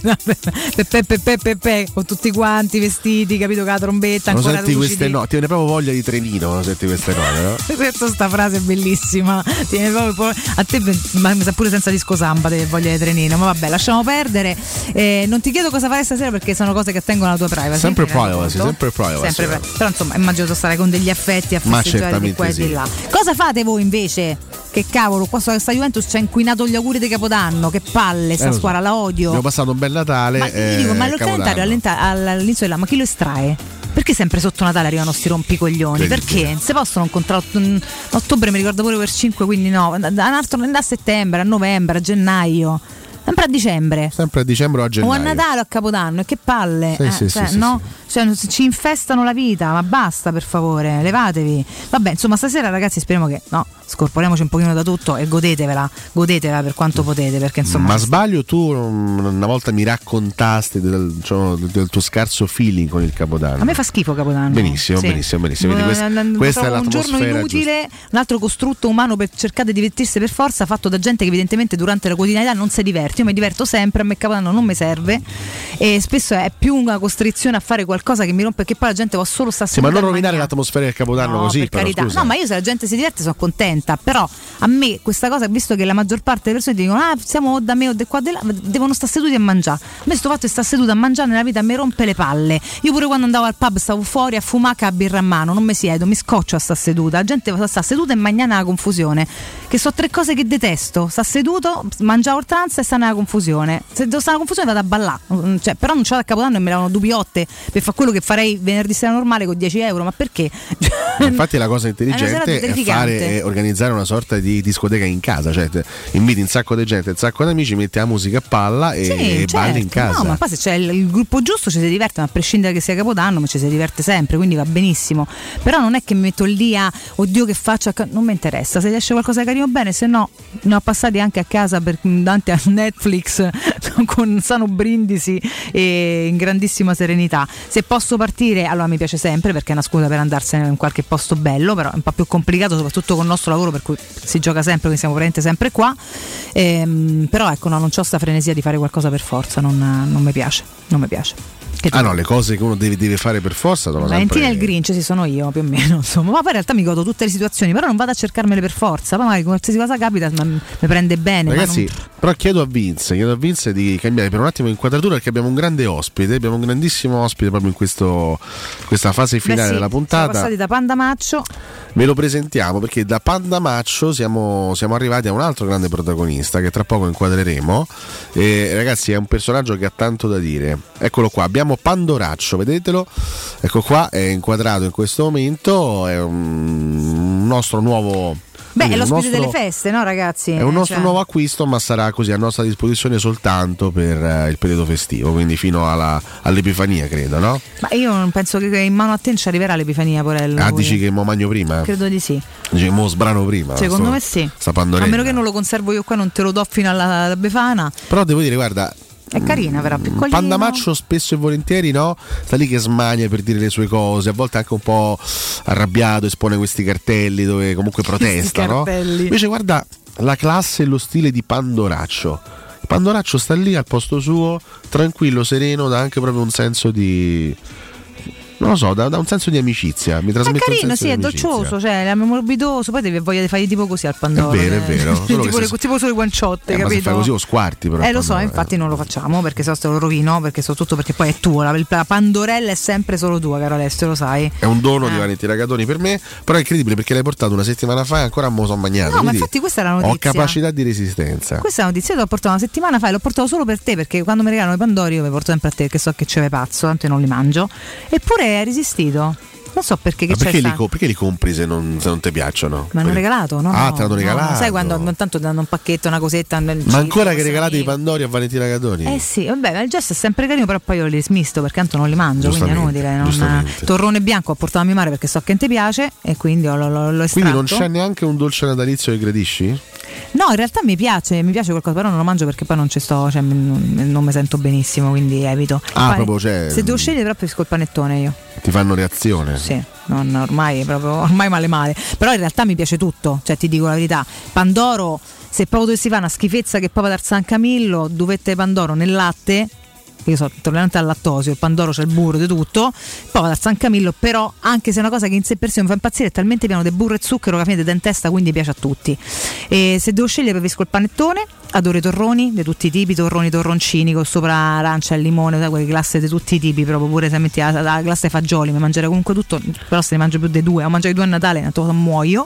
Pepe pepe pepe con tutti quanti vestiti, capito, con la trombetta Non ancora senti lucidi. queste note, ti viene proprio voglia di trenino quando senti queste note, no? Hai detto sta frase è bellissima. Ti viene proprio- a te ma mi sa pure senza Disco Samba te voglia di trenino. Ma vabbè, lasciamo perdere. Eh, non ti chiedo cosa fare stasera perché sono cose che attengono alla tua privacy. Sempre mi rendo privacy, conto. sempre privacy. Sempre pri- Però insomma immagino tu sarai con degli affetti a Ma festeggiare di certamente qua e sì. di là. Cosa fate voi invece? Che cavolo, qua sta sta Juventus ci ha inquinato gli auguri di Capodanno. Che palle, sta Eh, lo so. squadra la odio. Abbiamo passato un bel Natale. Ma eh, io dico, ma lo Capodanno. calendario all'enta- all'inizio dell'anno, ma chi lo estrae? Perché sempre sotto Natale arrivano sti rompicoglioni? Incredibile. Perché? Se possono incontrare a ottobre, mi ricordo pure per cinque, quindi no, da, da, da settembre, a novembre, a gennaio, sempre a dicembre. Sempre a dicembre o a gennaio. O a Natale o a Capodanno, e che palle, Sì, eh, sì, cioè, sì, sì, no? Cioè, ci infestano la vita, ma basta per favore, levatevi. Vabbè, insomma, stasera ragazzi speriamo che no, scorporiamoci un pochino da tutto e godetevela, godetevela per quanto potete, perché insomma. Ma sbaglio, tu um, una volta mi raccontasti del, cioè, del tuo scarso feeling con il Capodanno. A me fa schifo Capodanno. Benissimo, Sì. benissimo, benissimo. Vedi, questa, Eh, questa è trovo un giorno l'atmosfera inutile, un altro costrutto umano per cercare di divertirsi per forza, fatto da gente che evidentemente durante la quotidianità non si diverte. Io mi diverto sempre, a me Capodanno non mi serve e spesso è più una costrizione a fare qualcosa che mi rompe, che poi la gente va solo sta giusta. Sì, ma non seduta a rovinare mangiare. l'atmosfera del Capodanno No, così, per però, carità. scusa. No, ma io se la gente si diverte sono contenta, però a me questa cosa, visto che la maggior parte delle persone ti dicono ah siamo o da me o da qua di là, devono stare seduti a mangiare. A me sto fatto di stare seduta a mangiare nella vita mi rompe le palle. Io pure quando andavo al pub stavo fuori a fumare con la birra a mano, non mi siedo, mi scoccio a sta seduta. La gente sta seduta e mangiare nella confusione, che sono tre cose che detesto. Sta seduto, mangiare a oltranza e sta nella confusione. Se devo stare nella confusione vado a ballare, cioè, però non c'ho da Capodanno e me lavano dubiotte per fare quello che farei venerdì sera normale con dieci euro, ma perché? Infatti la cosa È una serata intelligente è, terrificante. fare, è organizzare una sorta di discoteca in casa, cioè te inviti un sacco di gente, un sacco di amici, metti la musica a palla e Sì, balli certo. in casa. No, ma poi se c'è il, il gruppo giusto ci si diverte, ma a prescindere che sia Capodanno, ma ci si diverte sempre, quindi va benissimo. Però non è che mi metto lì a oddio che faccio, a ca-". non mi interessa, se esce qualcosa di carino bene, se no ne ho passati anche a casa per, davanti a Netflix con sano brindisi e in grandissima serenità. Se posso partire, allora mi piace sempre perché è una scusa per andarsene in qualche posto bello, però è un po' più complicato soprattutto con il nostro lavoro, per cui si gioca sempre, quindi siamo veramente sempre qua. Ehm, però ecco, no, non c'ho sta frenesia di fare qualcosa per forza, non, non mi piace, non mi piace. Che Ah no, le cose che uno deve, deve fare per forza sono Valentina sempre... e il Grinch, sì, sono io più o meno, insomma. Ma poi in realtà mi godo tutte le situazioni, però non vado a cercarmele per forza. Poi magari qualsiasi cosa capita ma mi prende bene. ma Ragazzi, non- però chiedo a Vince, chiedo a Vince di cambiare per un attimo inquadratura perché abbiamo un grande ospite, abbiamo un grandissimo ospite proprio in questo, questa fase finale Beh, sì, della siamo puntata. passati da Panda Maccio. Ve lo presentiamo perché da Panda Maccio siamo, siamo arrivati a un altro grande protagonista che tra poco inquadreremo. E, ragazzi, è un personaggio che ha tanto da dire. Eccolo qua, abbiamo Pandoraccio, vedetelo. Ecco qua, è inquadrato in questo momento. È un nostro nuovo. Beh, un è l'ospite nostro- delle feste, no ragazzi? È un nostro Cioè, nuovo acquisto, ma sarà così a nostra disposizione soltanto per eh, il periodo festivo, quindi fino alla, all'Epifania, credo, no? Ma io non penso che in mano a te non ci arriverà l'Epifania, Porello. Ah, dici che mo magno prima? Credo di sì. Dici che mo sbrano prima? Secondo sto- me sì. Sta A Pandorella. meno che non lo conservo io qua, non te lo do fino alla, alla Befana. Però devo dire, guarda, È carina, però piccolina. Pandamaccio spesso e volentieri, no? Sta lì che smania per dire le sue cose, a volte anche un po' arrabbiato, espone questi cartelli dove comunque protesta, no? cartelli. Invece guarda la classe e lo stile di Pandoraccio. Pandoraccio sta lì al posto suo, tranquillo, sereno, dà anche proprio un senso di Non lo so, da, da un senso di amicizia. Mi trasmette è carino, un senso sì, di è amicizia. dolcioso, cioè è morbidoso, poi devi voglia di fargli tipo così al pandoro. È vero, è eh. vero. Solo tipo, che le, se- tipo sulle guanciotte, Eh, ma capito? se fai così lo squarti però. Eh lo so, pandoro, infatti non lo facciamo perché se no te lo rovino, perché soprattutto perché poi è tuo, la, la pandorella è sempre solo tua, caro Alessio, lo sai. È un dono Eh. di Valentina Catoni per me, però è incredibile perché l'hai portato una settimana fa e ancora me lo sono mangiato. No, ma quindi infatti questa è la notizia. ho capacità di resistenza. Questa notizia l'ho portata una settimana fa e l'ho portato solo per te perché quando mi regalano i pandori io li porto sempre a te perché so che ce l'hai pazzo, tanto io non li mangio. Eppure hai resistito. Non so perché, che Ma c'è perché li, sta? co- perché li compri se non, se non ti piacciono? Mi hanno regalato, no? Ah, no, te l'hanno no, regalato. sai quando ogni tanto danno un pacchetto, una cosetta. Ma ancora che regalate i pandori a Valentina Catoni? Eh sì, vabbè, ma il gesto è sempre carino, però poi io li smisto perché tanto non li mangio, quindi è Giustamente, inutile. Non... giustamente. Torrone bianco ho portato a mia madre perché so che ti piace e quindi l'ho, l'ho, l'ho estratto. Quindi non c'è neanche un dolce natalizio che gradisci? No, in realtà mi piace, mi piace qualcosa, però non lo mangio perché poi non ci sto, cioè non, non mi sento benissimo, quindi evito. Ah, Poi, proprio, cioè, se devo scegliere però preferisco il panettone io. Ti fanno reazione? Sì, non, ormai proprio ormai male male. Però in realtà mi piace tutto, cioè ti dico la verità. Pandoro, se proprio dovessi fare una schifezza che proprio dal San Camillo, duvette pandoro nel latte. Io sono intollerante al lattosio, il pandoro c'è il burro di tutto, poi dal San Camillo, però anche se è una cosa che in sé per sé mi fa impazzire è talmente pieno di burro e zucchero che alla fine ti dà in testa, quindi piace a tutti. E se devo scegliere preferisco il panettone, adoro i torroni di tutti i tipi, torroni, torroncini con sopra arancia e limone, sai, quelle glasse di tutti i tipi, proprio pure se metti la, la glassa ai fagioli, mi mangerei comunque tutto, però se ne mangio più dei due, ho mangiato i due a Natale, tanto muoio.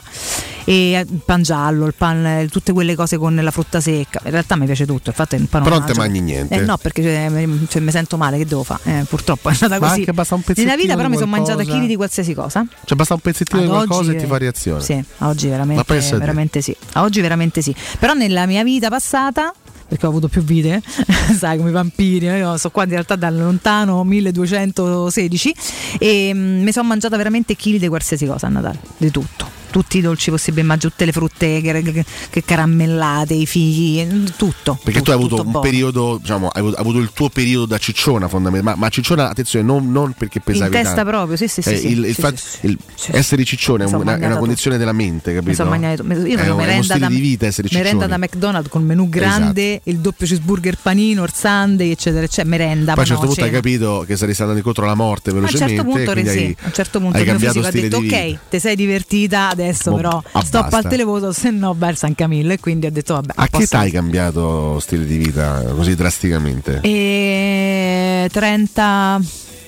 E il pan giallo, il pan, tutte quelle cose con la frutta secca, in realtà mi piace tutto, infatti il pan Però lo non te mangio. mangi niente. Eh no, perché cioè, mi, cioè, mi sento male, che devo fare? Eh, purtroppo è andata Ma così. anche basta un pezzettino Nella vita però di mi sono mangiata qualcosa. chili di qualsiasi cosa. Cioè basta un pezzettino Ad di qualcosa oggi, e ti fa reazione. Sì, a oggi Ma veramente, pensa a te. veramente sì. A oggi veramente sì. Però nella mia vita passata, perché ho avuto più vite, sai, come i vampiri, io so qua in realtà dal lontano milleduecentosedici e mm, mi sono mangiata veramente chili di qualsiasi cosa a Natale, di tutto. Tutti i dolci possibili, mangio tutte le frutte che, che, che caramellate, i figli, tutto. Perché tutto, tu hai avuto tutto un buono. periodo, diciamo, hai avuto, hai avuto il tuo periodo da cicciona fondamentalmente, ma, ma cicciona, attenzione, non, non perché pesavi in testa tanto. proprio, sì, sì, sì. Eh, sì, il, il sì, fatto- sì, il sì. essere ciccione è Mi son una, è una mangiata condizione della mente, capito? Mi sono mangiato, io è, facevo un- è uno merenda stile da, di vita essere ciccione. merenda da McDonald's con menù grande, il doppio cheeseburger panino, il sundae, eccetera, eccetera, merenda. Poi a un ma certo no, punto hai cena. capito che sarei stato incontro alla morte A un velocemente. certo punto, quindi sì, hai, a un certo punto hai il mio cambiato fisico ha stile detto di vita. ok, ti sei divertita, adesso Boh, però ah, stop basta. al televoto, se no vai al San Camillo, e quindi ho detto vabbè. A che posso- età hai cambiato stile di vita così drasticamente? E trenta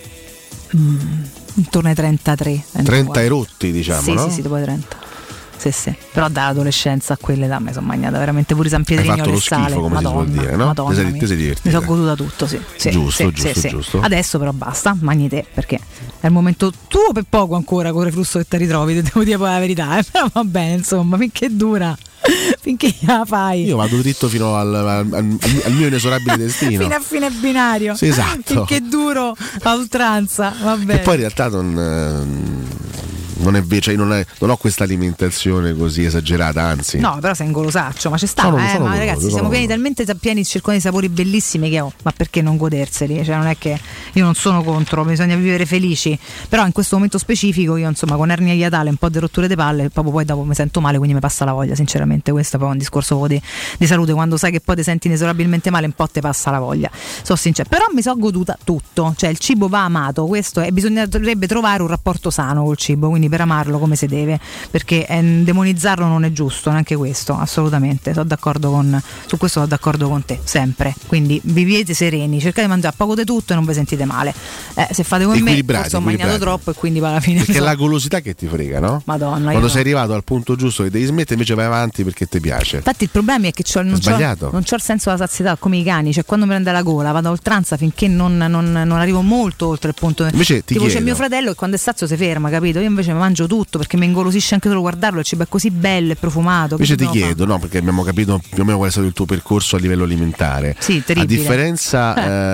mm, intorno ai trentatré trenta e rotti, diciamo, sì, no? sì, sì, dopo i trenta. Sì, sì. Però dall'adolescenza a quell'età mi sono mangiata veramente pure San Hai Pietrinho fatto alle lo schifo, sale. come Madonna, si suol dire, no? Madonna Ti sei, mia. ti sei divertita. Mi sono goduta tutto, sì. Sì, Giusto, sì, giusto, sì, sì. giusto. Adesso però basta, mangi te, perché è il momento tuo per poco ancora con il reflusso che ti ritrovi, te devo dire poi la verità, eh? Però va bene, insomma, finché dura, finché la fai. Io vado dritto fino al, al- al- al mio inesorabile destino. Fino a fine binario. Sì, esatto. Finché duro a oltranza, va bene. E poi in realtà non, ehm, non è vero, cioè io non, è- non ho questa alimentazione così esagerata, anzi. No, però sei un golosaccio, ma ci sta, Sono- eh, sono ma goloso, ragazzi, sono siamo pieni goloso. talmente pieni di circoni di sapori bellissimi che ho, ma perché non goderseli? Cioè non è che io non sono contro, bisogna vivere felici, però in questo momento specifico io insomma con ernia iatale, un po' di rotture di palle, proprio poi dopo mi sento male, quindi mi passa la voglia, sinceramente questo è proprio un discorso di, di salute, quando sai che poi ti senti inesorabilmente male un po' ti passa la voglia, sono sincera, però mi sono goduta tutto, cioè il cibo va amato, questo è, bisognerebbe trovare un rapporto sano col cibo, quindi per amarlo come si deve, perché eh, demonizzarlo non è giusto, neanche questo, assolutamente, sono d'accordo con, su questo sono d'accordo con te, sempre, quindi vivete sereni, cercate di mangiare poco di tutto e non vi sentite male, eh, se fate come me Equilibrati, forse ho mangiato equilibrati. troppo e quindi poi alla fine Perché è mi la so- golosità che ti frega, no? Madonna, io Quando no. sei arrivato al punto giusto che devi smettere, invece vai avanti perché ti piace. Infatti il problema è che c'ho, non, c'ho, sbagliato. non c'ho il senso della sazietà come i cani, cioè quando mi prende la gola vado a oltranza finché non, non- non arrivo molto oltre il punto. Invece ti tipo c'è chiedo- mio fratello che quando è sazio si ferma, capito? Io invece mi mangio tutto perché mi ingolosisce anche solo guardarlo, il cibo è così bello e profumato. Invece che ti dobbiamo chiedo, no, perché abbiamo capito più o meno qual è stato il tuo percorso a livello alimentare. Sì, A terribile. differenza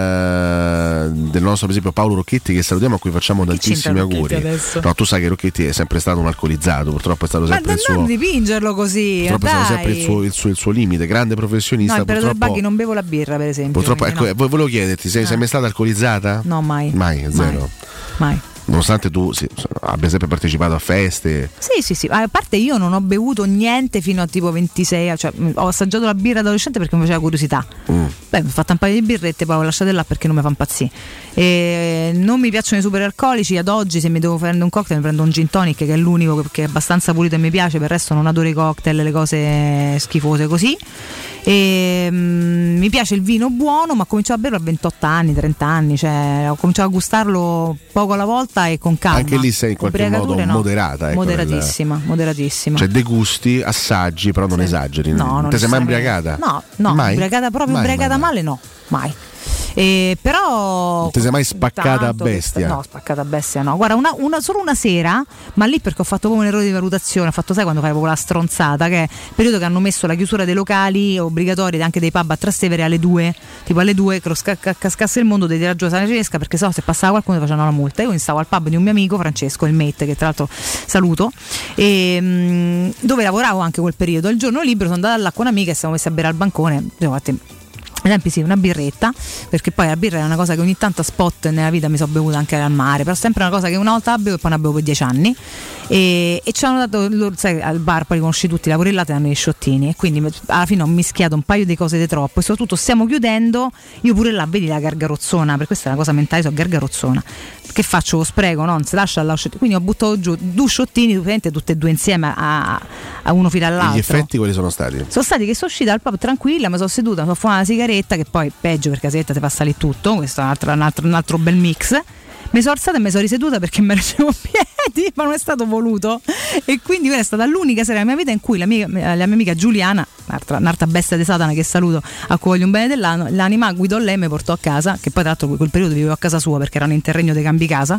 eh, del nostro, per esempio, Paolo Rocchetti, che salutiamo, a cui facciamo tantissimi c'entra Rocchetti auguri. adesso? No, tu sai che Rocchetti è sempre stato un alcolizzato, purtroppo è stato Ma sempre il non suo. dipingerlo così, Purtroppo è stato dai. sempre il suo, il, suo, il suo limite, grande No, professionista. imperatore purtroppo, Baghi non bevo la birra, per esempio. purtroppo quindi ecco, no. eh, volevo chiederti, sei, sei mai stata alcolizzata? No, mai. Mai, zero. Mai. Nonostante tu sì, abbia sempre partecipato a feste. Sì, sì, sì. A parte io non ho bevuto niente fino a tipo ventisei, cioè ho assaggiato la birra da adolescente perché mi faceva curiosità. Mm. Beh, mi ho fatto un paio di birrette, poi ho lasciate là perché non mi fa impazzire. E non mi piacciono i super alcolici. Ad oggi, se mi devo prendere un cocktail, mi prendo un gin tonic, che è l'unico che è abbastanza pulito e mi piace. Per il resto non adoro i cocktail, le cose schifose così. E mm, mi piace il vino buono, ma ho cominciato a berlo a ventotto anni, trenta anni, cioè ho cominciato a gustarlo poco alla volta e con calma. Anche lì sei in qualche modo no. moderata, ecco, moderatissima, nella... moderatissima. Cioè degusti, assaggi, però non sì. esageri. No, non non ti sei mai imbriagata? No, no, mai? Imbriagata proprio mai, imbriagata mai, male no, mai. Eh, però non ti sei mai spaccata a bestia? No, spaccata a bestia no. Guarda, una, una, solo una sera, ma lì perché ho fatto proprio un errore di valutazione. Ho fatto, sai, quando fai proprio la stronzata, che è il periodo che hanno messo la chiusura dei locali obbligatorie anche dei pub a Trastevere alle due, tipo alle due che lo sca- cascasse il mondo, devi tirare giù la sana cinesca, perché sennò se passava qualcuno ti facevano la multa. Io stavo al pub di un mio amico Francesco, il mate, che tra l'altro saluto, e, mh, dove lavoravo anche quel periodo. Il giorno libero sono andata là con un'amica e siamo messi a bere al bancone. Devo fatti ad esempio sì, una birretta, perché poi la birra è una cosa che ogni tanto a spot nella vita mi sono bevuta anche al mare, però sempre una cosa che una volta la bevo e poi ne bevo per dieci anni, e, e ci hanno dato, loro, sai, al bar poi li conosci tutti, la porellata, hanno gli sciottini, e quindi alla fine ho mischiato un paio di cose di troppo, e soprattutto stiamo chiudendo, io pure là vedi la gargarozzona, per questa è una cosa mentale, so gargarozzona, che faccio? Lo spreco, no? Non si lascia alla sciottino, quindi ho buttato giù due sciottini, tutte e due insieme a, a uno fino all'altro. E gli effetti quali sono stati? Sono stati che sono uscita dal pub tranquilla, mi sono seduta, mi sono fumata una sigaretta, che poi peggio perché la sigaretta ti fa salire tutto, questo è un altro, un altro, un altro bel mix. Mi sono alzata e mi sono riseduta perché mi reggevo in piedi, ma non è stato voluto, e quindi quella è stata l'unica sera della mia vita in cui la mia, la mia amica Giuliana, un'altra, un'altra bestia di Satana che saluto, a cui voglio un bene dell'anno, l'anima guidò lei, mi portò a casa, che poi tra l'altro quel periodo vivevo a casa sua perché erano in terreno dei cambi casa,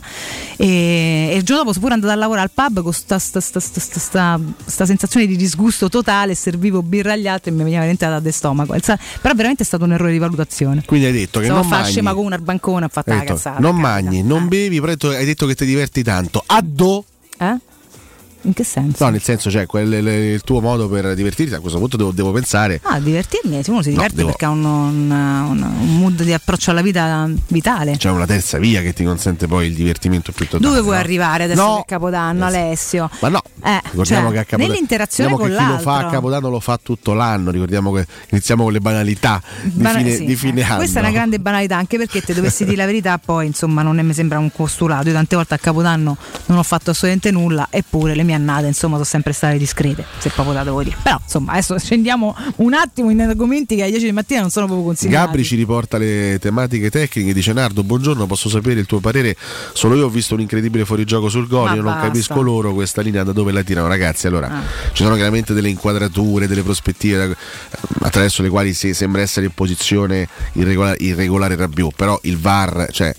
e, e il giorno dopo sono pure andata a lavorare al pub con sta, sta, sta, sta, sta, sta, sta sensazione di disgusto totale, servivo birra agli altri e mi veniva veramente da stomaco, però veramente è stato un errore di valutazione. Quindi hai detto che stavo non a fare mangi, scema con un arbancone, ho fatto la cazzata, non capita. mangi, non bevi, però hai detto che ti diverti tanto. Addo? Eh? In che senso? No, nel senso, cioè, quel, il tuo modo per divertirti, a questo punto devo, devo pensare. Ah, divertirmi, se uno si diverte, no, devo... perché ha un, un, un, un mood di approccio alla vita vitale. C'è una terza via che ti consente poi il divertimento più totale. Dove vuoi no? arrivare adesso no. che è Capodanno, Alessio? Ma no, eh, ricordiamo cioè, che a Capodanno, nell'interazione con che l'altro, chi lo fa a Capodanno lo fa tutto l'anno. Ricordiamo che iniziamo con le banalità Bana- di fine, sì. di fine anno. Questa è una grande banalità, anche perché te dovessi dire la verità, poi insomma non è, mi sembra un postulato. Io tante volte a Capodanno non ho fatto assolutamente nulla, eppure le mie annate insomma sono sempre state discrete, se proprio la devo dire. Però insomma adesso scendiamo un attimo in argomenti che alle dieci di mattina non sono proprio consigliati. Gabri ci riporta le tematiche tecniche, dice: Nardo, buongiorno, posso sapere il tuo parere? Solo io ho visto un incredibile fuorigioco sul gol, io non basta. capisco loro questa linea da dove la tirano, ragazzi. Allora ah. ci sono chiaramente delle inquadrature, delle prospettive attraverso le quali si sembra essere in posizione irregolare, irregolare Rabiot, però il V A R, cioè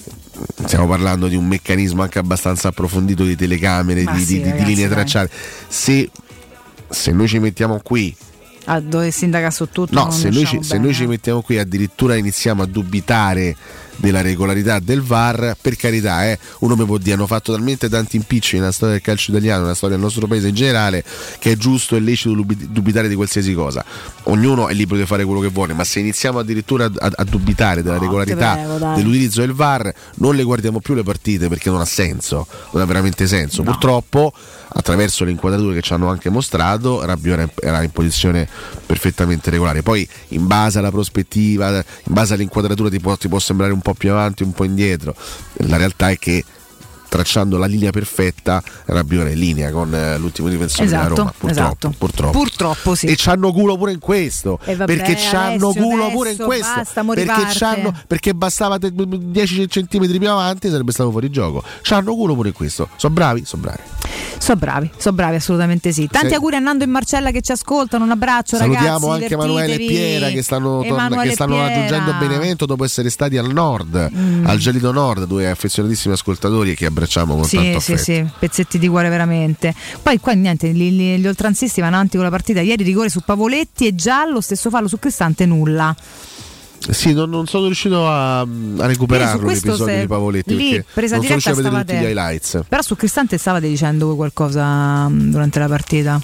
stiamo parlando di un meccanismo anche abbastanza approfondito di telecamere, di, sì, di, ragazzi, di linee dai. tracciate. Se, se noi ci mettiamo qui, ah, dove si indaga su tutto, no, non se noi, ci, bene, se noi ci mettiamo qui addirittura iniziamo a dubitare della regolarità del V A R, per carità, eh, uno mi può dire: hanno fatto talmente tanti impicci nella storia del calcio italiano, nella storia del nostro paese in generale, che è giusto e lecito dubitare di qualsiasi cosa. Ognuno è libero di fare quello che vuole, ma se iniziamo addirittura a, a dubitare della no, regolarità prego, dell'utilizzo del V A R, non le guardiamo più le partite, perché non ha senso, non ha veramente senso. No. Purtroppo, attraverso le inquadrature che ci hanno anche mostrato, Rabiot era in, era in posizione perfettamente regolare. Poi in base alla prospettiva, in base all'inquadratura ti può, ti può sembrare un po' più avanti, un po' indietro. La realtà è che, tracciando la linea perfetta, Rabiot era in linea con eh, l'ultimo difensore esatto, della Roma, purtroppo, esatto. purtroppo. Purtroppo sì. E c'hanno culo pure in questo, e vabbè, perché c'hanno Alessio, culo adesso, pure in questo, basta, perché, c'hanno, perché bastava dieci centimetri più avanti sarebbe stato fuori gioco. C'hanno culo pure in questo. Sono bravi, sono bravi. Sono bravi, sono bravi assolutamente sì. Tanti sì. auguri a Nando e Marcella che ci ascoltano, un abbraccio. Salutiamo ragazzi, anche Emanuele e Piera che stanno, torna, che stanno raggiungendo Benevento dopo essere stati al nord, mm. al Gelido Nord, due affezionatissimi ascoltatori che abbracciamo con sì, tanto sì, affetto. Sì, pezzetti di cuore veramente. Poi qua niente, gli, gli, gli oltranzisti vanno avanti con la partita. Ieri rigore su Pavoletti e giallo, stesso fallo su Cristante, nulla. Sì, non, non sono riuscito a, a recuperarlo l'episodio di Pavoletti, lì, perché presa non sono diretta riuscito a vedere tutti gli te. highlights. Però su Cristante stavate dicendo qualcosa durante la partita?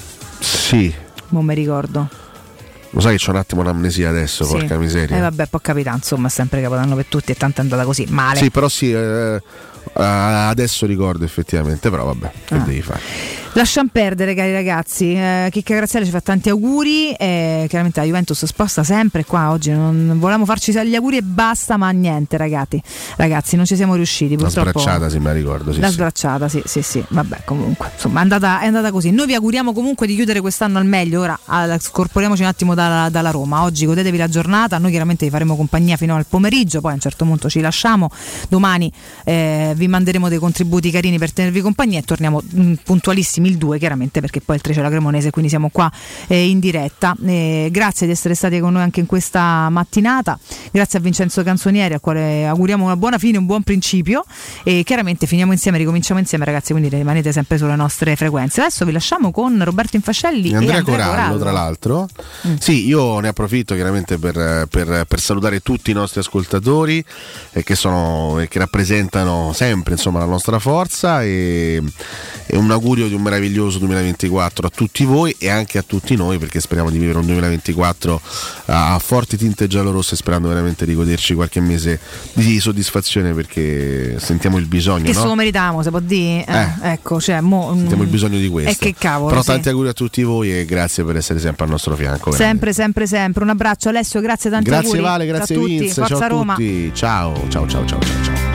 Sì. Non mi ricordo. Lo sai che c'ho un attimo un'amnesia adesso, sì. Porca miseria. Eh vabbè, può capitare, insomma, è sempre Capodanno per tutti e tanto è andata così, male. Sì, però sì, eh, adesso ricordo effettivamente, però vabbè, che Ah. devi fare? Lasciamo perdere, cari ragazzi. Eh, Chicca Graziella ci fa tanti auguri. Eh, chiaramente la Juventus sposta sempre. Qua oggi non volevamo farci gli auguri e basta, ma niente, ragazzi. Ragazzi, non ci siamo riusciti. La Purtroppo. sbracciata, se mi ricordo. Sì, la sì. sbracciata, sì, sì, sì. Vabbè, comunque, insomma, è andata, è andata così. Noi vi auguriamo comunque di chiudere quest'anno al meglio. Ora al- scorporiamoci un attimo dalla, dalla Roma. Oggi godetevi la giornata. Noi chiaramente vi faremo compagnia fino al pomeriggio. Poi a un certo punto ci lasciamo. Domani eh, vi manderemo dei contributi carini per tenervi compagnia e torniamo mh, puntualissimi il due, chiaramente, perché poi il tre c'è la Cremonese, quindi siamo qua eh, in diretta. Eh, grazie di essere stati con noi anche in questa mattinata, grazie a Vincenzo Canzonieri, al quale auguriamo una buona fine, un buon principio, e chiaramente finiamo insieme, ricominciamo insieme, ragazzi, quindi rimanete sempre sulle nostre frequenze. Adesso vi lasciamo con Roberto Infascelli e e Andrea, Andrea Corallo, Corallo. tra l'altro. Mm. Sì, io ne approfitto chiaramente per, per- per salutare tutti i nostri ascoltatori eh, che sono e che rappresentano sempre, insomma, la nostra forza, e, e un augurio di un meraviglioso duemilaventiquattro a tutti voi e anche a tutti noi, perché speriamo di vivere un duemilaventiquattro a forti tinte giallorosse, sperando veramente di goderci qualche mese di soddisfazione, perché sentiamo il bisogno, Che no? se lo meritiamo, se può dire, eh, Eh. ecco, cioè, mo, Sentiamo mm, il bisogno di questo. E che cavolo, Però sì. tanti auguri a tutti voi e grazie per essere sempre al nostro fianco. veramente. Sempre, sempre, sempre. Un abbraccio, Alessio, grazie, tanti Grazie auguri. Vale, Ciao grazie a tutti, Vince, Forza ciao a Roma. tutti. Ciao, ciao, ciao, ciao, ciao, ciao.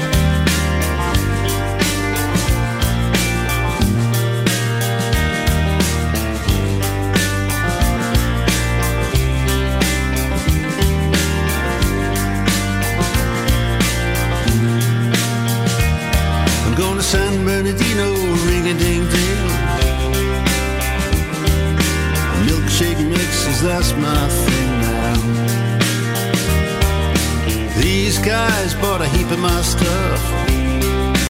I'm going to San Bernardino, ring-a-ding-ding. Milkshake mixes, that's my thing now. These guys bought a heap of my stuff.